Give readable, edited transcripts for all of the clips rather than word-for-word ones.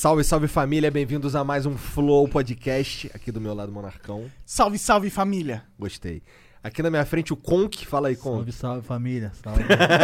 Salve, salve família, bem-vindos a mais um Flow Podcast, aqui do meu lado, Monarcão. Salve, salve família. Gostei. Aqui na minha frente o Conk, fala aí, Conk. Salve, salve família. Salve.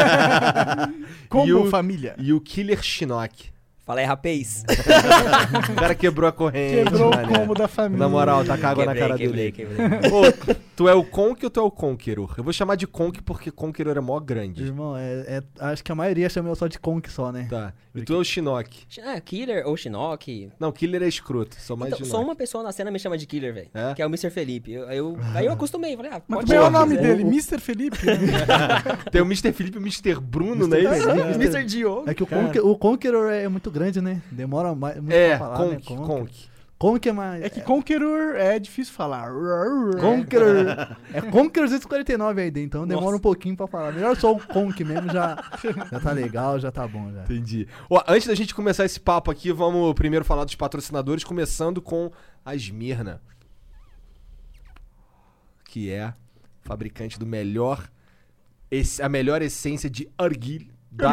Como família. E o Killer Shinnok. Fala aí, rapaz. O cara quebrou a corrente. Quebrou mané. o combo da família. Na moral, tá com água na cara dele. Quebrei. Ô, tu é o Conk ou tu é o Conqueror? Eu vou chamar de Conk porque Conqueror é mó grande. Irmão, acho que a maioria chama eu só de Conk só, né? Tá. E tu é o Shinnok. Killer ou Shinnok. Não, Killer é escroto. Sou mais Então, Shinnok. só uma pessoa na cena me chama de Killer, velho. É? Que é o Mr. Felipe. Aí eu acostumei. Falei, Mas pode também é o chamar, nome quiser. dele, Mr. Felipe. Tem o Mr. Felipe e o Mr. Bruno, não é isso? Mr. Diogo. É que o Conqueror é muito grande, né? Demora muito pra falar, Conk, né? Conk. Conk é mais... É que Conqueror é difícil falar. Conqueror... É Conqueror 249 aí dentro, então demora Nossa. um pouquinho pra falar. Melhor só o Conk mesmo, já tá legal, já tá bom, já. Entendi. Ó, antes da gente começar esse papo aqui, vamos primeiro falar dos patrocinadores, começando com a Smirna, que é fabricante do melhor, a melhor essência de arguil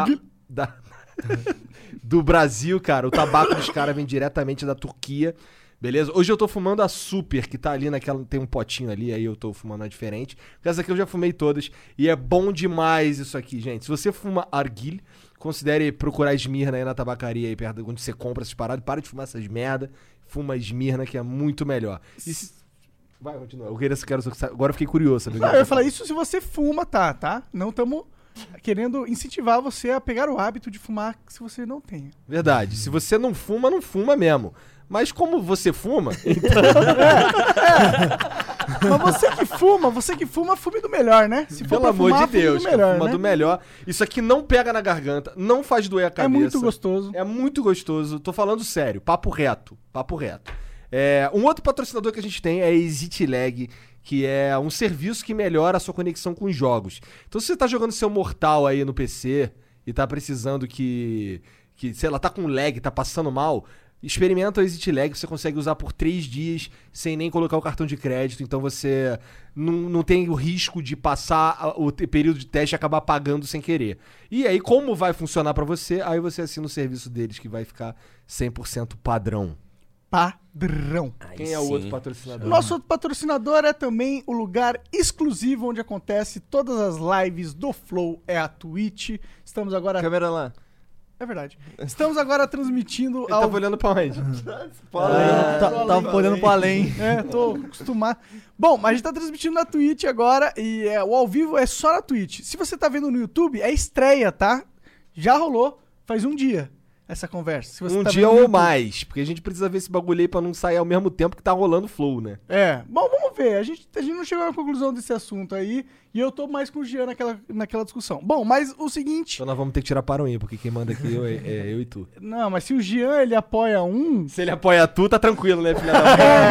do Brasil, cara. O tabaco dos caras vem diretamente da Turquia, beleza? Hoje eu tô fumando a Super, que tá ali naquela... Tem um potinho ali, aí eu tô fumando uma diferente. Essa aqui eu já fumei todas e é bom demais isso aqui, gente. Se você fuma arguil, considere procurar Smirna aí na tabacaria aí perto de onde você compra essas paradas. Para de fumar essas merda. Fuma Smirna, que é muito melhor. Vai, continua. Agora eu fiquei curioso, sabe? Não, eu ia falar isso se você fuma, tá? Não estamos querendo incentivar você a pegar o hábito de fumar se você não tem. Verdade. Se você não fuma mesmo. Mas como você fuma, Mas você que fuma, fume do melhor, né? Se for pelo pra amor fumar, de Deus, fume do melhor, fuma né? do melhor. Isso aqui não pega na garganta, não faz doer a cabeça. É muito gostoso. É muito gostoso. Tô falando sério, papo reto. Um outro patrocinador que a gente tem é a ExitLag, que é um serviço que melhora a sua conexão com os jogos. Então se você tá jogando seu Mortal aí no PC e tá precisando que sei lá, tá com lag, tá passando mal, experimenta o ExitLag, você consegue usar por 3 dias sem nem colocar o cartão de crédito, então você não tem o risco de passar o período de teste e acabar pagando sem querer. E aí, como vai funcionar pra você, aí você assina o serviço deles que vai ficar 100% padrão. Padrão. Quem é o outro patrocinador? Nosso outro patrocinador é também o lugar exclusivo onde acontece todas as lives do Flow, é a Twitch. Estamos agora... Câmera lá. É verdade. Estamos agora transmitindo Ele tava olhando pra onde? Tava olhando pro além. Tô acostumado. Bom, mas a gente tá transmitindo na Twitch agora e o ao vivo é só na Twitch. Se você tá vendo no YouTube, é estreia, tá? Já rolou faz um dia essa conversa. Se você Um tá dia vendo no ou YouTube. mais, porque a gente precisa ver esse bagulho aí pra não sair ao mesmo tempo que tá rolando Flow, né? Bom, vamos ver. A gente não chegou à conclusão desse assunto aí e eu tô mais com o Jean naquela discussão. Bom, mas o seguinte... Então nós vamos ter que tirar para um, porque quem manda aqui é eu e tu. Não, mas se o Jean, ele apoia um... Se ele apoia tu, tá tranquilo, né, filha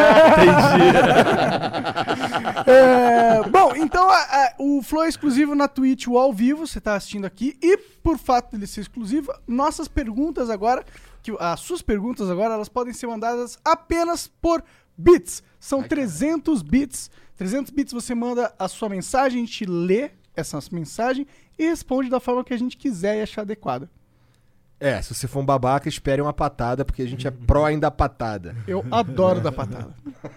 da Entendi. Bom, então o Flow é exclusivo na Twitch, o ao vivo, você tá assistindo aqui. E por fato dele ser exclusivo, nossas perguntas agora, as suas perguntas agora, elas podem ser mandadas apenas por bits. São 300 bits. 300 bits você manda a sua mensagem, a gente lê essa mensagem e responde da forma que a gente quiser e achar adequada. Se você for um babaca, espere uma patada, porque a gente é pró ainda patada. Eu adoro dar patada.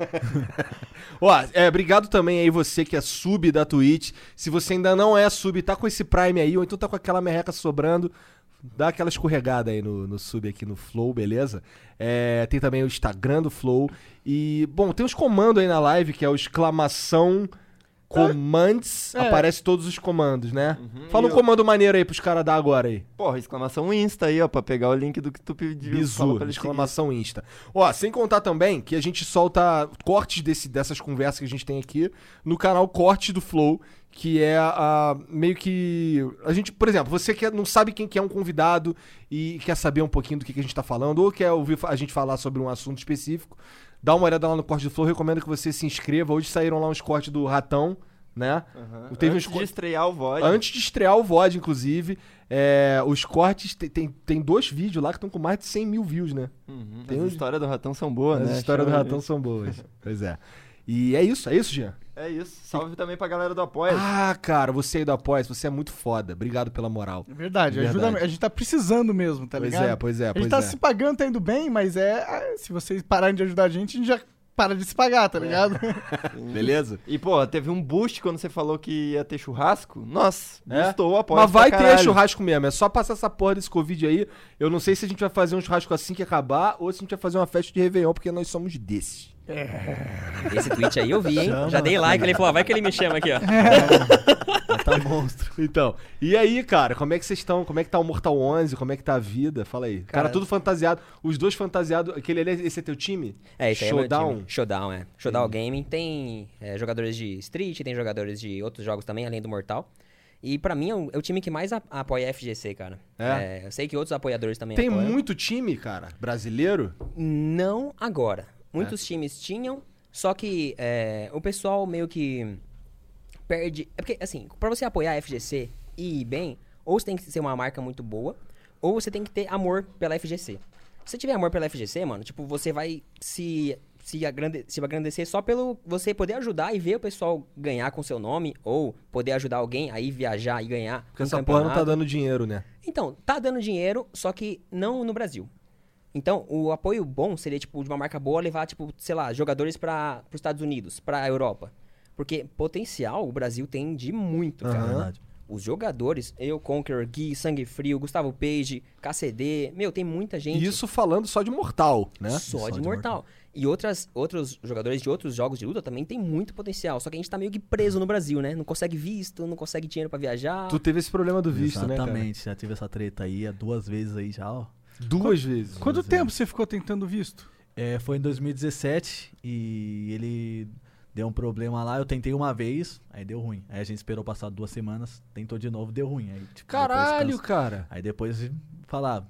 Obrigado também aí você que é sub da Twitch. Se você ainda não é sub, tá com esse Prime aí, ou então tá com aquela merreca sobrando, dá aquela escorregada aí no sub aqui no Flow, beleza? Tem também o Instagram do Flow. E, bom, tem uns comandos aí na live, que é o exclamação commands. Aparece todos os comandos, né? Fala um comando maneiro aí pros caras dar agora aí. Porra, exclamação Insta aí, ó, pra pegar o link do que tu pediu. Bizu, exclamação Insta. Sem contar também que a gente solta cortes dessas conversas que a gente tem aqui no canal Cortes do Flow, que é meio que... A gente, por exemplo, você que não sabe quem que é um convidado e quer saber um pouquinho do que a gente tá falando, ou quer ouvir a gente falar sobre um assunto específico, dá uma olhada lá no Corte do Flow, recomendo que você se inscreva. Hoje saíram lá uns cortes do Ratão, né? Antes de estrear o VOD. Antes de estrear o VOD, inclusive. Os cortes, tem 2 vídeos lá que estão com mais de 100 mil views, né? As histórias do Ratão são boas, né? As histórias do Ratão são boas. Pois é. E é isso, Jean? É isso. Salve também pra galera do Apoia. Ah, cara, você aí do Apoia, você é muito foda. Obrigado pela moral. É verdade, ajuda, a gente tá precisando mesmo, tá ligado? Pois é. A gente tá se pagando, tá indo bem, mas se vocês pararem de ajudar a gente já para de se pagar, tá ligado? Beleza? E, pô, teve um boost quando você falou que ia ter churrasco. Nossa, boostou o Apoia. Mas vai ter churrasco mesmo, é só passar essa porra desse Covid aí. Eu não sei se a gente vai fazer um churrasco assim que acabar ou se a gente vai fazer uma festa de Réveillon, porque nós somos desses. Esse tweet aí eu vi, hein? Já dei like, ele falou, vai que ele me chama aqui, ó. Tá monstro. Então, e aí, cara, como é que vocês estão? Como é que tá o Mortal 11? Como é que tá a vida? Fala aí. Cara, tudo fantasiado. Os dois fantasiados. Esse é teu time? Esse aí Showdown? é meu time. Showdown, é. Showdown Gaming. Tem jogadores de Street, tem jogadores de outros jogos também, além do Mortal. E pra mim é o time que mais apoia a FGC, cara. Eu sei que outros apoiadores também Tem apoiam. muito time, cara, brasileiro? Não agora. Muitos times tinham, só que o pessoal meio que perde... É porque, assim, pra você apoiar a FGC e ir bem, ou você tem que ser uma marca muito boa, ou você tem que ter amor pela FGC. Se você tiver amor pela FGC, mano, tipo, você vai se agrandecer só pelo você poder ajudar e ver o pessoal ganhar com seu nome, ou poder ajudar alguém a ir viajar e ganhar. Porque essa porra não tá dando dinheiro, né? Então, tá dando dinheiro, só que não no Brasil. Então, o apoio bom seria, tipo, de uma marca boa levar, tipo, sei lá, jogadores para os Estados Unidos, pra Europa. Porque potencial o Brasil tem de muito, cara. Verdade. Os jogadores, eu, Conqueror, Gui, Sangue Frio, Gustavo Page, KCD, tem muita gente. Isso falando só de Mortal, né? Só de Mortal. E outros jogadores de outros jogos de luta também tem muito potencial. Só que a gente tá meio que preso no Brasil, né? Não consegue visto, não consegue dinheiro pra viajar. Tu teve esse problema do visto, né, cara? Exatamente, já tive essa treta aí, 2 vezes aí já, ó. Duas vezes. Quanto tempo você ficou tentando visto? Foi em 2017 e ele deu um problema lá, eu tentei uma vez, aí deu ruim. Aí a gente esperou passar 2 semanas, tentou de novo, deu ruim. Aí, tipo, Caralho, cara. Aí depois falar,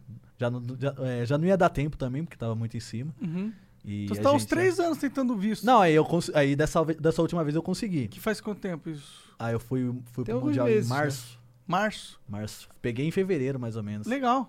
já não ia dar tempo também, porque tava muito em cima. E Então você tá uns 3 anos tentando visto. Não, aí dessa última vez eu consegui. Que faz quanto tempo isso? Aí eu fui Tem pro alguns Mundial meses, em março. Março? Peguei em fevereiro, mais ou menos. Legal.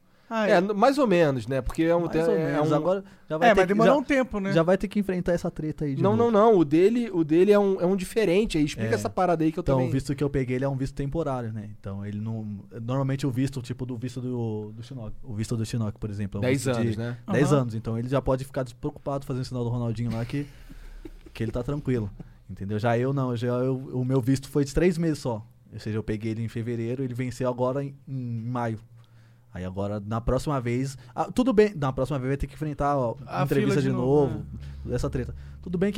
Mais ou menos, né? Porque é um Mais ou menos. Agora já vai ter vai demorar um tempo, né? Já vai ter que enfrentar essa treta aí de novo. Não. O dele é um diferente. Aí explica essa parada aí que eu então, também... o visto que eu peguei, ele é um visto temporário, né? Então, ele não... Normalmente o visto, tipo do visto do Shinnok. O visto do Shinnok, por exemplo. É um 10 visto anos, de né? 10 anos. Então, ele já pode ficar despreocupado fazendo o sinal do Ronaldinho lá que ele tá tranquilo. Entendeu? Já eu não. O meu visto foi de 3 meses só. Ou seja, eu peguei ele em fevereiro, ele venceu agora em maio. Aí agora, na próxima vez... tudo bem, na próxima vez vai ter que enfrentar a entrevista de novo, essa treta. Tudo bem que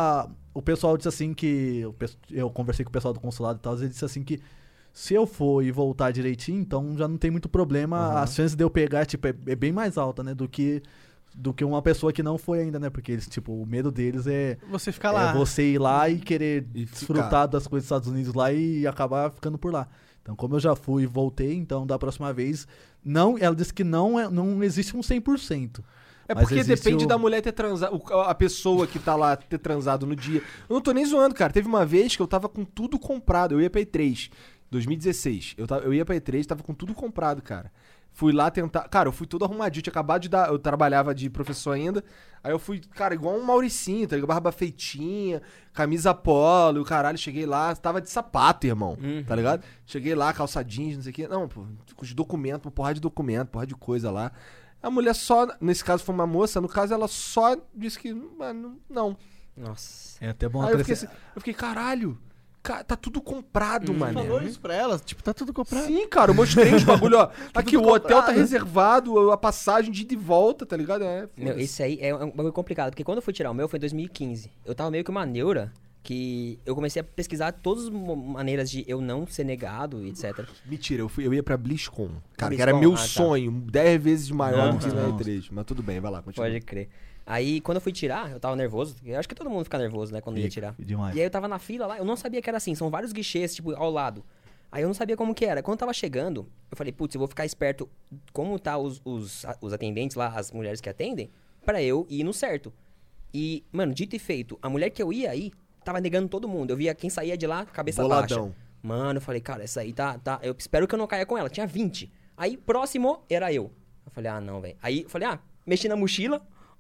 o pessoal disse assim que... Eu conversei com o pessoal do consulado e tal, ele disse assim que se eu for e voltar direitinho, então já não tem muito problema. As chances de eu pegar, tipo, é bem mais alta, né? Do que uma pessoa que não foi ainda, né? Porque eles, tipo, o medo deles é... Você ficar lá. É você ir lá e querer desfrutar das coisas dos Estados Unidos lá e acabar ficando por lá. Então, como eu já fui e voltei, então da próxima vez... ela disse que não existe um 100%. É porque depende da mulher ter transado, a pessoa que tá lá ter transado no dia. Eu não tô nem zoando, cara. Teve uma vez que eu tava com tudo comprado. Eu ia pra E3, 2016. Eu ia pra E3, tava com tudo comprado, cara. Fui lá tentar... Cara, eu fui todo arrumadinho. Tinha acabado de dar... Eu trabalhava de professor ainda. Aí eu fui, cara, igual um Mauricinho, tá ligado? Barba feitinha, camisa polo, e o caralho. Cheguei lá, tava de sapato, irmão. Tá ligado? Cheguei lá, calça jeans, não sei o quê. Não, pô, com os documentos, uma porrada de documento, porrada de coisa lá. A mulher só... Nesse caso foi uma moça. No caso, ela só disse que... Não. Nossa. É até bom Aí eu fiquei, caralho... Tá tudo comprado, mano. Falou isso pra ela? Tipo, tá tudo comprado? Sim, cara, eu mostrei os bagulho, ó. Aqui, o hotel tá reservado, a passagem de ida e volta, tá ligado? Esse aí é um bagulho complicado, porque quando eu fui tirar o meu foi em 2015. Eu tava meio que uma neura, que eu comecei a pesquisar todas as maneiras de eu não ser negado, etc. Mentira, eu ia pra BlizzCon. Cara, que era meu sonho, 10 vezes maior do que na E3. Mas tudo bem, vai lá, continua. Pode crer. Aí, quando eu fui tirar, eu tava nervoso. Eu acho que todo mundo fica nervoso, né, quando ia tirar. Demais. E aí eu tava na fila lá, eu não sabia que era assim. São vários guichês, tipo, ao lado. Aí eu não sabia como que era. Quando eu tava chegando, eu falei, putz, eu vou ficar esperto como tá os atendentes lá, as mulheres que atendem, pra eu ir no certo. E, mano, dito e feito, a mulher que eu ia aí, tava negando todo mundo. Eu via quem saía de lá, cabeça Boladão. baixa. Mano, eu falei, cara, essa aí tá... Eu espero que eu não caia com ela. Tinha 20. Aí, próximo, era eu. Eu falei, não, velho. Aí, eu falei, mexi na mochila.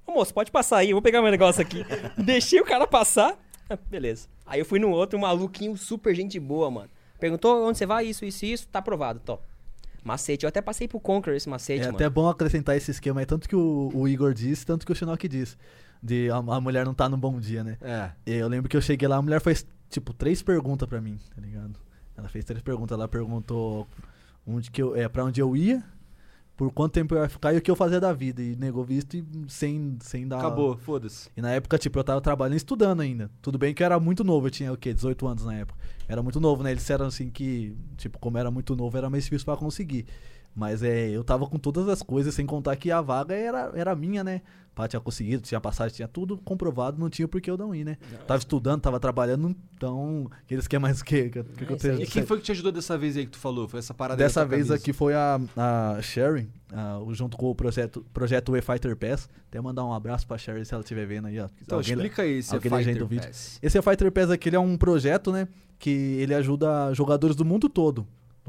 Ô, moço, pode passar aí, eu vou pegar meu negócio aqui. Deixei o cara passar. Beleza. Aí eu fui no outro, um maluquinho super gente boa, mano. Perguntou onde você vai, isso, tá aprovado, tô. Macete, eu até passei pro Conquer esse macete, mano. até bom acrescentar esse esquema aí, tanto que o Igor disse, tanto que o Shinnok disse. De a mulher não tá num bom dia, né? Eu lembro que eu cheguei lá, a mulher fez, tipo, 3 perguntas pra mim, tá ligado? Ela fez 3 perguntas, ela perguntou pra onde eu ia, por quanto tempo eu ia ficar e o que eu fazia da vida. E negou visto e sem dar... Acabou, foda-se. E na época, tipo, eu tava trabalhando e estudando ainda. Tudo bem que eu era muito novo, eu tinha, 18 anos na época. Era muito novo, né? Eles disseram assim que, tipo, como era muito novo, era mais difícil pra conseguir. Mas eu tava com todas as coisas, sem contar que a vaga era minha, né? Pá, tinha conseguido, tinha passagem, tinha tudo comprovado, não tinha por que eu não ir, né? Tava estudando, tava trabalhando, então, eles querem mais o quê? E quem foi que te ajudou dessa vez aí que tu falou? Foi essa parada Dessa da tua vez camisa? aqui foi a Sherry, junto com o projeto E-Fighter Pass. Até mandar um abraço pra Sherry se ela estiver vendo aí. Ó. Então, explica aí esse alguém Fighter legenda o vídeo. Pass. Esse E-Fighter Pass aqui ele é um projeto, né? Que ele ajuda jogadores do mundo todo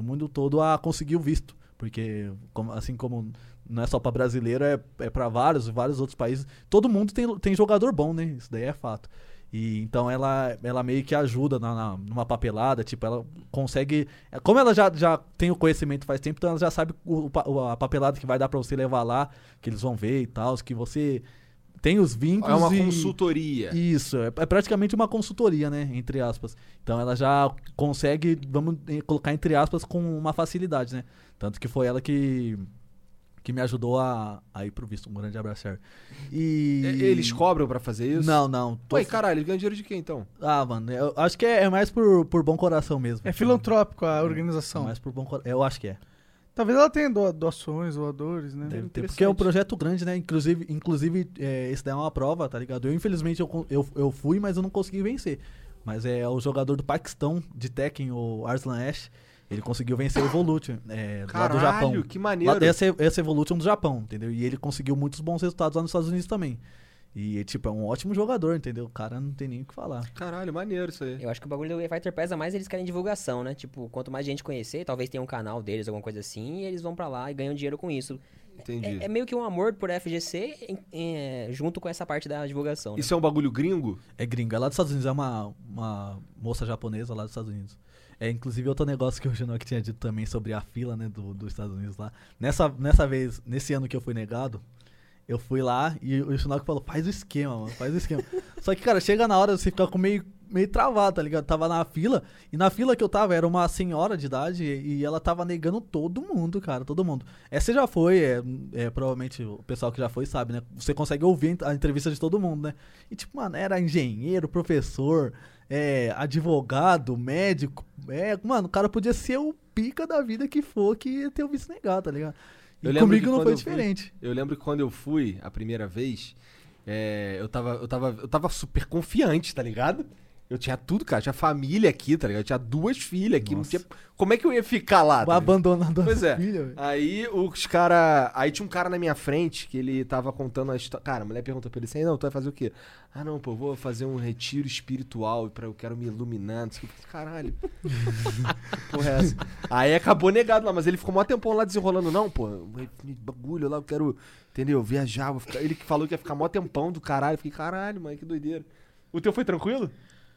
a conseguir o visto. Porque, assim como não é só pra brasileiro, é pra vários outros países. Todo mundo tem jogador bom, né? Isso daí é fato. E então ela meio que ajuda numa papelada, tipo, ela consegue... Como ela já tem o conhecimento faz tempo, então ela já sabe a papelada que vai dar pra você levar lá, que eles vão ver e tal, que você tem os vínculos. É uma consultoria. Isso, é praticamente uma consultoria, né? Entre aspas. Então ela já consegue, vamos colocar entre aspas, com uma facilidade, né? Tanto que foi ela que me ajudou a ir pro visto. Um grande abraço, Sherry. E... Eles cobram pra fazer isso? Não. Ué, caralho, eles ganham dinheiro de quem, então? Mano, eu acho que é mais por bom coração mesmo. É filantrópico a organização. Mais por bom coração. Eu acho que é. Talvez ela tenha doações, doadores, né? Deve ter, porque é um projeto grande, né? Inclusive esse daí é uma prova, tá ligado? Infelizmente, eu fui, mas eu não consegui vencer. Mas é o jogador do Paquistão de Tekken, o Arslan Ash. Ele conseguiu vencer o Evolution, lá do Japão. Caralho, que maneiro. Essa Evolution do Japão, entendeu? E ele conseguiu muitos bons resultados lá nos Estados Unidos também. E, tipo, é um ótimo jogador, entendeu? O cara não tem nem o que falar. Caralho, maneiro isso aí. Eu acho que o bagulho do Fighter Pass, mais eles querem divulgação, né? Tipo, quanto mais gente conhecer, talvez tenha um canal deles, alguma coisa assim, e eles vão pra lá e ganham dinheiro com isso. Entendi. É meio que um amor por FGC junto com essa parte da divulgação, né? Isso é um bagulho gringo? É gringo, é lá dos Estados Unidos, é uma moça japonesa lá dos Estados Unidos. Inclusive outro negócio que o Shinnok tinha dito também sobre a fila, né, dos Estados Unidos lá. Nessa vez, nesse ano que eu fui negado, eu fui lá e o Shinnok falou, faz o esquema, mano, faz o esquema. Só que, cara, chega na hora, você fica com meio travado, tá ligado? Tava na fila, e na fila que eu tava era uma senhora de idade e ela tava negando todo mundo, cara, todo mundo. Você já foi, provavelmente o pessoal que já foi sabe, né? Você consegue ouvir a entrevista de todo mundo, né? E tipo, mano, era engenheiro, professor, advogado, médico, mano, o cara podia ser o pica da vida que for que ia ter o visto negado, tá ligado? E comigo não foi diferente. Eu lembro que quando eu fui a primeira vez, eu tava super confiante, tá ligado? Eu tinha tudo, cara. Tinha família aqui, tá ligado? Eu tinha 2 filhas aqui. Não tinha... Como é que eu ia ficar lá? Tá abandonando pois a é. filha, velho. Aí os caras... Aí tinha um cara na minha frente que ele tava contando a história. Cara, a mulher perguntou pra ele assim, não, tu vai fazer o quê? Ah, não, pô, eu vou fazer um retiro espiritual eu quero me iluminar. Não sei o que. Caralho. Porra, é essa? Aí acabou negado lá, mas ele ficou mó tempão lá desenrolando. Não, pô, bagulho lá, eu quero, entendeu? Viajar. Ele que falou que ia ficar mó tempão do caralho. Eu fiquei, caralho, mano, que doideira. O teu foi tranquilo?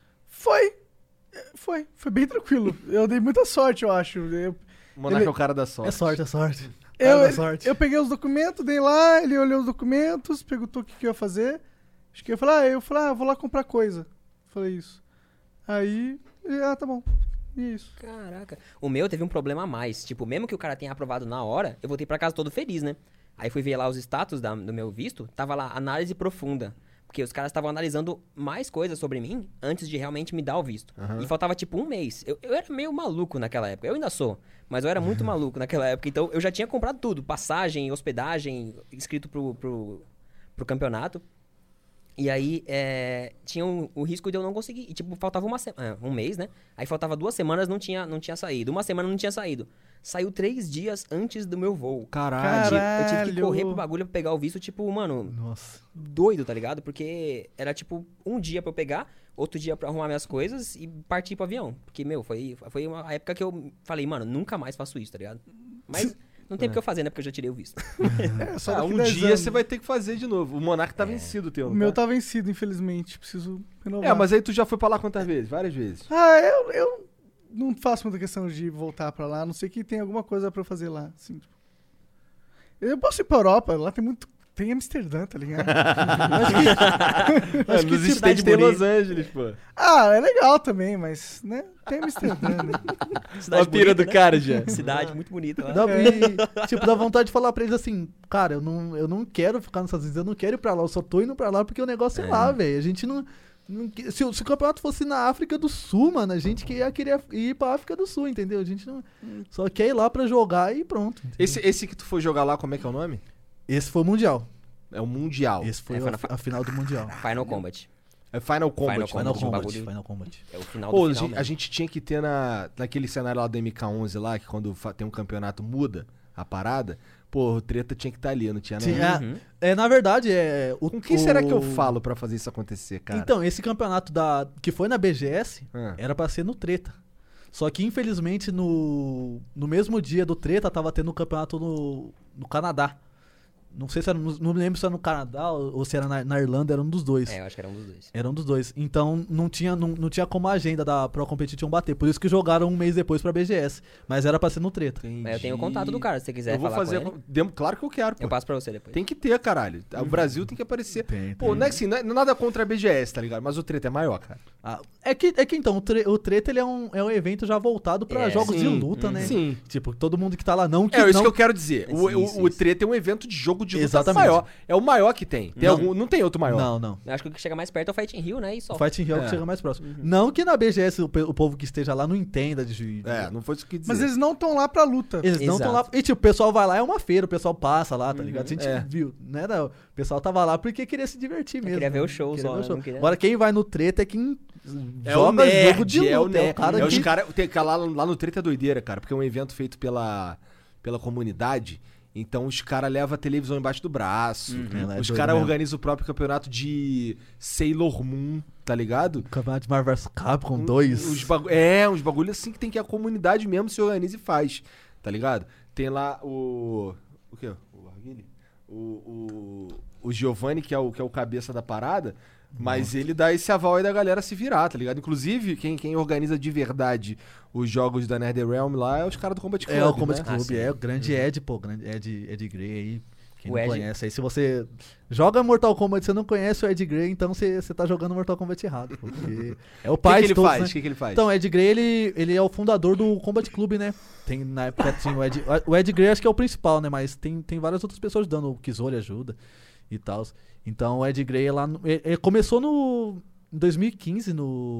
Foi bem tranquilo. Eu dei muita sorte, eu acho. O Monarca é o cara da sorte. É sorte. Cara da sorte. Eu peguei os documentos, dei lá, ele olhou os documentos, perguntou o que eu ia fazer. Acho que eu falei, vou lá comprar coisa. Falei isso. Aí, tá bom. E isso. Caraca. O meu teve um problema a mais. Tipo, mesmo que o cara tenha aprovado na hora, eu voltei pra casa todo feliz, né? Aí fui ver lá os status do meu visto, tava lá, análise profunda. Porque os caras estavam analisando mais coisas sobre mim antes de realmente me dar o visto. E faltava tipo 1 mês. Eu era meio maluco naquela época. Eu ainda sou, mas eu era muito maluco naquela época. Então eu já tinha comprado tudo. Passagem, hospedagem, inscrito pro campeonato. E aí tinha o risco de eu não conseguir. E tipo, faltava 1 mês, né? Aí faltava 2 semanas, não tinha saído. 1 semana não tinha saído. Saiu 3 dias antes do meu voo. Caralho. Eu tive que correr pro bagulho pra pegar o visto, tipo, mano... Nossa. Doido, tá ligado? Porque era, tipo, 1 dia pra eu pegar, outro dia pra arrumar minhas coisas e partir pro avião. Porque, meu, foi uma época que eu falei, mano, nunca mais faço isso, tá ligado? Não tem porque eu fazer, né? Porque eu já tirei o visto. Só daqui Um 10 dia anos. você vai ter que fazer de novo. O Monark tá vencido, o teu. O não meu tá vencido, infelizmente. Preciso renovar. É, mas aí tu já foi pra lá quantas vezes? Várias vezes. Eu não faço muita questão de voltar pra lá, a não sei que tem alguma coisa pra eu fazer lá. Assim, tipo. Eu posso ir pra Europa, lá tem muito. Tem Amsterdã, tá ligado? Acho que nos States tem Los Angeles, pô. É legal também, mas, né? Tem Amsterdã, né? Olha a pira do cara já. Cidade muito bonita lá. Tipo, dá vontade de falar pra eles assim, cara, eu não quero ficar nos Estados Unidos, eu não quero ir pra lá, eu só tô indo pra lá porque o negócio é lá, velho. A gente não se o campeonato fosse na África do Sul, mano, a gente ia querer ir pra África do Sul, entendeu? A gente não só quer ir lá pra jogar e pronto. Esse que tu foi jogar lá, como é que é o nome? Esse foi o Mundial. É o Mundial. Esse foi foi a final do Mundial. Final Combat. É Final Combat. Final Combat, Combat. bagulho. Final Combat. É o final Pô, do final a gente tinha que ter naquele cenário lá do MK11 lá, que quando tem um campeonato muda a parada, pô, o Treta tinha que estar ali, não tinha não. Sim, na verdade, Com quem será que eu falo pra fazer isso acontecer, cara? Então, esse campeonato que foi na BGS Ah. era pra ser no Treta. Só que, infelizmente, no mesmo dia do Treta, tava tendo um campeonato no Canadá. Não sei se era, não lembro se era no Canadá ou se era na Irlanda, era um dos dois. eu acho que era um dos dois. Era um dos dois. Então não tinha como a agenda da Pro Competition bater. Por isso que jogaram um mês depois pra BGS. Mas era pra ser no Treta. Mas eu tenho o contato do cara, se você quiser Eu vou falar fazer. com ele. Claro que eu quero, pô. Eu passo pra você depois. Tem que ter, caralho. O Brasil tem que aparecer. Tem. Pô, não é assim, não é nada contra a BGS, tá ligado? Mas o Treta é maior, cara. É que então, o Treta ele é um evento já voltado pra jogos de Sim. luta, né? Sim. Tipo, todo mundo que tá lá não... É isso não... que eu quero dizer. Sim, O Treta é um evento de jogo de luta Exatamente. maior. É o maior que tem. Não tem outro maior. Não. Eu acho que o que chega mais perto é o Fighting Rio, né? E só. O Fighting Rio é o que chega mais próximo. Não que na BGS o povo que esteja lá não entenda de... Não foi isso que eu quis dizer. Mas eles não estão lá pra luta. Eles não estão lá... E tipo, o pessoal vai lá, é uma feira, o pessoal passa lá, tá ligado? A gente É. viu, né? O pessoal tava lá porque queria se divertir mesmo. queria ver né? o show Queria só, ver o né? show. Não queria- Agora quem vai no Treta é quem É joga o nerd, jogo de luta. é o nerd. o cara É os que... cara, lá no Treta é doideira, cara, porque é um evento feito pela comunidade. Então os caras levam a televisão embaixo do braço. É, Os doido caras mesmo. organizam o próprio campeonato de Sailor Moon, tá ligado? Campeonato de Marvel vs Capcom 2. Uns bagulho assim que tem que a comunidade mesmo se organiza e faz, tá ligado? Tem lá o quê? O Arguini? O Giovanni, que é o cabeça da parada, mas ele dá esse aval aí da galera se virar, tá ligado? Inclusive, quem organiza de verdade os jogos da NetherRealm lá é os caras do Combat Club, É o Combat né? Club, sim. é o grande Ed, pô, grande Ed Grey aí. Quem O não Ed- conhece aí, se você joga Mortal Kombat e você não conhece o Ed Grey, então você tá jogando Mortal Kombat errado, porque é o O que pai que de ele todos, faz? né? O que ele faz? Então, o Ed Grey, ele é o fundador do Combat Club, né? Tem, na época tinha o Ed Grey acho que é o principal, né? Mas tem várias outras pessoas dando, o Kizori ajuda e tal. Então, o Ed Grey lá, ele começou em 2015,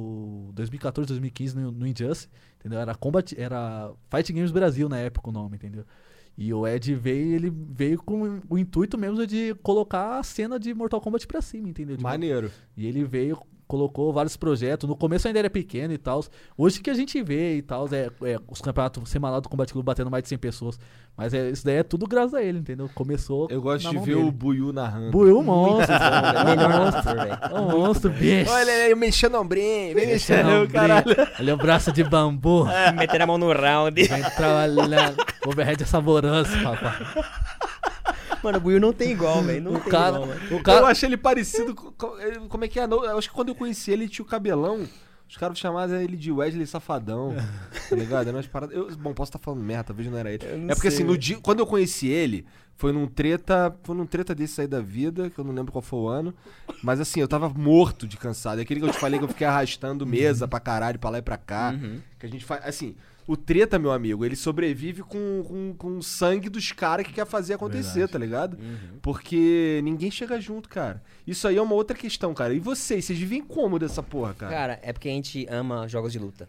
2014, 2015, no Injustice, entendeu? Era Fighting Games Brasil na época o nome, entendeu? E o Ed veio com o intuito mesmo de colocar a cena de Mortal Kombat pra cima, entendeu? Maneiro. E ele colocou vários projetos. No começo ainda era pequeno e tal. Hoje que a gente vê e tal, os campeonatos semanais do Combat Club batendo mais de 100 pessoas. Mas isso daí é tudo graças a ele, entendeu? Começou. Eu gosto na de mão ver dele. o Buiu narrando. Buiu, monstro. Melhor monstro. narrador, velho. É um monstro, bicho. Olha ele mexendo o ombrinho, vem mexendo Não, o caralho. Ele é um braço de bambu. Meter a mão no round. Vem trabalhando. Overhead é saboroso, papai. Mano, o Buiu não tem igual, velho. Não O tem cara, igual, mano. o Eu cara, achei ele parecido com... Como é que é? Eu acho que quando eu conheci ele tinha o cabelão. Os caras chamavam ele de Wesley Safadão. Tá ligado? Eram umas paradas... Bom, posso estar falando merda, talvez não era ele. É porque assim, no dia, quando eu conheci ele, foi num treta desses aí da vida, que eu não lembro qual foi o ano. Mas assim, eu tava morto de cansado. É aquele que eu te falei que eu fiquei arrastando mesa pra caralho, pra lá e pra cá. Que a gente faz... Assim, o treta, meu amigo, ele sobrevive com o sangue dos caras que quer fazer acontecer, Verdade. tá ligado? Porque ninguém chega junto, cara. Isso aí é uma outra questão, cara. E vocês vivem como dessa porra, cara? Cara, é porque a gente ama jogos de luta.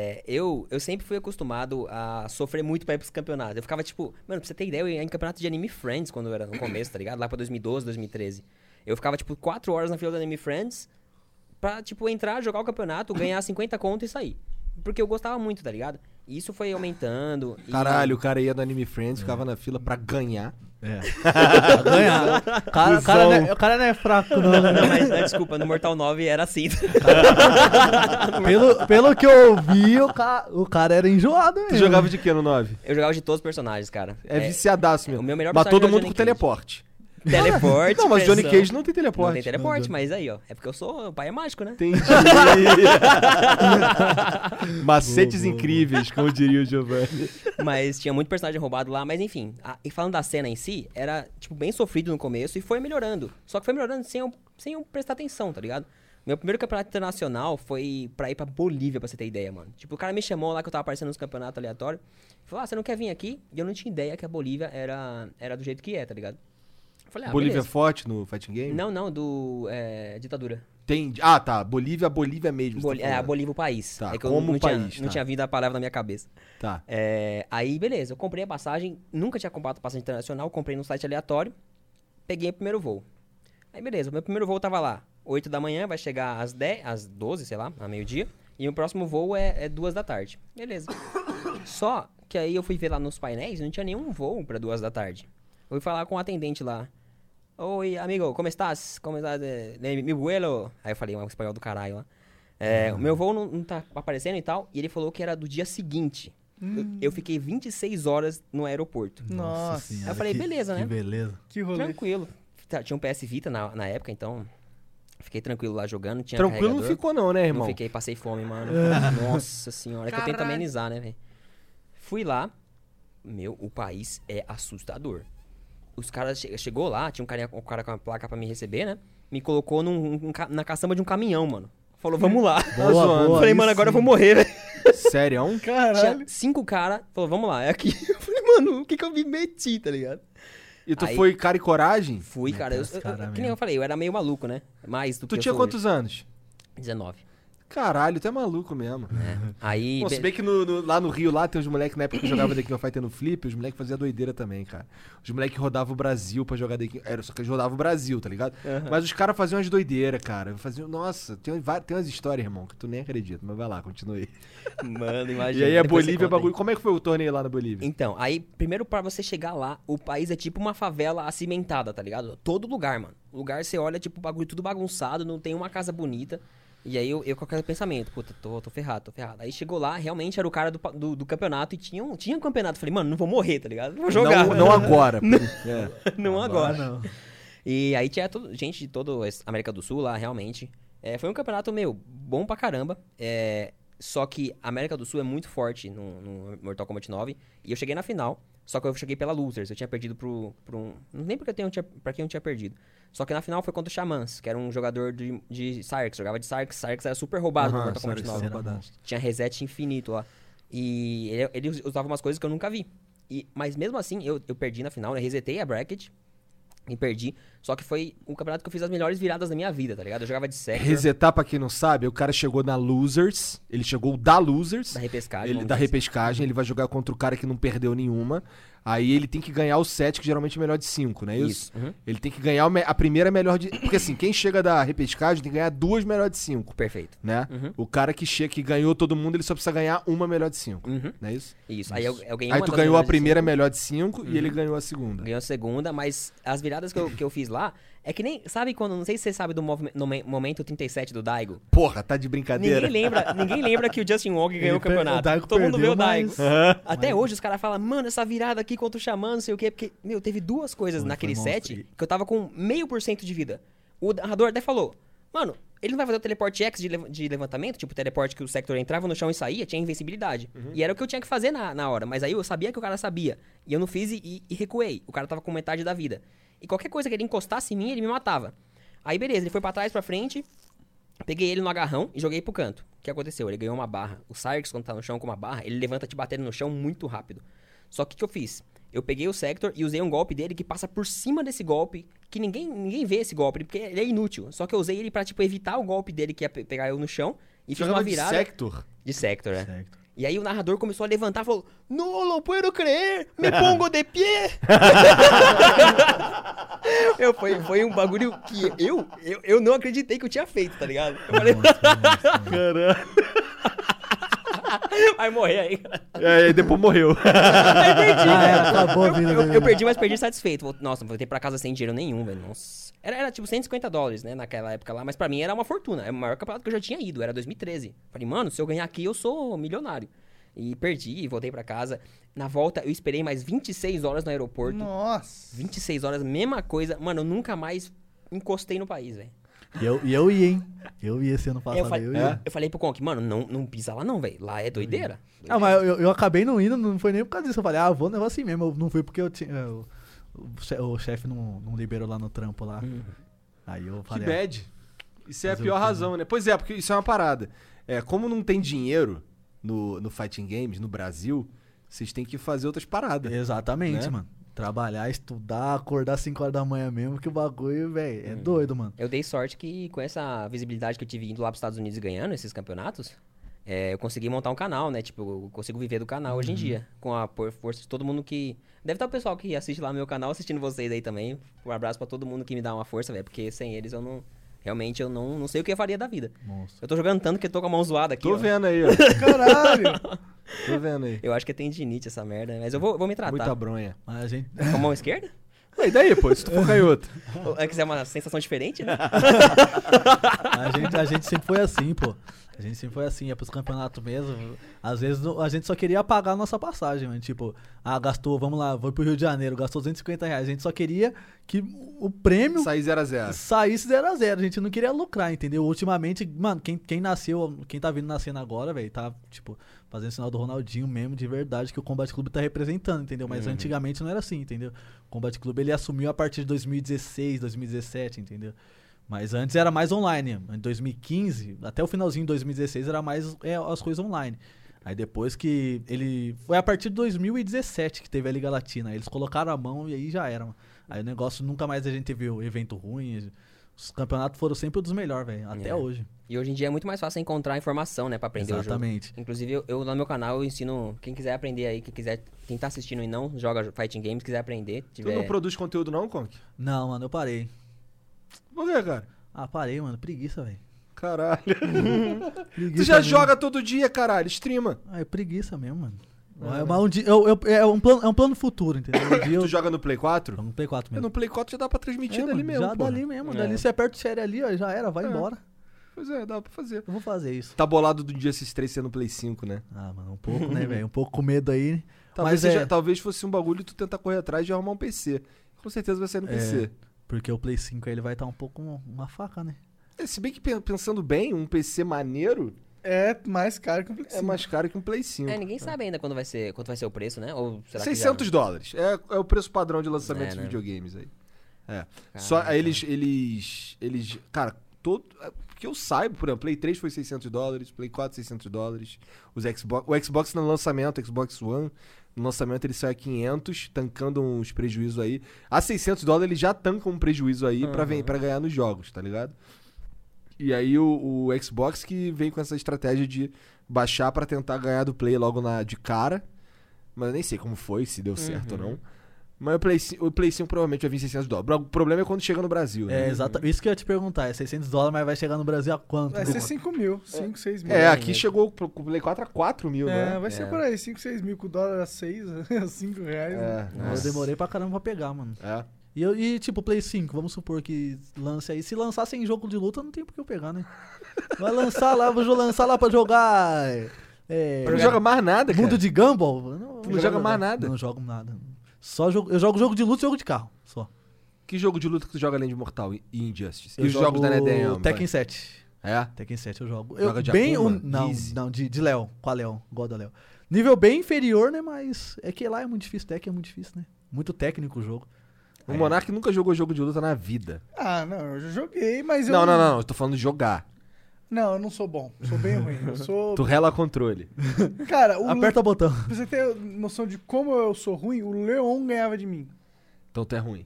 Eu sempre fui acostumado a sofrer muito pra ir pros campeonatos. Eu ficava tipo, mano, pra você ter ideia, eu ia em campeonato de Anime Friends quando eu era no começo, tá ligado? Lá pra 2012, 2013. Eu ficava tipo 4 horas na fila do Anime Friends pra, tipo, entrar, jogar o campeonato, ganhar 50 conto e sair. Porque eu gostava muito, tá ligado? E isso foi aumentando. Caralho, o cara ia no Anime Friends, ficava na fila pra ganhar. É. Pra ganhar. O cara não é fraco, não. Não, mas desculpa, no Mortal 9 era assim. Pelo que eu ouvi, o cara era enjoado mesmo. Tu jogava de quê no 9? Eu jogava de todos os personagens, cara. É viciadaço mesmo. O meu melhor Mas personagem todo é o mundo Johnny com Cage. teleporte. Teleporte, Não, mas Johnny pressão. Cage não tem teleporte. Não tem teleporte, mas aí, ó. É porque eu sou... O pai é mágico, né? Entendi. Macetes incríveis, como diria o Giovanni. Mas tinha muito personagem roubado lá, mas enfim. E falando da cena em si, era, tipo, bem sofrido no começo e foi melhorando. Só que foi melhorando sem eu prestar atenção, tá ligado? Meu primeiro campeonato internacional foi pra ir pra Bolívia, pra você ter ideia, mano. Tipo, o cara me chamou lá que eu tava aparecendo nos campeonatos aleatórios. Falou, você não quer vir aqui? E eu não tinha ideia que a Bolívia era do jeito que é, tá ligado? Eu falei, Bolívia beleza. é forte no Fighting Game? Não, ditadura. Tem... Ah, tá. Bolívia mesmo. você tá A falando. Bolívia o país. Tá, É que eu como não país, não tá. tinha vindo a palavra na minha cabeça. Tá. Aí, beleza, eu comprei a passagem, nunca tinha comprado passagem internacional, comprei num site aleatório, peguei o primeiro voo. Aí, beleza, o meu primeiro voo tava lá, 8 da manhã, vai chegar às 12, sei lá, a meio-dia, e o próximo voo é 2 da tarde. Beleza. Só que aí eu fui ver lá nos painéis, não tinha nenhum voo pra 2 da tarde. Eu fui falar com o atendente lá. Oi, amigo, como estás? Como estás? Mi vuelo? Aí eu falei, um espanhol do caralho lá. O meu voo não tá aparecendo e tal. E ele falou que era do dia seguinte. Eu fiquei 26 horas no aeroporto. Nossa, senhora, Aí eu falei, beleza, né? Que beleza. que rolê. Tranquilo. Tinha um PS Vita na época, então fiquei tranquilo lá jogando. Tinha Tranquilo não carregador. ficou não, né, irmão? Não fiquei, passei fome, mano. Nossa senhora, é que eu tento Caralho. amenizar, né, velho? Fui lá. O país é assustador. Os caras chegou lá, tinha um cara com a placa pra me receber, né? Me colocou na caçamba de um caminhão, mano. Falou, vamos lá. Boa, Falei, aí mano, agora eu sim. vou morrer, velho. Sério? Caralho. Tinha 5 caras, falou, vamos lá, é aqui. Eu falei, mano, o que eu me meti, tá ligado? E tu Aí- foi cara e coragem? Fui, cara. Meteu os cara Que nem eu falei, eu era meio maluco, né? Mais do que Tu eu tinha sou quantos anos? hoje. 19. Caralho, tu é maluco mesmo. Aí... Pô, se bem que lá no Rio, lá tem uns moleques, na época que eu jogava The King of Fighter no Flip, os moleques faziam doideira também, cara. Os moleques rodavam o Brasil pra jogar The King... Só que eles rodavam o Brasil, tá ligado? Mas os caras faziam umas doideiras, cara. Faziam... Nossa, tem umas histórias, irmão, que tu nem acredita. Mas vai lá, continue aí. Mano, E imagina. aí a depois você Bolívia, conta aí. bagulho... Como é que foi o torneio lá na Bolívia? Então, aí, primeiro pra você chegar lá, o país é tipo uma favela acimentada, tá ligado? Todo lugar, mano. O lugar você olha, tipo, o bagulho tudo bagunçado, não tem uma casa bonita. E aí eu com aquele pensamento, puta, tô ferrado. Aí chegou lá, realmente era o cara do campeonato e tinha um campeonato. Falei, mano, não vou morrer, tá ligado? Vou jogar. Não agora. Não agora. Não. E aí tinha gente de toda a América do Sul lá, realmente. Foi um campeonato, bom pra caramba. Só que a América do Sul é muito forte no Mortal Kombat 9. E eu cheguei na final, só que eu cheguei pela Losers. Eu tinha perdido pro um... Não lembro pra quem eu tinha perdido. Só que na final foi contra o Xamãs, que era um jogador de Sarx. Jogava de Sarx. Sarx era super roubado no Mortal Kombat 9. Tinha reset infinito lá. E ele usava umas coisas que eu nunca vi. Mas mesmo assim, eu perdi na final, né? Resetei a bracket e perdi. Só que foi um campeonato que eu fiz as melhores viradas da minha vida, tá ligado? Eu jogava de Sector, Resetar, pra quem não sabe, o cara chegou na Losers, ele chegou da Losers, da repescagem. ele, vamos da dizer assim. repescagem, ele vai jogar contra o cara que não perdeu nenhuma. Aí ele tem que ganhar o set, que geralmente é melhor de 5, não é isso? Isso. Uhum. Ele tem que ganhar a primeira melhor de... Porque assim, quem chega da repescagem tem que ganhar 2 melhor de 5, Perfeito. né? Uhum. O cara que chega, que ganhou todo mundo, ele só precisa ganhar uma melhor de 5, Uhum. não é isso? Isso. Aí eu ganhei Aí uma tu das ganhou a melhores de primeira cinco. melhor de 5 e ele ganhou a segunda. Ganhou a segunda, mas as viradas que eu fiz lá é que nem. Sabe quando. Não sei se você sabe do momento 37 do Daigo. Porra, tá de brincadeira? Ninguém lembra que o Justin Wong ganhou o O campeonato. Daigo Todo mundo vê o perdeu, Daigo. mas- Até hoje os caras falam, mano, essa virada aqui contra o Xamã, não sei o quê. Porque, teve duas coisas Foi naquele monstro. set que eu tava com 0,5% de vida. O narrador até falou, mano, ele não vai fazer o teleporte X de levantamento, tipo o teleporte que o Sector entrava no chão e saía, tinha invencibilidade. E era o que eu tinha que fazer na hora. Mas aí eu sabia que o cara sabia. E eu não fiz e recuei. O cara tava com metade da vida. E qualquer coisa que ele encostasse em mim, ele me matava. Aí beleza, ele foi pra trás, pra frente, peguei ele no agarrão e joguei pro canto. O que aconteceu? Ele ganhou uma barra. O Sarx, quando tá no chão com uma barra, ele levanta te batendo no chão muito rápido. Só que o que eu fiz? Eu peguei o Sector e usei um golpe dele que passa por cima desse golpe, que ninguém vê esse golpe, porque ele é inútil. Só que eu usei ele pra, tipo, evitar o golpe dele que ia pegar eu no chão e fiz Jogava uma de virada Sector. de Sector, né? Certo. E aí o narrador começou a levantar e falou, não puedo creer, me pongo de pé. Foi um bagulho que eu não acreditei que eu tinha feito, tá ligado? Eu falei, Caralho. Vai morrer aí. E depois morreu. Aí perdi, Ah, velho. acabou a vida dele. Eu perdi, mas perdi satisfeito. Nossa, voltei pra casa sem dinheiro nenhum, velho. Nossa. Era tipo $150, né, naquela época lá. Mas pra mim era uma fortuna. É o maior campeonato que eu já tinha ido. Era 2013. Falei, mano, se eu ganhar aqui, eu sou milionário. E perdi, e voltei pra casa. Na volta, eu esperei mais 26 horas no aeroporto. Nossa. 26 horas, mesma coisa. Mano, eu nunca mais encostei no país, velho. E eu ia, hein? Eu ia esse ano passado. Eu falei pro Conk, mano, não pisa lá não, velho. Lá é doideira. Ah, mas eu acabei não indo, não foi nem por causa disso. Eu falei, vou levar assim mesmo. Eu não fui porque eu tinha. O chefe não liberou lá no trampo lá. Aí eu Que falei. bad. Isso é a Fazer pior o quê, razão, né? Pois é, porque isso é uma parada. Como não tem dinheiro no Fighting Games, no Brasil, vocês têm que fazer outras paradas. Exatamente, Né? mano. Trabalhar, estudar, acordar 5 horas da manhã mesmo, que o bagulho, velho, é doido, mano. Eu dei sorte que com essa visibilidade que eu tive indo lá pros Estados Unidos e ganhando esses campeonatos, eu consegui montar um canal, né? Tipo, eu consigo viver do canal hoje em dia. Com a força de todo mundo que... Deve estar o pessoal que assiste lá no meu canal assistindo vocês aí também. Um abraço pra todo mundo que me dá uma força, velho. Porque sem eles eu não... Realmente eu não sei o que eu faria da vida. Nossa. Eu tô jogando tanto que eu tô com a mão zoada aqui, Tô ó. vendo aí, ó. Caralho. Tô vendo aí. Eu acho que é tendinite essa merda, mas eu vou me tratar. Muita bronha. Mas a gente. Com a mão esquerda? E daí, pô? Se tu for canhoto. Ou é que é uma sensação diferente, né? A gente sempre foi assim, pô. A gente sempre foi assim, ia pros campeonatos mesmo. Às vezes a gente só queria pagar a nossa passagem, mano. Tipo, gastou, vamos lá, vou pro Rio de Janeiro, gastou R$250. A gente só queria que o prêmio Sair 0x0. saísse 0x0. A gente não queria lucrar, entendeu? Ultimamente, mano, quem nasceu, quem tá vindo nascendo agora, velho, tá, tipo, fazendo sinal do Ronaldinho mesmo, de verdade, que o Combat Club tá representando, entendeu? Mas antigamente não era assim, entendeu? O Combat Club, ele assumiu a partir de 2016, 2017, entendeu? Mas antes era mais online. Em 2015, até o finalzinho de 2016, era mais as coisas online. Aí depois que ele... Foi a partir de 2017 que teve a Liga Latina. Aí eles colocaram a mão e aí já era. Mano. Aí o negócio, nunca mais a gente teve evento ruim. Os campeonatos foram sempre dos melhores, velho. Até hoje. E hoje em dia é muito mais fácil encontrar informação, né? Pra aprender Exatamente. o jogo. Inclusive, eu lá no meu canal eu ensino... Quem quiser aprender aí, quem tá assistindo e não joga Fighting Games, quiser aprender... Tu não produz conteúdo não, Conk? Não, mano, eu parei. Por quê, cara? Parei, mano. Preguiça, velho. Caralho. Preguiça Tu já mesmo. joga todo dia, caralho. Streama. É preguiça mesmo, mano. Mas um dia, é um plano futuro, entendeu? Um dia Tu joga no Play 4? jogo no Play 4 mesmo. No Play 4 já dá pra transmitir dali mano, mesmo, já pô. dali mesmo. Dali você aperta o share ali, ó, já era, vai embora. Pois é, dá pra fazer. Eu vou fazer isso. Tá bolado do dia esses 3 ser no Play 5, né? Mano, um pouco, né, velho? Um pouco com medo aí. Talvez, Mas talvez fosse um bagulho tu tentar correr atrás de arrumar um PC. Com certeza vai ser no PC. Porque o Play 5 aí ele vai estar um pouco uma faca, né? Se bem que pensando bem, um PC maneiro É mais caro que o Play é 5. mais caro que um Play 5. ninguém sabe ainda quanto vai ser o preço, né? Ou será que $600. É o preço padrão de lançamento de né? videogames aí. Caraca. Só eles cara, que eu saiba, por exemplo, Play 3 foi $600, Play 4 $600, o Xbox no lançamento, Xbox One, no lançamento ele sai a 500, tancando uns prejuízos aí. A $600 ele já tanca um prejuízo aí pra ganhar nos jogos, tá ligado? E aí o Xbox que vem com essa estratégia de baixar pra tentar ganhar do Play logo de cara. Mas eu nem sei como foi, se deu certo ou não. Mas o Play 5 provavelmente vai vir $600. O problema é quando chega no Brasil, né? Exato. Isso que eu ia te perguntar. É $600, mas vai chegar no Brasil a quanto? Vai ser 5 mil, 5, 6 mil. Aqui chegou com o Play 4 a 4 mil, né? Vai ser por aí, 5, 6 mil, com o dólar a 6, a 5 reais. né? Eu demorei pra caramba pra pegar, mano. É. E tipo, Play 5, vamos supor que lance aí. Se lançar sem jogo de luta, não tem por que eu pegar, né? Vai lançar lá, vou lançar lá pra jogar. Não joga mais nada, cara. Mundo de Gumball? Não joga mais nada. Não jogo nada. Eu jogo jogo de luta e jogo de carro, só. Que jogo de luta que tu joga além de Mortal e Injustice? Eu E os jogos da NEDM? Tekken 7. É? Tekken 7 eu jogo. Joga de bem Akuma? Não, Easy? não, de Léo. Com a Léo. God da Léo. Nível bem inferior, né? Mas é que lá é muito difícil. Tekken é muito difícil, né? Muito técnico o jogo. O Monark nunca jogou jogo de luta na vida. Não, eu já joguei, mas eu... Não. Eu tô falando de jogar. Não, eu não sou bom. Sou bem ruim. Eu sou... Tu rela controle. Cara, Aperta o botão. pra você ter noção de como eu sou ruim, o Leon ganhava de mim. Então tu é ruim.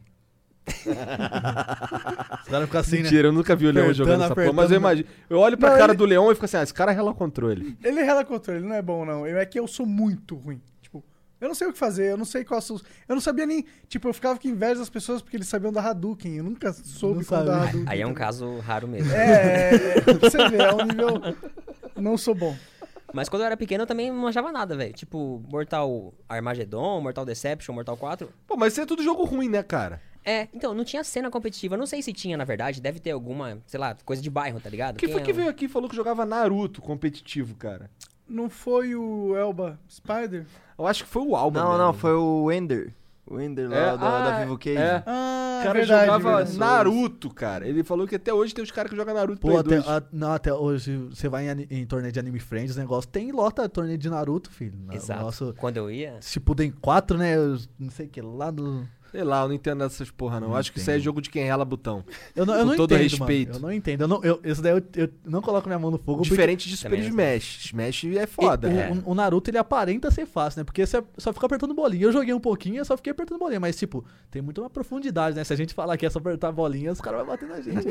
Os caras ficam assim, né? Mentira, eu nunca vi o Leão Apertando, jogando essa porra. Mas eu apertando. imagino. Eu olho pra Não, cara ele- do Leão e fico assim, esse cara rela controle. Ele rela controle, ele não é bom, não. É que eu sou muito ruim. Tipo, eu não sei o que fazer, eu não sei quais são os... Eu não sabia nem... Tipo, eu ficava com inveja das pessoas porque eles sabiam da Hadouken. Eu nunca soube Não como dar sabia. Hadouken. Aí é um caso raro mesmo. Pra você ver, é um nível... Não sou bom. Mas quando eu era pequeno eu também não manjava nada, velho. Tipo, Mortal Armageddon, Mortal Deception, Mortal 4. Pô, mas isso é tudo jogo ruim, né, cara? Então, não tinha cena competitiva. Eu não sei se tinha, na verdade. Deve ter alguma, sei lá, coisa de bairro, tá ligado? Quem foi que veio aqui e falou que jogava Naruto competitivo, cara? Não foi o Elba Spider? Eu acho que foi o Alba. Não, mesmo. foi o Ender. O Ender lá da Vivo Cage. É. Ah, O cara verdade, jogava verdade. Naruto, cara. Ele falou que até hoje tem os caras que jogam Naruto Pô, Play 2. até hoje, você vai em torneio de Anime Friends, o negócio tem lota torneio de Naruto, filho. Exato. Nosso, Quando eu ia... tipo, tem 4, né? Não sei o que, lá do... Sei lá, eu não entendo dessas porra, não. Não Acho que isso aí é entendo. jogo de quem rela botão. Eu não Com todo entendo, respeito. mano. Eu não entendo. Esse daí eu não coloco minha mão no fogo. Diferente de Super Também não Smash. Smash é porque foda. o Naruto, ele aparenta ser fácil, né? Porque você só fica apertando bolinha. Eu joguei um pouquinho e só fiquei apertando bolinha. Mas, tipo, tem muito uma profundidade, né? Se a gente falar que é só apertar bolinha, os caras vão bater na gente.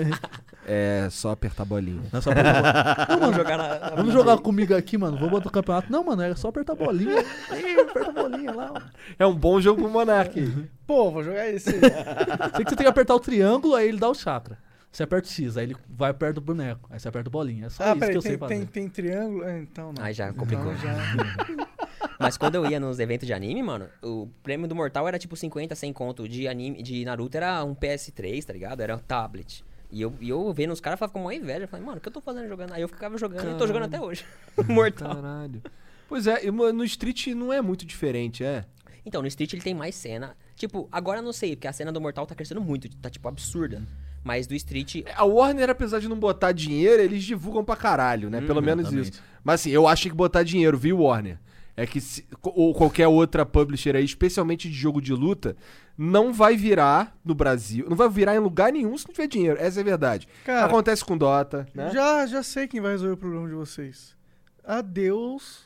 É só apertar a bolinha. Não é só apertar bolinha. Não, mano, Vamos jogar na vamos jogar comigo aqui, mano. Vou botar o campeonato. Não, mano, é só apertar bolinha. Ih, aperta a bolinha lá, mano. É um bom jogo pro Monark. Pô, vou jogar esse aí. Sei que você tem que apertar o triângulo, aí ele dá o chakra. Você aperta o X, aí ele vai perto do boneco. Aí você aperta a bolinha. É só isso que peraí, eu sei fazer. tem triângulo? Então não. Aí já complicou. Então, já... Mas quando eu ia nos eventos de anime, mano, o prêmio do Mortal era tipo 50, 100 conto. De anime, de Naruto era um PS3, tá ligado? Era um tablet. E eu vendo os caras, falava com uma inveja. Eu falei, mano, o que eu tô fazendo jogando? Aí eu ficava jogando e tô jogando até hoje. Mortal. Caralho. Pois é, no Street não é muito diferente, é? Então, no Street ele tem mais cena. Tipo, agora eu não sei, porque a cena do Mortal tá crescendo muito. Tá, tipo, absurda. Mas do Street... A Warner, apesar de não botar dinheiro, eles divulgam pra caralho, né? Pelo menos exatamente. isso. Mas assim, eu acho que botar dinheiro, viu, Warner? É que ou qualquer outra publisher aí, especialmente de jogo de luta, não vai virar no Brasil, não vai virar em lugar nenhum se não tiver dinheiro. Essa é a verdade. Cara, Acontece com Dota, né? já sei quem vai resolver o problema de vocês. Adeus,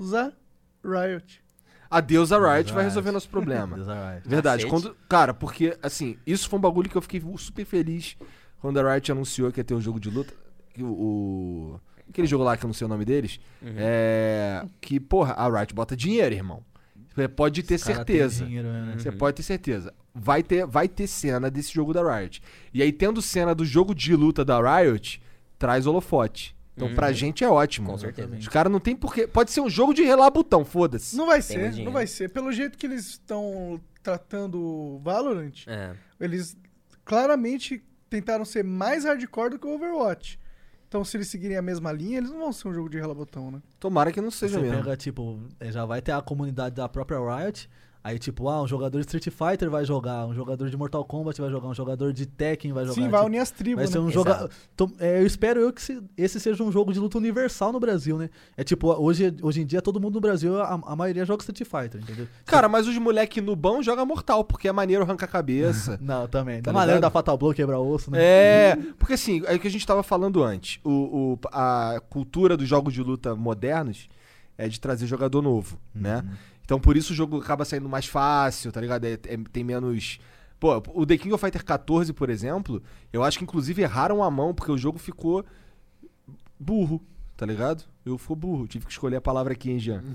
Riot. Adeus a Riot vai Riot. resolver nosso problema. Deus are right. Verdade. Cacete. Cara, porque, assim, isso foi um bagulho que eu fiquei super feliz quando a Riot anunciou que ia ter um jogo de luta. Aquele jogo lá que eu não sei o nome deles. Que, porra, a Riot bota dinheiro, irmão. Você pode ter Os cara certeza. tem dinheiro, né? Você pode ter certeza. Vai ter cena desse jogo da Riot. E aí, tendo cena do jogo de luta da Riot, traz holofote. Então, pra gente é ótimo. Com certeza. Os caras não tem porquê. Pode ser um jogo de relar botão, foda-se. Não vai Tem ser, muito não dinheiro. vai ser. Pelo jeito que eles estão tratando o Valorant, eles claramente tentaram ser mais hardcore do que o Overwatch. Então, se eles seguirem a mesma linha, eles não vão ser um jogo de relabotão, né? Tomara que não seja Você mesmo. pega, tipo, já vai ter a comunidade da própria Riot. Aí, tipo, um jogador de Street Fighter vai jogar, um jogador de Mortal Kombat vai jogar, um jogador de Tekken vai jogar. Sim, vai tipo, unir as tribos, vai ser né? um jogo. Eu espero que esse seja um jogo de luta universal no Brasil, né? É tipo, hoje em dia todo mundo no Brasil, a maioria joga Street Fighter, entendeu? Cara, mas os moleque nubão joga Mortal, porque é maneiro arrancar a cabeça. Não, também. Tá Da maneira ligado? da Fatal Blow quebrar osso, né? É, porque assim, é o que a gente tava falando antes. A cultura dos jogos de luta modernos é de trazer jogador novo, né? Então por isso o jogo acaba saindo mais fácil, tá ligado? Tem menos... Pô, o The King of Fighter 14, por exemplo, eu acho que inclusive erraram a mão, porque o jogo ficou burro, tá ligado? Eu fui burro, tive que escolher a palavra aqui, hein, Jean?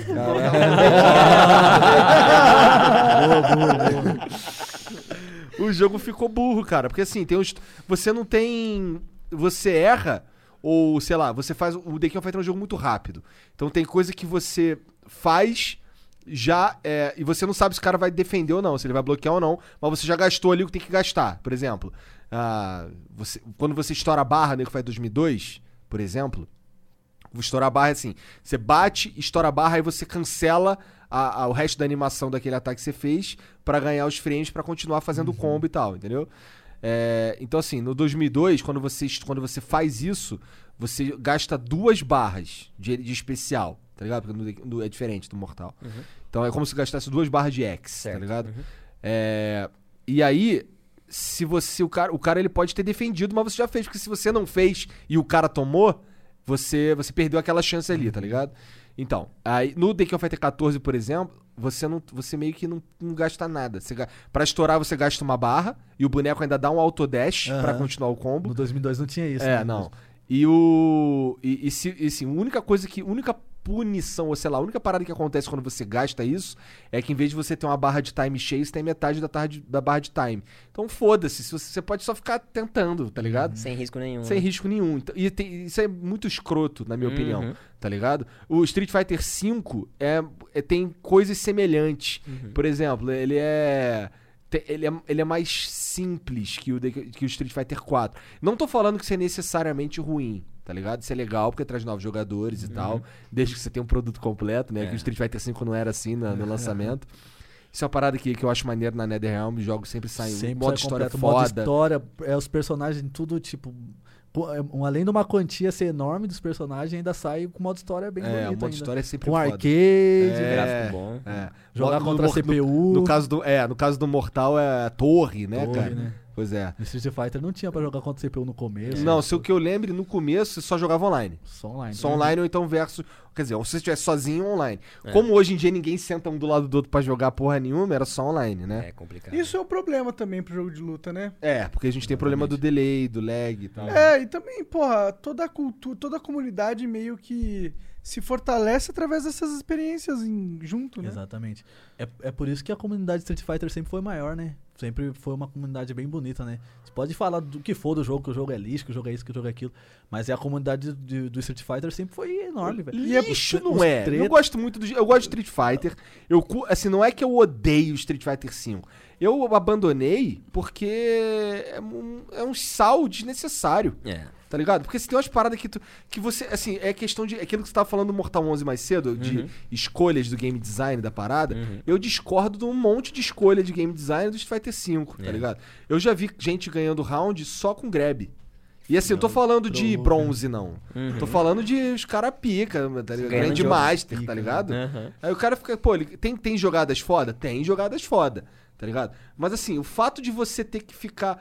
O jogo ficou burro, cara. Porque assim, você não tem... Você erra, ou sei lá, você faz... O The King of Fighter é um jogo muito rápido. Então tem coisa que você faz já... e você não sabe se o cara vai defender ou não, se ele vai bloquear ou não. Mas você já gastou ali o que tem que gastar. Por exemplo, quando você estoura a barra, né, que faz 2002, por exemplo... Vou estourar a barra assim. Você bate, estoura a barra, aí você cancela o resto da animação daquele ataque que você fez pra ganhar os frames pra continuar fazendo o combo e tal, entendeu? Então assim, no 2002, quando você faz isso, você gasta 2 barras de especial, tá ligado? Porque é diferente do Mortal. Então é como se gastasse 2 barras de X, Certo. tá ligado? E aí, se você... O cara ele pode ter defendido, mas você já fez, porque se você não fez e o cara tomou... Você perdeu aquela chance ali, tá ligado? Então, aí, no The King of Fighter 14, por exemplo, você meio que não gasta nada. Pra estourar, você gasta uma barra e o boneco ainda dá um autodash pra continuar o combo. No 2002 não tinha isso, né? Não. A única punição, ou sei lá, a única parada que acontece quando você gasta isso é que em vez de você ter uma barra de time cheia, você tem metade da barra de time. Então foda-se, você pode só ficar tentando, tá ligado? Sem risco nenhum. Sem né? risco nenhum. Então, isso é muito escroto, na minha opinião, tá ligado? O Street Fighter V tem coisas semelhantes. Por exemplo, ele é mais simples que o Street Fighter 4. Não tô falando que isso é necessariamente ruim, tá ligado? Isso é legal porque traz novos jogadores e tal, desde que você tenha um produto completo, né? Que o Street Fighter V não era assim no lançamento. Isso é uma parada que eu acho maneiro na NetherRealm, os jogos sempre saem modo história completo, foda. modo história, os personagens tudo, tipo... Além de uma quantia ser enorme dos personagens, ainda sai com modo história bem bonito o modo ainda. história é sempre com foda. arcade, Gráfico bom. jogar contra a CPU. No caso do Mortal é a torre, né, Torre, cara? né? Pois é. No Street Fighter não tinha pra jogar contra a CPU no começo. Não, se o que eu lembre, no começo você só jogava online. Só online. Só online ou então versus... Quer dizer, ou se você estivesse sozinho, online. Como hoje em dia ninguém senta um do lado do outro pra jogar porra nenhuma, era só online, né? É complicado. Isso é um problema também pro jogo de luta, né? Porque a gente tem problema do delay, do lag e tal. E também, porra, toda a cultura, toda a comunidade meio que se fortalece através dessas experiências junto, né? Exatamente. É por isso que a comunidade Street Fighter sempre foi maior, né? Sempre foi uma comunidade bem bonita, né? Você pode falar do que for do jogo, que o jogo é lixo, que o jogo é isso, que o jogo é aquilo. Mas a comunidade do Street Fighter sempre foi enorme, velho. Lixo não é. Eu gosto muito eu gosto de Street Fighter. Assim, não é que eu odeio Street Fighter V. Eu abandonei porque é um sal desnecessário. Tá ligado? Porque se tem umas paradas que você, assim, é questão de... Aquilo que você tava falando do Mortal 11 mais cedo, de escolhas do game design da parada, eu discordo de um monte de escolha de game design do Street Fighter V, tá ligado? Eu já vi gente ganhando round só com grab. E assim, eu tô falando de bronze, não. Tô falando de os caras pica, tá ligado? Ganhando De de master, pica, tá ligado? Uhum. Aí o cara fica, pô, ele tem jogadas foda? Tem jogadas foda, tá ligado? Mas assim, o fato de você ter que ficar...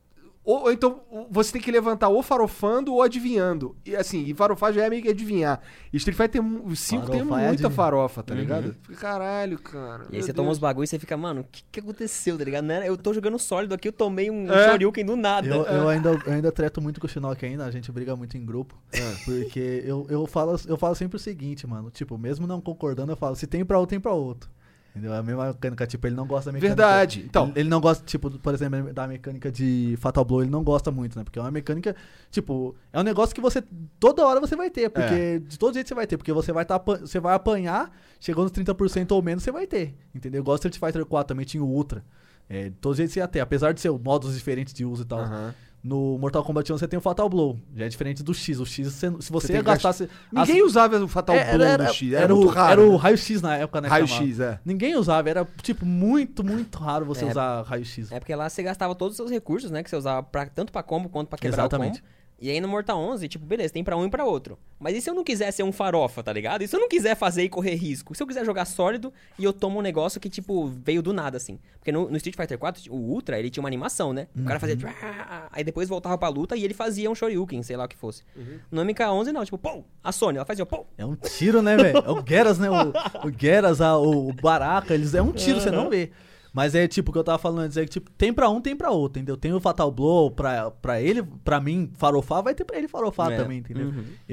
Ou então você tem que levantar ou farofando ou adivinhando. E assim, e farofar já é meio que adivinhar. E Street Fighter 5 tem muita farofa, tá ligado? Fica, caralho, cara. E aí você toma uns bagulho e você fica, mano, o que aconteceu, tá ligado? Não era- Eu tô jogando sólido aqui, eu tomei um Shoryuken do nada. Eu ainda treto muito com o Shinnok ainda, a gente briga muito em grupo. Porque eu falo sempre o seguinte, mano. Tipo, mesmo não concordando, eu falo, se tem pra um, tem pra outro. Entendeu? A mesma mecânica, tipo, ele não gosta da mecânica. Verdade. Então, Ele não gosta, tipo, por exemplo, da mecânica de Fatal Blow, ele não gosta muito, né? Porque é uma mecânica, tipo, é um negócio que você, toda hora você vai ter, porque de todo jeito você vai ter, porque você vai apanhar, chegou nos 30% ou menos, você vai ter, entendeu? Igual o Street Fighter 4 também tinha o Ultra. De todo jeito você ia ter, apesar de ser modos diferentes de uso e tal. No Mortal Kombat 1 você tem o Fatal Blow, já é diferente do X. O X, se você tem que gastasse... ninguém usava o Fatal Blow no X. Era muito raro. Era o raio-x na época, né? Raio-X, Ninguém usava, era, tipo, muito, muito raro você usar raio-x. É porque lá você gastava todos os seus recursos, né? Que você usava tanto pra combo quanto pra quebrar o Exatamente. combo. E aí no Mortal 11, tipo, beleza, tem pra um e pra outro. Mas e se eu não quiser ser um farofa, tá ligado? E se eu não quiser fazer e correr risco? Se eu quiser jogar sólido e eu tomo um negócio que, tipo, veio do nada, assim. Porque no Street Fighter 4, o Ultra, ele tinha uma animação, né? O cara fazia... Aí depois voltava pra luta e ele fazia um Shoryuken, sei lá o que fosse. No MK11, não. Tipo, pô, a Sony, ela fazia, pô. É um tiro, né, velho? É o Geras, né? O Geras, o Baraka, é um tiro, você não vê. Mas é tipo, o que eu tava falando antes, é que tipo, tem pra um, tem pra outro, entendeu? Tem o Fatal Blow pra ele, pra mim, farofar, vai ter pra ele farofar também, entendeu?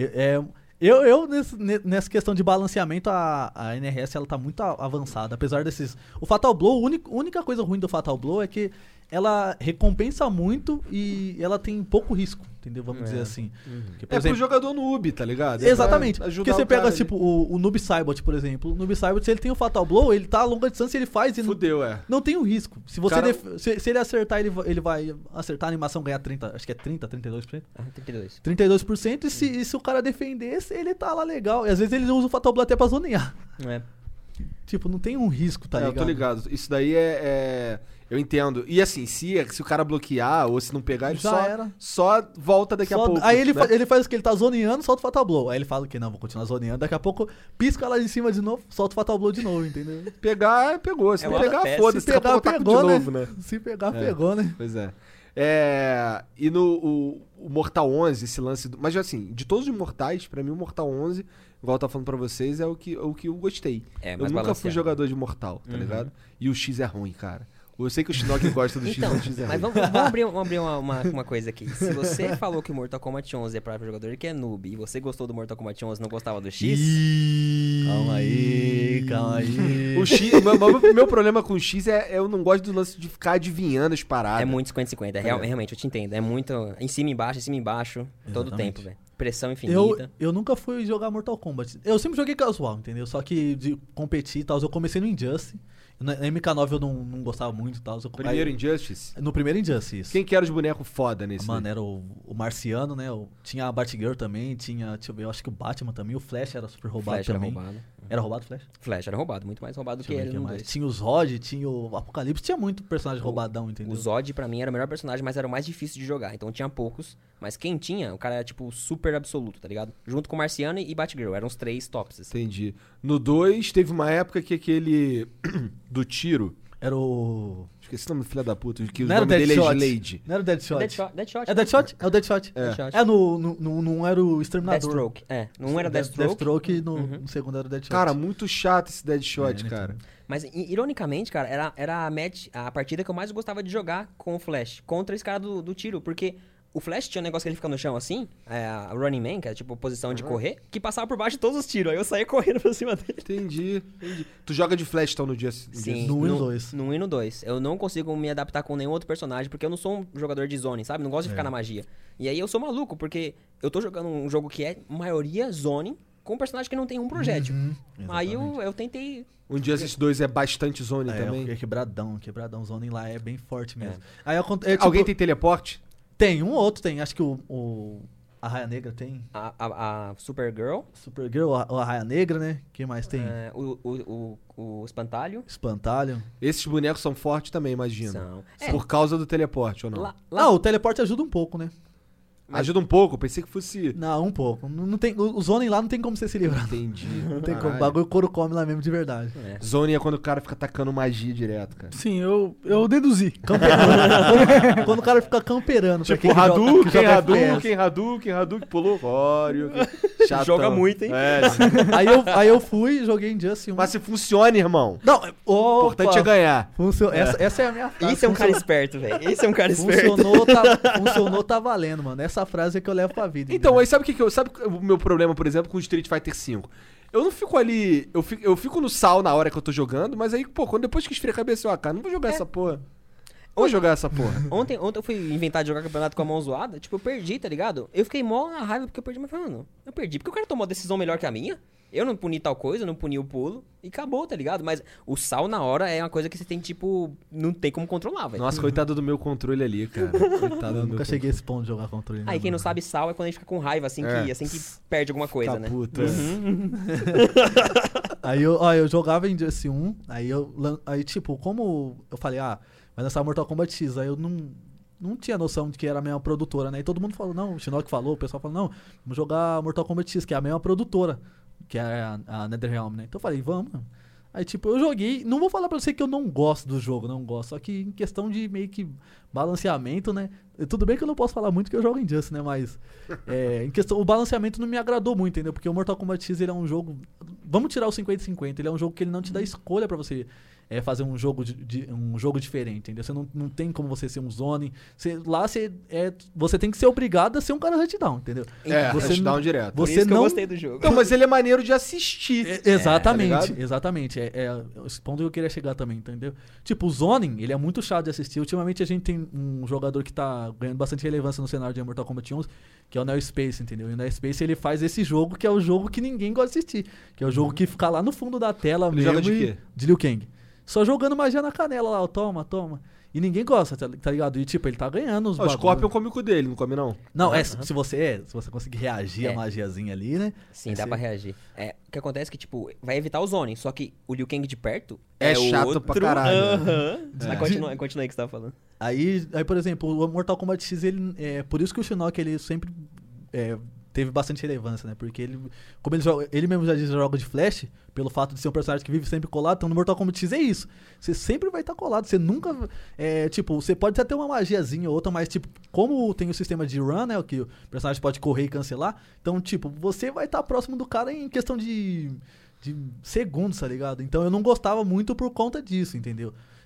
Nessa questão de balanceamento, a NRS, ela tá muito avançada, apesar desses... O Fatal Blow, a única coisa ruim do Fatal Blow é que ela recompensa muito e ela tem pouco risco, entendeu? Vamos dizer assim. Porque, por pro jogador noob, tá ligado? Exatamente. Pra ajudar Porque você o cara pega, ali. tipo, o Noob Saibot, por exemplo. O Noob Saibot, se ele tem o Fatal Blow, ele tá a longa distância, ele faz e Fudeu, não tem um risco. Se você Cara- se ele acertar, ele vai acertar a animação, ganhar 30, acho que é 32%. 32. 32%, e se o cara defender, ele tá lá legal. E às vezes ele usa o Fatal Blow até pra zonear. Tipo, não tem um risco, tá ligado? Eu tô ligado. Isso daí eu entendo. E assim, se o cara bloquear ou se não pegar, ele Já era. só volta daqui a pouco. Aí ele, né? ele faz o que? Ele tá zoneando, solta o Fatal Blow. Aí ele fala que não, vou continuar zoneando. Daqui a pouco pisca lá de cima de novo, solta o Fatal Blow de novo, entendeu? Pegar, pegou. Se É não uma pegar, peça. foda-se. Se Daqui a pouco pegar, eu taco pegou, de novo, né? Se pegar, pegou, né? Pois é. E no o Mortal 11, esse lance... Mas assim, de todos os Mortais, pra mim o Mortal 11, igual eu tava falando pra vocês, é o que eu gostei. É, Eu mais nunca fui balanceado. jogador de Mortal, tá ligado? E o X é ruim, cara. Eu sei que o Shinnok gosta do X, Então, do X é mas ruim. vamos abrir uma coisa aqui. Se você falou que o Mortal Kombat 11 é para jogador que é noob e você gostou do Mortal Kombat 11 e não gostava do X, Calma aí. O X, meu problema com o X é eu não gosto do lance de ficar adivinhando as paradas. é muito 50-50. Realmente, eu te entendo. É muito em cima e embaixo, todo Exatamente. tempo, velho. Pressão infinita. Eu nunca fui jogar Mortal Kombat. Eu sempre joguei casual, entendeu? Só que de competir e tal, eu comecei no Injustice. Na MK9 eu não gostava muito e tal. Primeiro Injustice? No primeiro Injustice. Quem que era os bonecos foda nesse? Mano, era o Marciano, né? Tinha a Batgirl também, tinha, deixa eu ver, eu acho que o Batman também, o Flash era super roubado Flash era também. roubado. Era roubado o Flash? Flash era roubado, muito mais roubado do que Deixa eu ver ele quem no mais. 2. Tinha os Rod, tinha o Apocalipse, tinha muito personagem roubadão, entendeu? O Zod, pra mim, era o melhor personagem, mas era o mais difícil de jogar. Então tinha poucos, mas quem tinha, o cara era, tipo, super absoluto, tá ligado? Junto com Marciano e Batgirl, eram os 3 tops, assim. Entendi. No 2, teve uma época que aquele do tiro... Era o... Esqueci o nome do filho da puta, que o Não era o nome dele é Deadshot. Slade. Não era o Deadshot. Deadshot. É Deadshot? É o Deadshot. Deadshot. Não era o Exterminador. Deathstroke. Não era Deathstroke. Deathstroke e no segundo era o Deadshot. Cara, muito chato esse Deadshot, É, cara. então. Mas, ironicamente, cara, era a partida que eu mais gostava de jogar com o Flash. Contra esse cara do tiro. Porque o Flash tinha um negócio que ele fica no chão assim, a Running Man, que é tipo posição de correr, que passava por baixo de todos os tiros. Aí eu saía correndo pra cima dele. Entendi. Tu joga de Flash, então, no dia... Sim, No 1 e no 2. No 1 e no 2. Eu não consigo me adaptar com nenhum outro personagem, porque eu não sou um jogador de zone, sabe? Não gosto de ficar na magia. E aí eu sou maluco, porque eu tô jogando um jogo que é maioria zone, com um personagem que não tem um projétil. Aí eu tentei... Um dia esses dois é bastante zone também. É quebradão. Zone lá é bem forte mesmo. É. Aí, Alguém tem teleporte? Tem, um ou outro tem. Acho que a Raia Negra tem. A Supergirl, Supergirl, a Raia Negra, né? Quem mais tem? o Espantalho. Espantalho. Esses bonecos são fortes também, imagino. São. Por causa do teleporte, ou não? Lá, Não, o teleporte ajuda um pouco, né? Ajuda um pouco, pensei que fosse... Não, um pouco. Não tem, o Zone lá não tem como você se livrar. Entendi. Não tem como. O Caralho. bagulho couro come lá mesmo de verdade. É. Zone é quando o cara fica atacando magia direto, cara. Sim, eu deduzi. Quando o cara fica camperando. pra Tipo, quem joga- quem joga FPS. Hadouken, pulou, Rório. Chatão. Joga muito, hein? É, sim. Aí eu fui, joguei Injustice 1. Mas se funciona, irmão. Não, O importante é ganhar. Essa é a minha frase. Isso é um cara esperto, velho. Esse é um cara esperto. Funcionou, tá valendo, mano. Essa frase é que eu levo pra vida. Então, entendeu? aí sabe o meu problema, por exemplo, com o Street Fighter V? Eu não fico ali... Eu fico no sal na hora que eu tô jogando, mas aí, pô, depois que esfria a cabeça, eu, cara, não vou jogar essa porra. Vou jogar essa porra. Ontem eu fui inventar de jogar campeonato com a mão zoada. Tipo, eu perdi, tá ligado? Eu fiquei mó na raiva porque eu perdi, mas mano, eu perdi. Porque o cara tomou uma decisão melhor que a minha. Eu não puni tal coisa, eu não puni o pulo. E acabou, tá ligado? Mas o sal na hora é uma coisa que você tem, tipo... Não tem como controlar, velho. Nossa, coitado do meu controle ali, cara. Coitado Eu do nunca cheguei a esse ponto de jogar controle. Aí quem não sabe sal é quando a gente fica com raiva, assim, É. assim que perde alguma coisa, né? Puta. Aí eu jogava em Injustice 1, aí tipo, como eu falei, vai lançar Mortal Kombat X, aí eu não tinha noção de que era a mesma produtora, né? E todo mundo falou, não, o Shinnok falou, o pessoal falou, não, vamos jogar Mortal Kombat X, que é a mesma produtora, que é a NetherRealm, né? Então eu falei, vamos. Aí, tipo, eu joguei, não vou falar pra você que eu não gosto do jogo, não gosto, só que em questão de meio que balanceamento, né? Tudo bem que eu não posso falar muito que eu jogo em Injustice, né? Mas, em questão, o balanceamento não me agradou muito, entendeu? Porque o Mortal Kombat X, ele é um jogo, vamos tirar o 50-50, ele é um jogo que ele não te dá escolha pra você fazer um jogo, um jogo diferente, entendeu? Você não tem como você ser um zone, você tem que ser obrigado a ser um cara touchdown, entendeu? Você touchdown direto. Por Você isso que eu não... gostei do jogo. Não, mas ele é maneiro de assistir. Exatamente, tá exatamente. Esse ponto que eu queria chegar também, entendeu? Tipo, o zoning, ele é muito chato de assistir. Ultimamente a gente tem um jogador que tá ganhando bastante relevância no cenário de Mortal Kombat 11, que é o Neo Space, entendeu? E o Neo Space, ele faz esse jogo que é o jogo que ninguém gosta de assistir. Que é o jogo que fica lá no fundo da tela Ele mesmo. joga de quê? De Liu Kang. Só jogando magia na canela lá, ó, toma. E ninguém gosta, tá ligado? E tipo, ele tá ganhando os O Scorpion come com o dele, não come não? Não, se você conseguir reagir à magiazinha ali, né? Sim, dá pra reagir. O que acontece é que, tipo, vai evitar o zoning, só que o Liu Kang de perto É o chato outro... pra caralho. Mas continua aí que você tava falando. Aí, por exemplo, o Mortal Kombat X, ele, por isso que o Shinnok, ele sempre teve bastante relevância, né? Porque como ele mesmo já diz, joga de flash, pelo fato de ser um personagem que vive sempre colado, então no Mortal Kombat X é isso. Você sempre vai estar colado, você nunca... tipo, você pode até ter uma magiazinha ou outra, mas tipo, como tem o sistema de run, né? Que o personagem pode correr e cancelar, então tipo, você vai estar próximo do cara em questão de segundos, tá ligado? Então eu não gostava muito por conta disso, entendeu?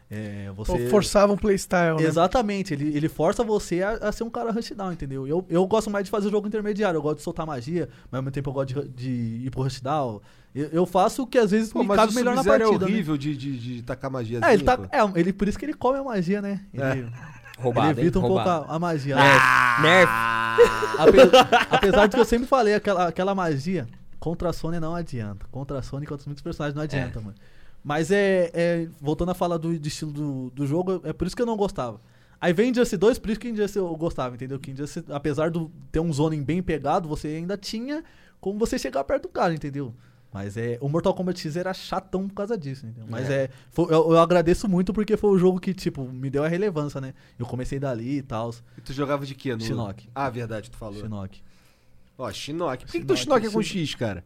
Você... Forçava um playstyle, né? Exatamente, ele força você a ser um cara rushdown, entendeu? Eu gosto mais de fazer jogo intermediário, eu gosto de soltar magia, mas ao mesmo tempo eu gosto de ir pro rushdown. Eu faço o que às vezes me cabe melhor na partida. Mas o é horrível de tacar magia assim, ele por isso que ele come a magia, né? Roubado, ele evita hein? um pouco Roubado. a magia. Nerf. Apesar de que eu sempre falei, aquela magia contra a Sony não adianta. Contra a Sony e contra muitos personagens não adianta, mano. Mas voltando a falar do estilo do jogo, é por isso que eu não gostava. Aí vem Injustice 2, por isso que Injustice eu gostava, entendeu? Que Injustice, apesar de ter um zoning bem pegado, você ainda tinha como você chegar perto do cara, entendeu? Mas o Mortal Kombat X era chatão por causa disso, entendeu? Mas eu agradeço muito porque foi o jogo que, tipo, me deu a relevância, né? Eu comecei dali e tal. E tu jogava de quê? Shinnok. Ah, verdade, tu falou. Shinnok. Ó, Shinnok. Por que tu Shinnok é com X, cara?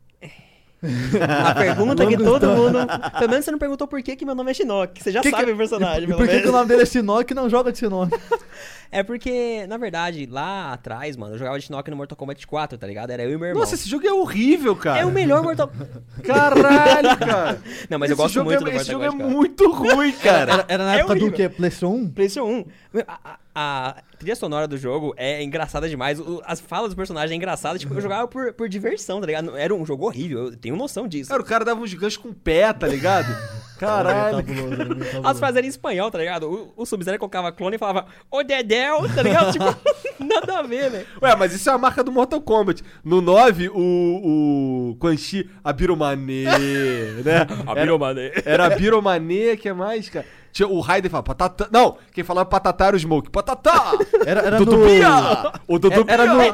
A pergunta que todo mundo... Pelo menos você não perguntou por que meu nome é Shinnok. Você já sabe o personagem, pelo Por que menos. o nome dele é Shinnok e não joga de Shinnok? É porque, na verdade, lá atrás, mano, eu jogava de Shinnok no Mortal Kombat 4, tá ligado? Era eu e meu irmão. Nossa, esse jogo é horrível, cara. É o melhor Mortal... Caralho, cara. Não, mas eu gosto muito do Mortal Esse jogo Kombat é 4. muito ruim, cara. Era na época do horrível. quê? PlayStation 1? PlayStation 1. A trilha sonora do jogo é engraçada demais. As falas dos personagens é engraçada. Tipo, eu jogava por diversão, tá ligado? Era um jogo horrível, eu tenho noção disso. Cara, o cara dava uns ganchos com o pé, tá ligado? Caralho. As frases eram em espanhol, tá ligado? O Sub-Zero colocava clone e falava "Ô Dedéu", tá ligado? Tipo, nada a ver, né? Ué, mas isso é a marca do Mortal Kombat. No 9, o Quan Chi, a Biromane, né? Era a Biromane, que é mais, cara? Tinha o Raiden falava patatá. Não, quem falava patatá era o Smoke. Patatá! Era Dudubia! O Dudubia!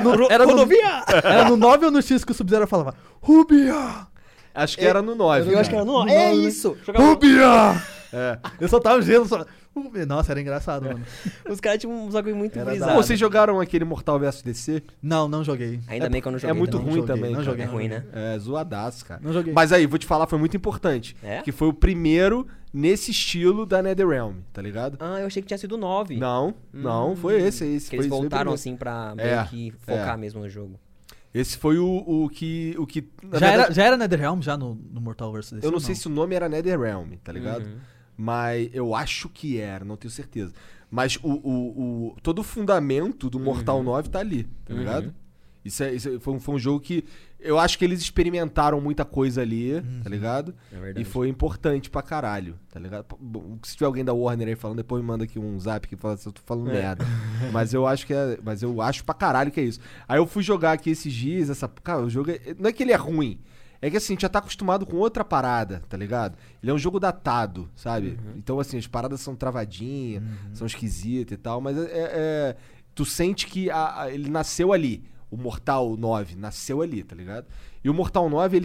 Era no 9 ou no X que o Sub-Zero falava Rubia! Acho que era no 9. Eu acho que era no 9. É isso! Rubia! É. Eu soltava o gelo, só... Nossa, era engraçado, mano. Os caras tinham uns bagulho muito Era Pô, brisado. vocês jogaram aquele Mortal vs DC? Não joguei. Ainda bem que eu não joguei. É muito também. ruim joguei, também. não cara. joguei. É ruim, né? É zoadaço, cara. Não joguei. Mas aí, vou te falar, foi muito importante. É? Que foi o primeiro nesse estilo da NetherRealm, tá ligado? Ah, eu achei que tinha sido 9. Não, foi esse aí. Que eles voltaram assim pra meio que focar mesmo no jogo. Esse foi o que Já era NetherRealm já no Mortal vs. DC? eu não sei se o nome era NetherRealm, tá ligado? Uhum. Mas eu acho que era, não tenho certeza. Mas todo o fundamento do Mortal 9 tá ali, tá ligado? Isso foi um jogo que eu acho que eles experimentaram muita coisa ali, tá ligado? É verdade. E foi importante pra caralho, tá ligado? Bom, se tiver alguém da Warner aí falando, depois me manda aqui um zap que fala se eu tô falando merda. Mas eu acho mas eu acho pra caralho que é isso. Aí eu fui jogar aqui esses dias, cara, o jogo não é que ele é ruim. É que assim, a gente já tá acostumado com outra parada, tá ligado? Ele é um jogo datado, sabe? Então assim, as paradas são travadinhas, são esquisitas e tal, mas tu sente que ele nasceu ali. O Mortal 9 nasceu ali, tá ligado? E o Mortal 9,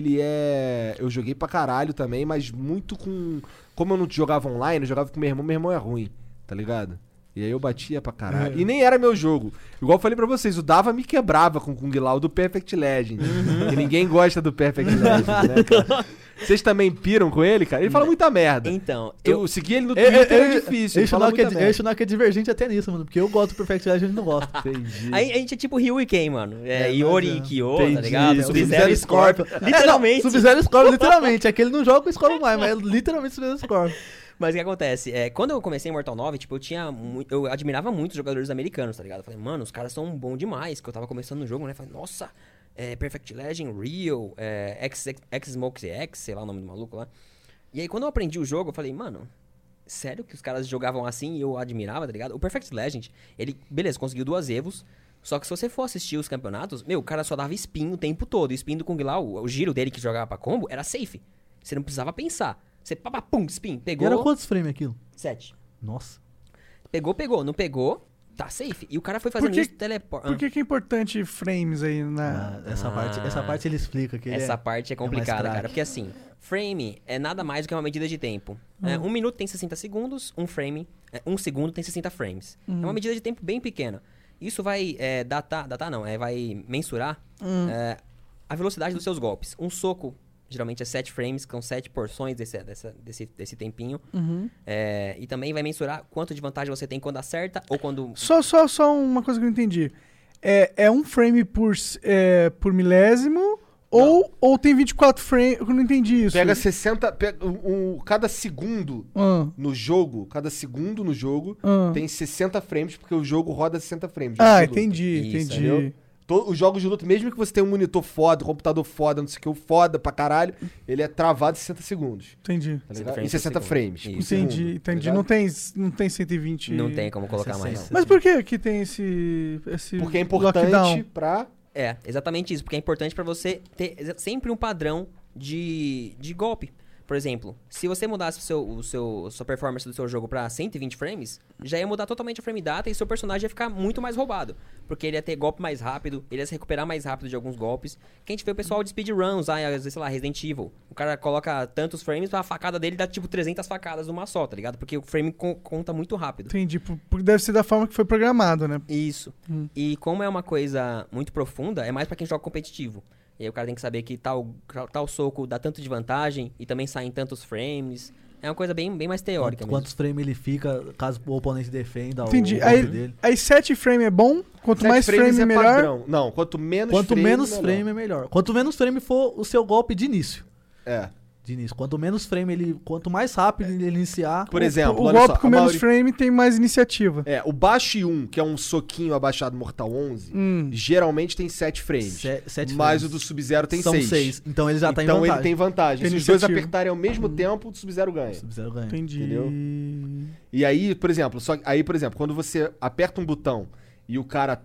eu joguei pra caralho também, mas muito com... Como eu não jogava online, eu jogava com meu irmão é ruim, tá ligado? E aí eu batia pra caralho. E nem era meu jogo. Igual eu falei pra vocês, o Dava me quebrava com o Kung Lao do Perfect Legend. Que ninguém gosta do Perfect Legend, né, cara? Vocês também piram com ele, cara? Ele fala muita merda. Então, Eu segui ele no Twitter, é difícil. Ele fala muita merda. Esse não é divergente até nisso, mano. Porque eu gosto do Perfect Legend e ele não gosta. Entendi. Aí a gente é tipo Ryu e Ken, mano. Yori e Kyo, tá Entendi. ligado? Sub-Zero e Scorpion. Literalmente. Sub-Zero e Scorpion, literalmente. É que ele não joga com o Scorpion mais, mas é literalmente Sub-Zero e Scorpion. Mas o que acontece? Quando eu comecei em Mortal 9, tipo, eu admirava muito os jogadores americanos, tá ligado? Eu falei, mano, os caras são bons demais. Que eu tava começando no jogo, né? Falei, nossa, Perfect Legend, Real, X-Smoke X, sei lá o nome do maluco lá. E aí, quando eu aprendi o jogo, eu falei, mano, sério que os caras jogavam assim e eu admirava, tá ligado? O Perfect Legend, ele, beleza, conseguiu 2 Evos. Só que se você for assistir os campeonatos, o cara só dava spin o tempo todo. E o spin do Kung Lao, o giro dele que jogava pra combo, era safe. Você não precisava pensar. Você, pum, spin, pegou... E era quantos frames aquilo? 7. Nossa. Pegou, não pegou, tá safe. E o cara foi fazendo isso teleporte. Por que é importante frames aí Essa parte ele explica. Que Essa parte é complicada, craque. cara. Porque assim, frame é nada mais do que uma medida de tempo. 1 minuto tem 60 segundos, 1 segundo tem 60 frames. É uma medida de tempo bem pequena. Isso vai vai mensurar a velocidade dos seus golpes. Um soco, geralmente é 7 frames, com 7 porções desse tempinho. E também vai mensurar quanto de vantagem você tem quando acerta ou quando... Só uma coisa que eu não entendi. É um frame por milésimo Ou tem 24 frames, eu não entendi isso. Pega 60... cada segundo no jogo, tem 60 frames, porque o jogo roda 60 frames. Entendi. Entendeu? Os jogos de luta, mesmo que você tenha um monitor foda, um computador foda, não sei o que, foda pra caralho, ele é travado em 60 segundos. Entendi. Tá ligado? Em 60 frames. Entendi. Tá ligado? não tem 120. Não tem como colocar mais, não. Mas por que tem esse porque é importante lockdown? pra... É, exatamente isso. Porque é importante pra você ter sempre um padrão de golpe. Por exemplo, se você mudasse sua performance do seu jogo pra 120 frames, já ia mudar totalmente a frame data e seu personagem ia ficar muito mais roubado. Porque ele ia ter golpe mais rápido, ele ia se recuperar mais rápido de alguns golpes. Que a gente vê o pessoal de speedruns, às vezes, sei lá, Resident Evil. O cara coloca tantos frames pra facada dele dar tipo 300 facadas numa só, tá ligado? Porque o frame conta muito rápido. Entendi, porque deve ser da forma que foi programado, né? Isso. E como é uma coisa muito profunda, é mais pra quem joga competitivo. E aí o cara tem que saber que tal soco dá tanto de vantagem e também sai em tantos frames. É uma coisa bem mais teórica mesmo. Quantos frames ele fica caso o oponente defenda Entendi. o golpe dele. Aí 7 frames é bom? Quanto mais frame é melhor? Padrão. Não, quanto menos frame é melhor. Quanto menos frame for o seu golpe de início. É. De início. Quanto mais rápido ele iniciar... Por exemplo, o golpe com menos frame tem mais iniciativa. O Bashi 1, que é um soquinho abaixado Mortal 11, geralmente tem 7 frames. 7 mas frames. o do Sub-Zero tem São 6. 6. Então ele já tá em Então vantagem. ele tem vantagem. Se os dois apertarem ao mesmo tempo, o Sub-Zero ganha. Sub-Zero ganha. Entendi. Entendeu? E aí, por exemplo, quando você aperta um botão e o cara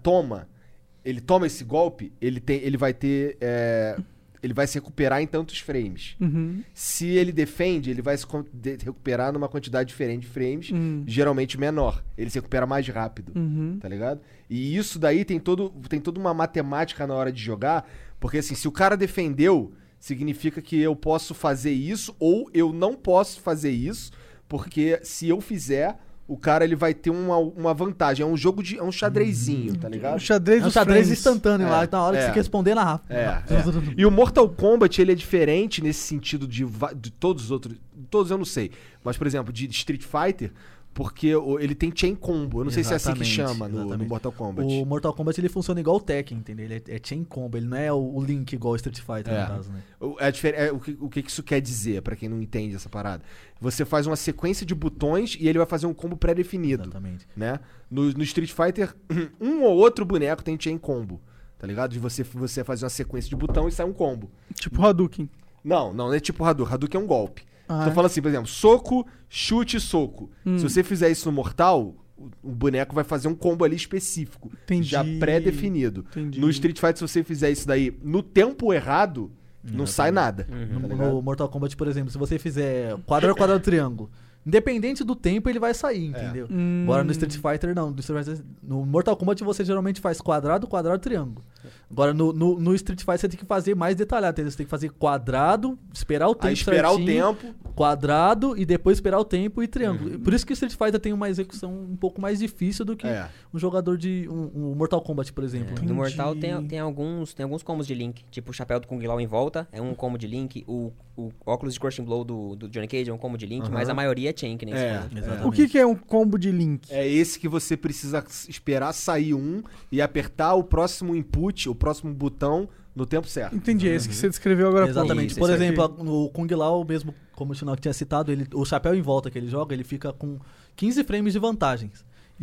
ele toma esse golpe, ele vai ter... ele vai se recuperar em tantos frames. Se ele defende, ele vai se recuperar numa quantidade diferente de frames, geralmente menor. Ele se recupera mais rápido, tá ligado? E isso daí tem toda uma matemática na hora de jogar, porque assim, se o cara defendeu, significa que eu posso fazer isso ou eu não posso fazer isso, porque se eu fizer... O cara, ele vai ter uma vantagem. É um jogo de... É um xadrezinho, tá ligado? Um xadrez instantâneo lá, na hora que você quer responder na rápido. E o Mortal Kombat, ele é diferente nesse sentido de todos os outros... Todos eu não sei. Mas, por exemplo, de Street Fighter... Porque ele tem chain combo. Eu não sei se é assim que chama no Mortal Kombat. O Mortal Kombat, ele funciona igual o Tekken, entendeu? Ele é chain combo. Ele não é o Link igual o Street Fighter, no caso, né? O que isso quer dizer, pra quem não entende essa parada? Você faz uma sequência de botões e ele vai fazer um combo pré-definido. Exatamente. Né? No Street Fighter, um ou outro boneco tem chain combo. Tá ligado? De você fazer uma sequência de botão e sai um combo. Tipo Hadouken. Não é tipo Hadouken. Hadouken é um golpe. Então fala assim, por exemplo, soco, chute, soco. Se você fizer isso no Mortal, o boneco vai fazer um combo ali específico. Entendi. Já pré-definido. No Street Fighter, se você fizer isso daí no tempo errado, não sai nada. Tá no Mortal Kombat, por exemplo, se você fizer quadrado, quadrado, triângulo, independente do tempo, ele vai sair, entendeu? Agora no Street Fighter, não. No Mortal Kombat, você geralmente faz quadrado, quadrado, triângulo. Agora, no Street Fighter, você tem que fazer mais detalhado. Entendeu? Você tem que fazer quadrado, esperar o tempo esperar certinho, o tempo. Quadrado e depois esperar o tempo e triângulo. Por isso que o Street Fighter tem uma execução um pouco mais difícil do que um jogador de um Mortal Kombat, por exemplo. No Mortal tem alguns combos de Link. Tipo o chapéu do Kung Lao em volta é um combo de Link. O óculos de Crushing Blow do Johnny Cage é um combo de Link. Mas a maioria é chain, que nem você O que é um combo de Link? É esse que você precisa esperar sair e apertar o próximo input, o próximo botão no tempo certo. Entendi, é esse que você descreveu agora. Exatamente. Por exemplo, no Kung Lao, mesmo como o Shinnok tinha citado, o chapéu em volta que ele joga, ele fica com 15 frames de vantagens. E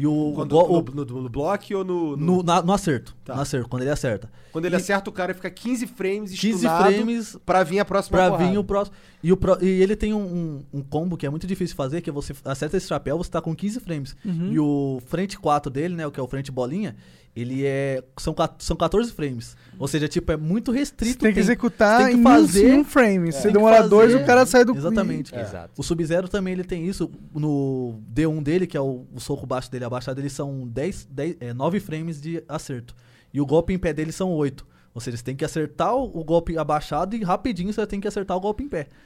no bloco ou no acerto. No acerto, quando ele acerta. Quando ele acerta, o cara fica 15 frames estunado pra vir a próxima porrada. Vir o próximo. E ele tem um combo que é muito difícil de fazer, que você acerta esse chapéu, você tá com 15 frames. E o frente 4 dele, né, o que é o frente bolinha, ele são 14 frames. Ou seja, tipo, é muito restrito. Você tem que executar em um frame. Se demorar 2, o cara sai do... Exatamente. Exato. O Sub-Zero também ele tem isso. No D1 dele, que é o soco baixo dele, abaixado dele, são 9 frames de acerto. E o golpe em pé dele são 8. Ou seja, você tem que acertar o golpe abaixado e rapidinho você tem que acertar o golpe em pé.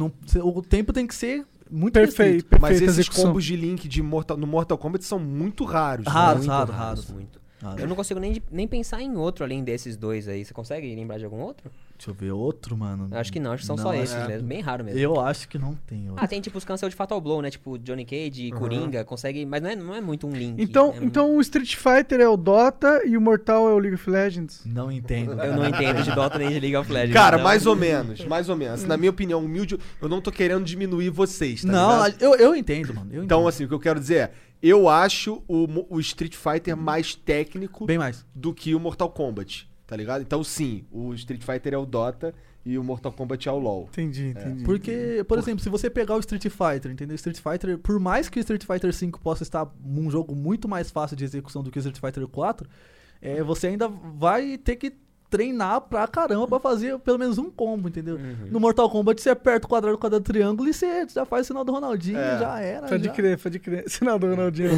O tempo tem que ser muito perfeito. Mas esses combos de Link no Mortal Kombat são muito raros. Raros. Eu não consigo nem pensar em outro além desses dois aí. Você consegue lembrar de algum outro? Deixa eu ver outro, mano. Eu acho que não, acho que são Não, só é- esses mesmo. Bem raro mesmo. Eu acho que não tem outro. Ah, tem tipo os cancel de Fatal Blow, né? Tipo Johnny Cage, Coringa, consegue... Mas não é muito um link. Então, é então o Street Fighter é o Dota e o Mortal é o League of Legends. Não entendo. Eu não entendo de Dota nem de League of Legends. Cara, não. mais ou menos, mais ou menos. Na minha opinião, humilde, eu não tô querendo diminuir vocês, tá Não, ligado? eu entendo, mano. Eu Então, entendo. assim, o que eu quero dizer é, eu acho o Street Fighter mais técnico Bem mais. do que o Mortal Kombat, tá ligado? Então, sim, o Street Fighter é o Dota e o Mortal Kombat é o LoL. Entendi. Porque, por exemplo, se você pegar o Street Fighter, entendeu? Street Fighter, por mais que o Street Fighter V possa estar um jogo muito mais fácil de execução do que o Street Fighter 4, você ainda vai ter que treinar pra caramba pra fazer pelo menos um combo, entendeu? No Mortal Kombat você aperta o quadrado, triângulo e você já faz o sinal do Ronaldinho, já era. Pode já. crer. Sinal do Ronaldinho.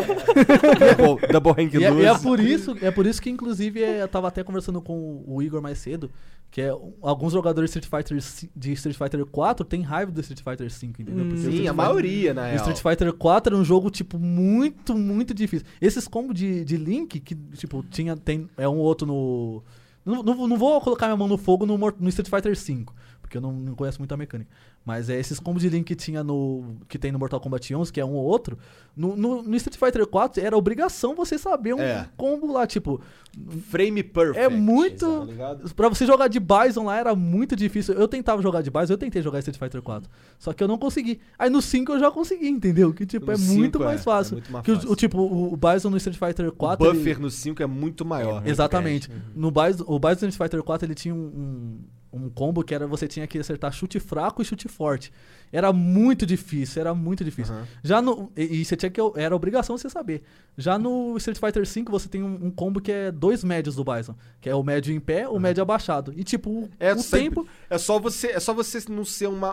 Double Rank E Lose. é por isso que, inclusive, eu tava até conversando com o Igor mais cedo, que alguns jogadores de Street Fighter 4 tem raiva do Street Fighter 5, entendeu? Porque o Sim, Street a Fighter- maioria, na O real. Street Fighter 4 era um jogo, tipo, muito, muito difícil. Esses combos de Link, que, tipo, tem um outro no... Não vou colocar minha mão no fogo no Street Fighter 5, porque eu não conheço muito a mecânica. Mas esses combos de Link que tem no Mortal Kombat 11, que é um ou outro, no Street Fighter 4 era obrigação você saber um combo lá, tipo... Frame perfect. É muito... tá ligado? Pra você jogar de Bison lá era muito difícil. Eu tentava jogar de Bison, eu tentei jogar Street Fighter 4. Só que eu não consegui. Aí no 5 eu já consegui, entendeu? Que tipo, No é 5 muito mais fácil. é muito mais que fácil. Tipo, o Bison no Street Fighter 4... O buffer no 5 é muito maior. Exatamente. O Bison no Street Fighter 4 ele tinha um combo que era você tinha que acertar chute fraco e chute forte. Era muito difícil, Já e você tinha que... Era obrigação você saber. Já no Street Fighter 5 você tem um combo que é 2 médios do Bison. Que é o médio em pé, o médio abaixado. E tipo, o tempo... É só você não ser um...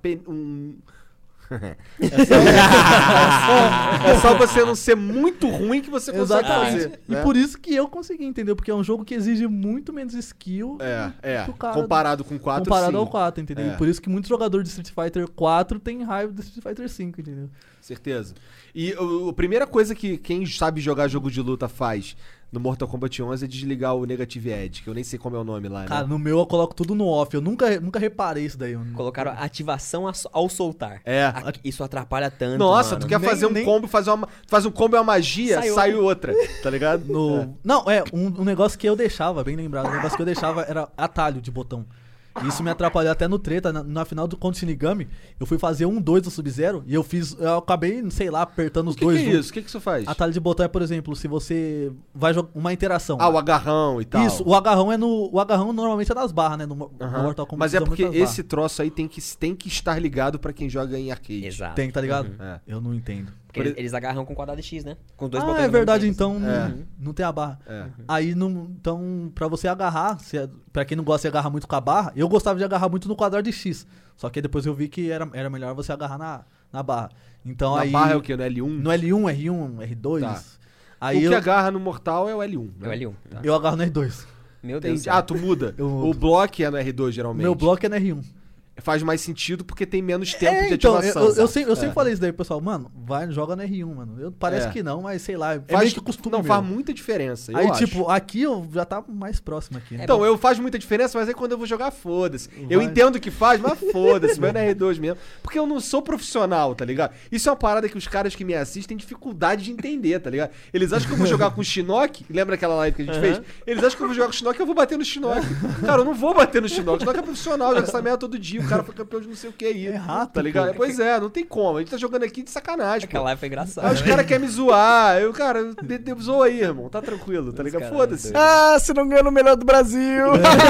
é só você não ser muito ruim que você consegue Exatamente. fazer. E né? por isso que eu consegui, entendeu? Porque é um jogo que exige muito menos skill que o cara... Comparado com 4, Comparado sim. ao 4, entendeu? É. E por isso que muitos jogadores de Street Fighter 4 têm raiva do Street Fighter 5, entendeu? Certeza. E a primeira coisa que quem sabe jogar jogo de luta faz no Mortal Kombat 11 é desligar o Negative Edge, que eu nem sei como é o nome lá, Cara, né? no meu eu coloco tudo no off. Eu nunca reparei isso daí. Colocaram ativação ao soltar. É. Isso atrapalha tanto, Nossa, mano. tu quer fazer um combo, faz um combo e uma magia, sai outra, tá ligado? Não, um negócio que eu deixava, bem lembrado, um negócio que eu deixava era atalho de botão. Isso me atrapalhou até no treta. Na final do Contra Shinigami, eu fui fazer 1-2 do Sub-Zero e eu acabei, sei lá, apertando os dois. O que é isso? O que isso faz? Atalho de botão é, por exemplo, se você vai jogar uma interação. Ah, o agarrão e tal. Isso, o agarrão normalmente é nas barras, né? No Mortal Kombat. Mas é usa porque muito nas barras. esse troço aí tem que estar ligado pra quem joga em arcade. Exato. Tem, tá ligado? É. Eu não entendo. Porque eles agarram com quadrado X, né? Com dois Ah, botões é ao mesmo verdade, tempo, então assim. não tem a barra. É. Aí, então, pra você agarrar, pra quem não gosta de agarrar muito com a barra, eu gostava de agarrar muito no quadrado de X. Só que depois eu vi que era melhor você agarrar na barra. Então Na aí... barra é o quê? No L1? No L1, R1, R2. Tá. Aí O que agarra no Mortal é o L1. É o L1. eu agarro no R2. Meu Deus do Entendi. céu. Ah, tu muda. O bloco é no R2, geralmente. Meu bloco é no R1. Faz mais sentido porque tem menos tempo de Então, ativação. eu sempre falei isso daí, pessoal. Mano, joga no R1, mano. Parece que não, mas sei lá. É meio que costume Não, meu. faz muita diferença. Aí, eu acho. tipo, aqui eu já tá mais próximo aqui. Né? Então, faz muita diferença, mas aí quando eu vou jogar, foda-se. Eu Vai. entendo que faz, mas foda-se. Meu é R2 mesmo. Porque eu não sou profissional, tá ligado? Isso é uma parada que os caras que me assistem têm dificuldade de entender, tá ligado? Eles acham que eu vou jogar com o Shinnok. Lembra aquela live que a gente fez? Eles acham que eu vou jogar com o Shinnok e eu vou bater no Shinnok. Cara, eu não vou bater no Shinnok. O Shinnok é profissional, joga essa merda todo dia. O cara foi campeão de não sei o que aí. É rato, tá ligado? pô. Pois é, não tem como. A gente tá jogando aqui de sacanagem, Aquela pô. live foi engraçada. Aí os né? caras querem me zoar. Eu, cara, zoa aí, irmão. Tá tranquilo, tá Os ligado? caras Foda-se. Ah, você não ganhou no melhor do Brasil.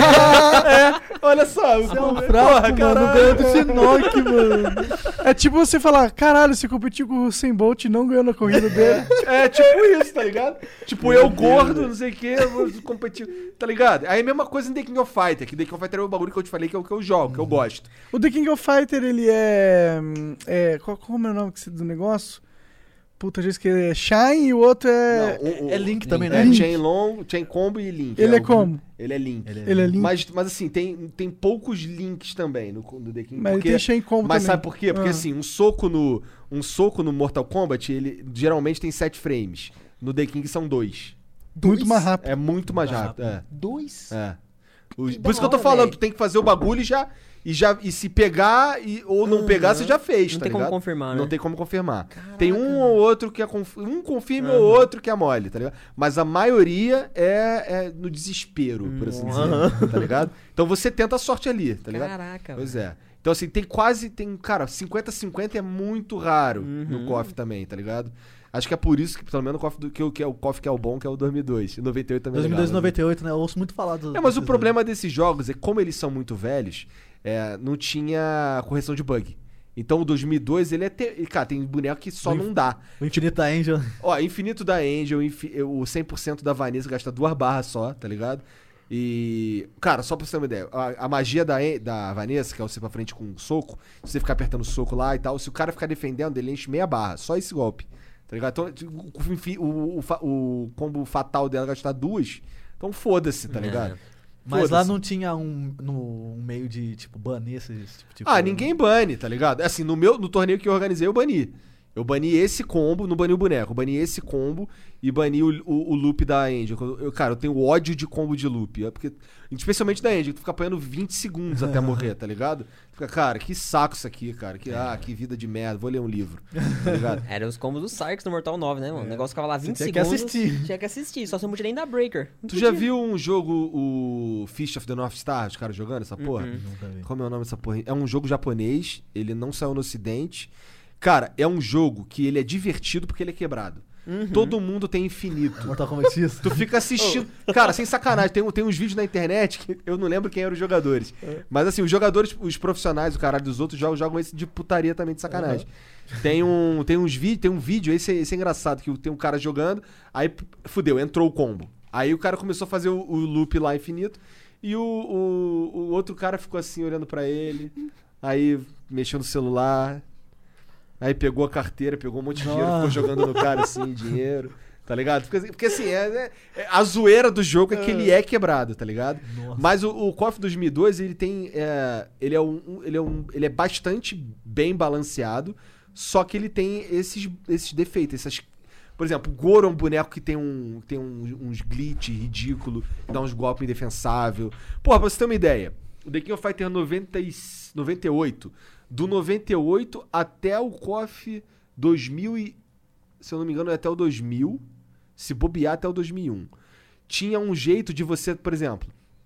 Olha só, Você é um fraco, mano. Ganhou do Shinnok, mano. É tipo você falar, caralho, você competiu com o Usain Bolt e não ganhou na corrida dele. É tipo isso, tá ligado? Tipo, eu gordo, não sei o que, eu vou competir, tá ligado? Aí a mesma coisa em The King of Fighter, que The King of Fighter é o bagulho que eu te falei que é o que eu jogo, que eu gosto. O The King of Fighter, ele como é o nome do negócio? Puta, já esqueci. É Shine e o outro é... É Link também, É né? Chain Long, Chain Combo e Link. Ele é como? Ele é Link. Ele é Link. Mas assim, tem poucos links também no The King. Mas ele tem Chain Combo Mas também. sabe por quê? Porque assim, um soco no Mortal Kombat, ele geralmente tem 7 frames. No The King são 2. Muito mais rápido. É muito mais rápido. É. 2? É. Que Por isso que eu da tô hora, falando, velho. tu tem que fazer o bagulho e se pegar ou não pegar, você já fez, Não tá tem como ligado? confirmar, né? Não tem como confirmar. Caraca. Tem um ou outro que é um confirme ou outro que é mole, tá ligado? Mas a maioria é no desespero, por assim dizer, tá ligado? Então você tenta a sorte ali, tá ligado? Caraca, Pois é. Então assim, cara, 50-50 é muito raro no KOF também, tá ligado? Acho que é por isso que, pelo menos, o KOF que é o bom, que é o 2002. E 98 também 2002 e é legal, 98, né? Eu ouço muito falar dos. mas o desses problema desses jogos é que, como eles são muito velhos, não tinha correção de bug. Então o 2002, ele cara, tem boneco que só não dá. anos. O Infinito da Angel. Ó, Infinito da Angel, o 100% da Vanessa gasta 2 barras só, tá ligado? E, cara, só pra você ter uma ideia, a magia da Vanessa, que é você pra frente com um soco, se você ficar apertando o soco lá e tal, se o cara ficar defendendo, ele enche meia barra, só esse golpe, tá ligado? Então, o combo fatal dela gastar 2, então foda-se, tá ligado? Mas Foda-se. lá não tinha um meio de, tipo, banir esses tipo. Ninguém bane, tá ligado? Assim, no torneio que eu organizei, eu bani. Eu bani esse combo, não bani o boneco. Eu bani esse combo e bani o loop da Angel. Cara, eu tenho ódio de combo de loop. Porque, especialmente da Angel, que tu fica apanhando 20 segundos até morrer, tá ligado? Fica, cara, que saco isso aqui, cara. Que vida de merda. Vou ler um livro, tá ligado? Era os combos do Sykes no Mortal 9, né, mano? O negócio ficava lá 20 Você tinha que segundos. assistir. Tinha que assistir, só você não podia nem dar breaker. Não Tu já podia. viu um jogo, o Fist of the North Star, os caras jogando essa porra? Nunca vi. Como é o nome dessa porra? É um jogo japonês, ele não saiu no ocidente. Cara, é um jogo que ele é divertido porque ele é quebrado. Todo mundo tem infinito. Mortal Kombat X. Tu fica assistindo. Cara, sem sacanagem, tem uns vídeos na internet que eu não lembro quem eram os jogadores. Mas assim, os jogadores, os profissionais, o caralho dos outros, jogam esse de putaria também, de sacanagem. Tem um vídeo, esse é engraçado, que tem um cara jogando, aí fudeu, entrou o combo. Aí o cara começou a fazer o loop lá infinito, e o outro cara ficou assim, olhando pra ele, aí mexeu no celular. Aí pegou a carteira, pegou um monte de dinheiro, ficou jogando no cara assim, dinheiro, tá ligado? Porque assim, a zoeira do jogo é que ele é quebrado, tá ligado? Nossa. Mas o KOF 2002, ele tem. Ele é bastante bem balanceado, só que ele tem esses defeitos, por exemplo, o Goro é um boneco que tem uns glitch ridículo, dá uns golpes indefensável. Porra, pra você ter uma ideia, o The King of Fighter 98, do 98 até o KOF 2000 se eu não me engano, até o 2000, se bobear até o 2001. Tinha um jeito de você, por exemplo,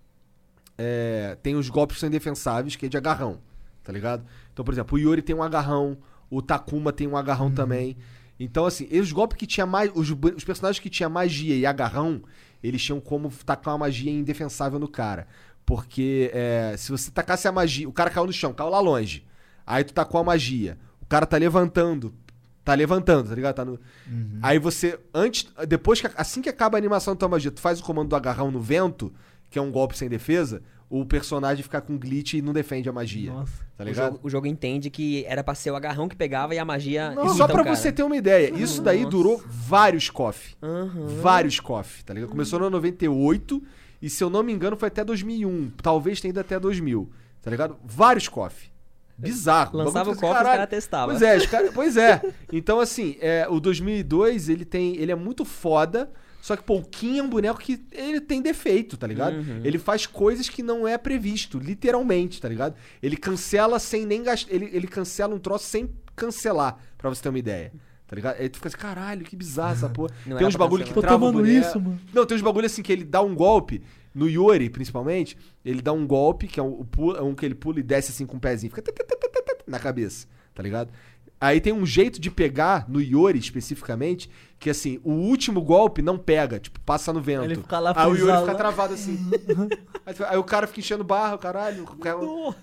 tem os golpes que são indefensáveis, que é de agarrão, tá ligado? Então, por exemplo, o Yori tem um agarrão, o Takuma tem um agarrão também. Então, assim, os golpes que tinha mais. Os personagens que tinha magia e agarrão, eles tinham como tacar uma magia indefensável no cara. Porque se você tacasse a magia, o cara caiu no chão, caiu lá longe. Aí tu tacou a magia. O cara tá levantando, tá ligado? Aí você, assim que acaba a animação da tua magia, tu faz o comando do agarrão no vento, que é um golpe sem defesa, o personagem fica com glitch e não defende a magia. Nossa. Tá ligado? O jogo entende que era pra ser o agarrão que pegava e a magia... E só imita o pra cara. você ter uma ideia, isso daí durou vários KOF. Vários KOF, tá ligado? Começou no 98 e, se eu não me engano, foi até 2001. Talvez tenha ido até 2000, tá ligado? Vários KOF. Bizarro. Lançava o Bagulho que KOF e os caralho. caras testavam. Pois é. Então, assim, o 2002, ele é muito foda, só que, pô, o Kim é um boneco que ele tem defeito, tá ligado? Ele faz coisas que não é previsto, literalmente, tá ligado? Ele cancela sem nem gastar... Ele cancela um troço sem cancelar, pra você ter uma ideia. Tá ligado? Aí tu fica assim, caralho, que bizarro essa porra. Não Tem era uns pra bagulho que cancelar. trava o Tô tomando boneco. isso, mano. Não, tem uns bagulho assim que ele dá um golpe, no Yori, principalmente, ele dá um golpe, que é um que ele pula e desce assim com o pezinho, fica na cabeça, tá ligado? Aí tem um jeito de pegar, no Yori especificamente, que assim, o último golpe não pega, tipo, passa no vento. Ele fica lá aí o Yori frisado fica lá. travado assim. Aí o cara fica enchendo barra, caralho. Nossa.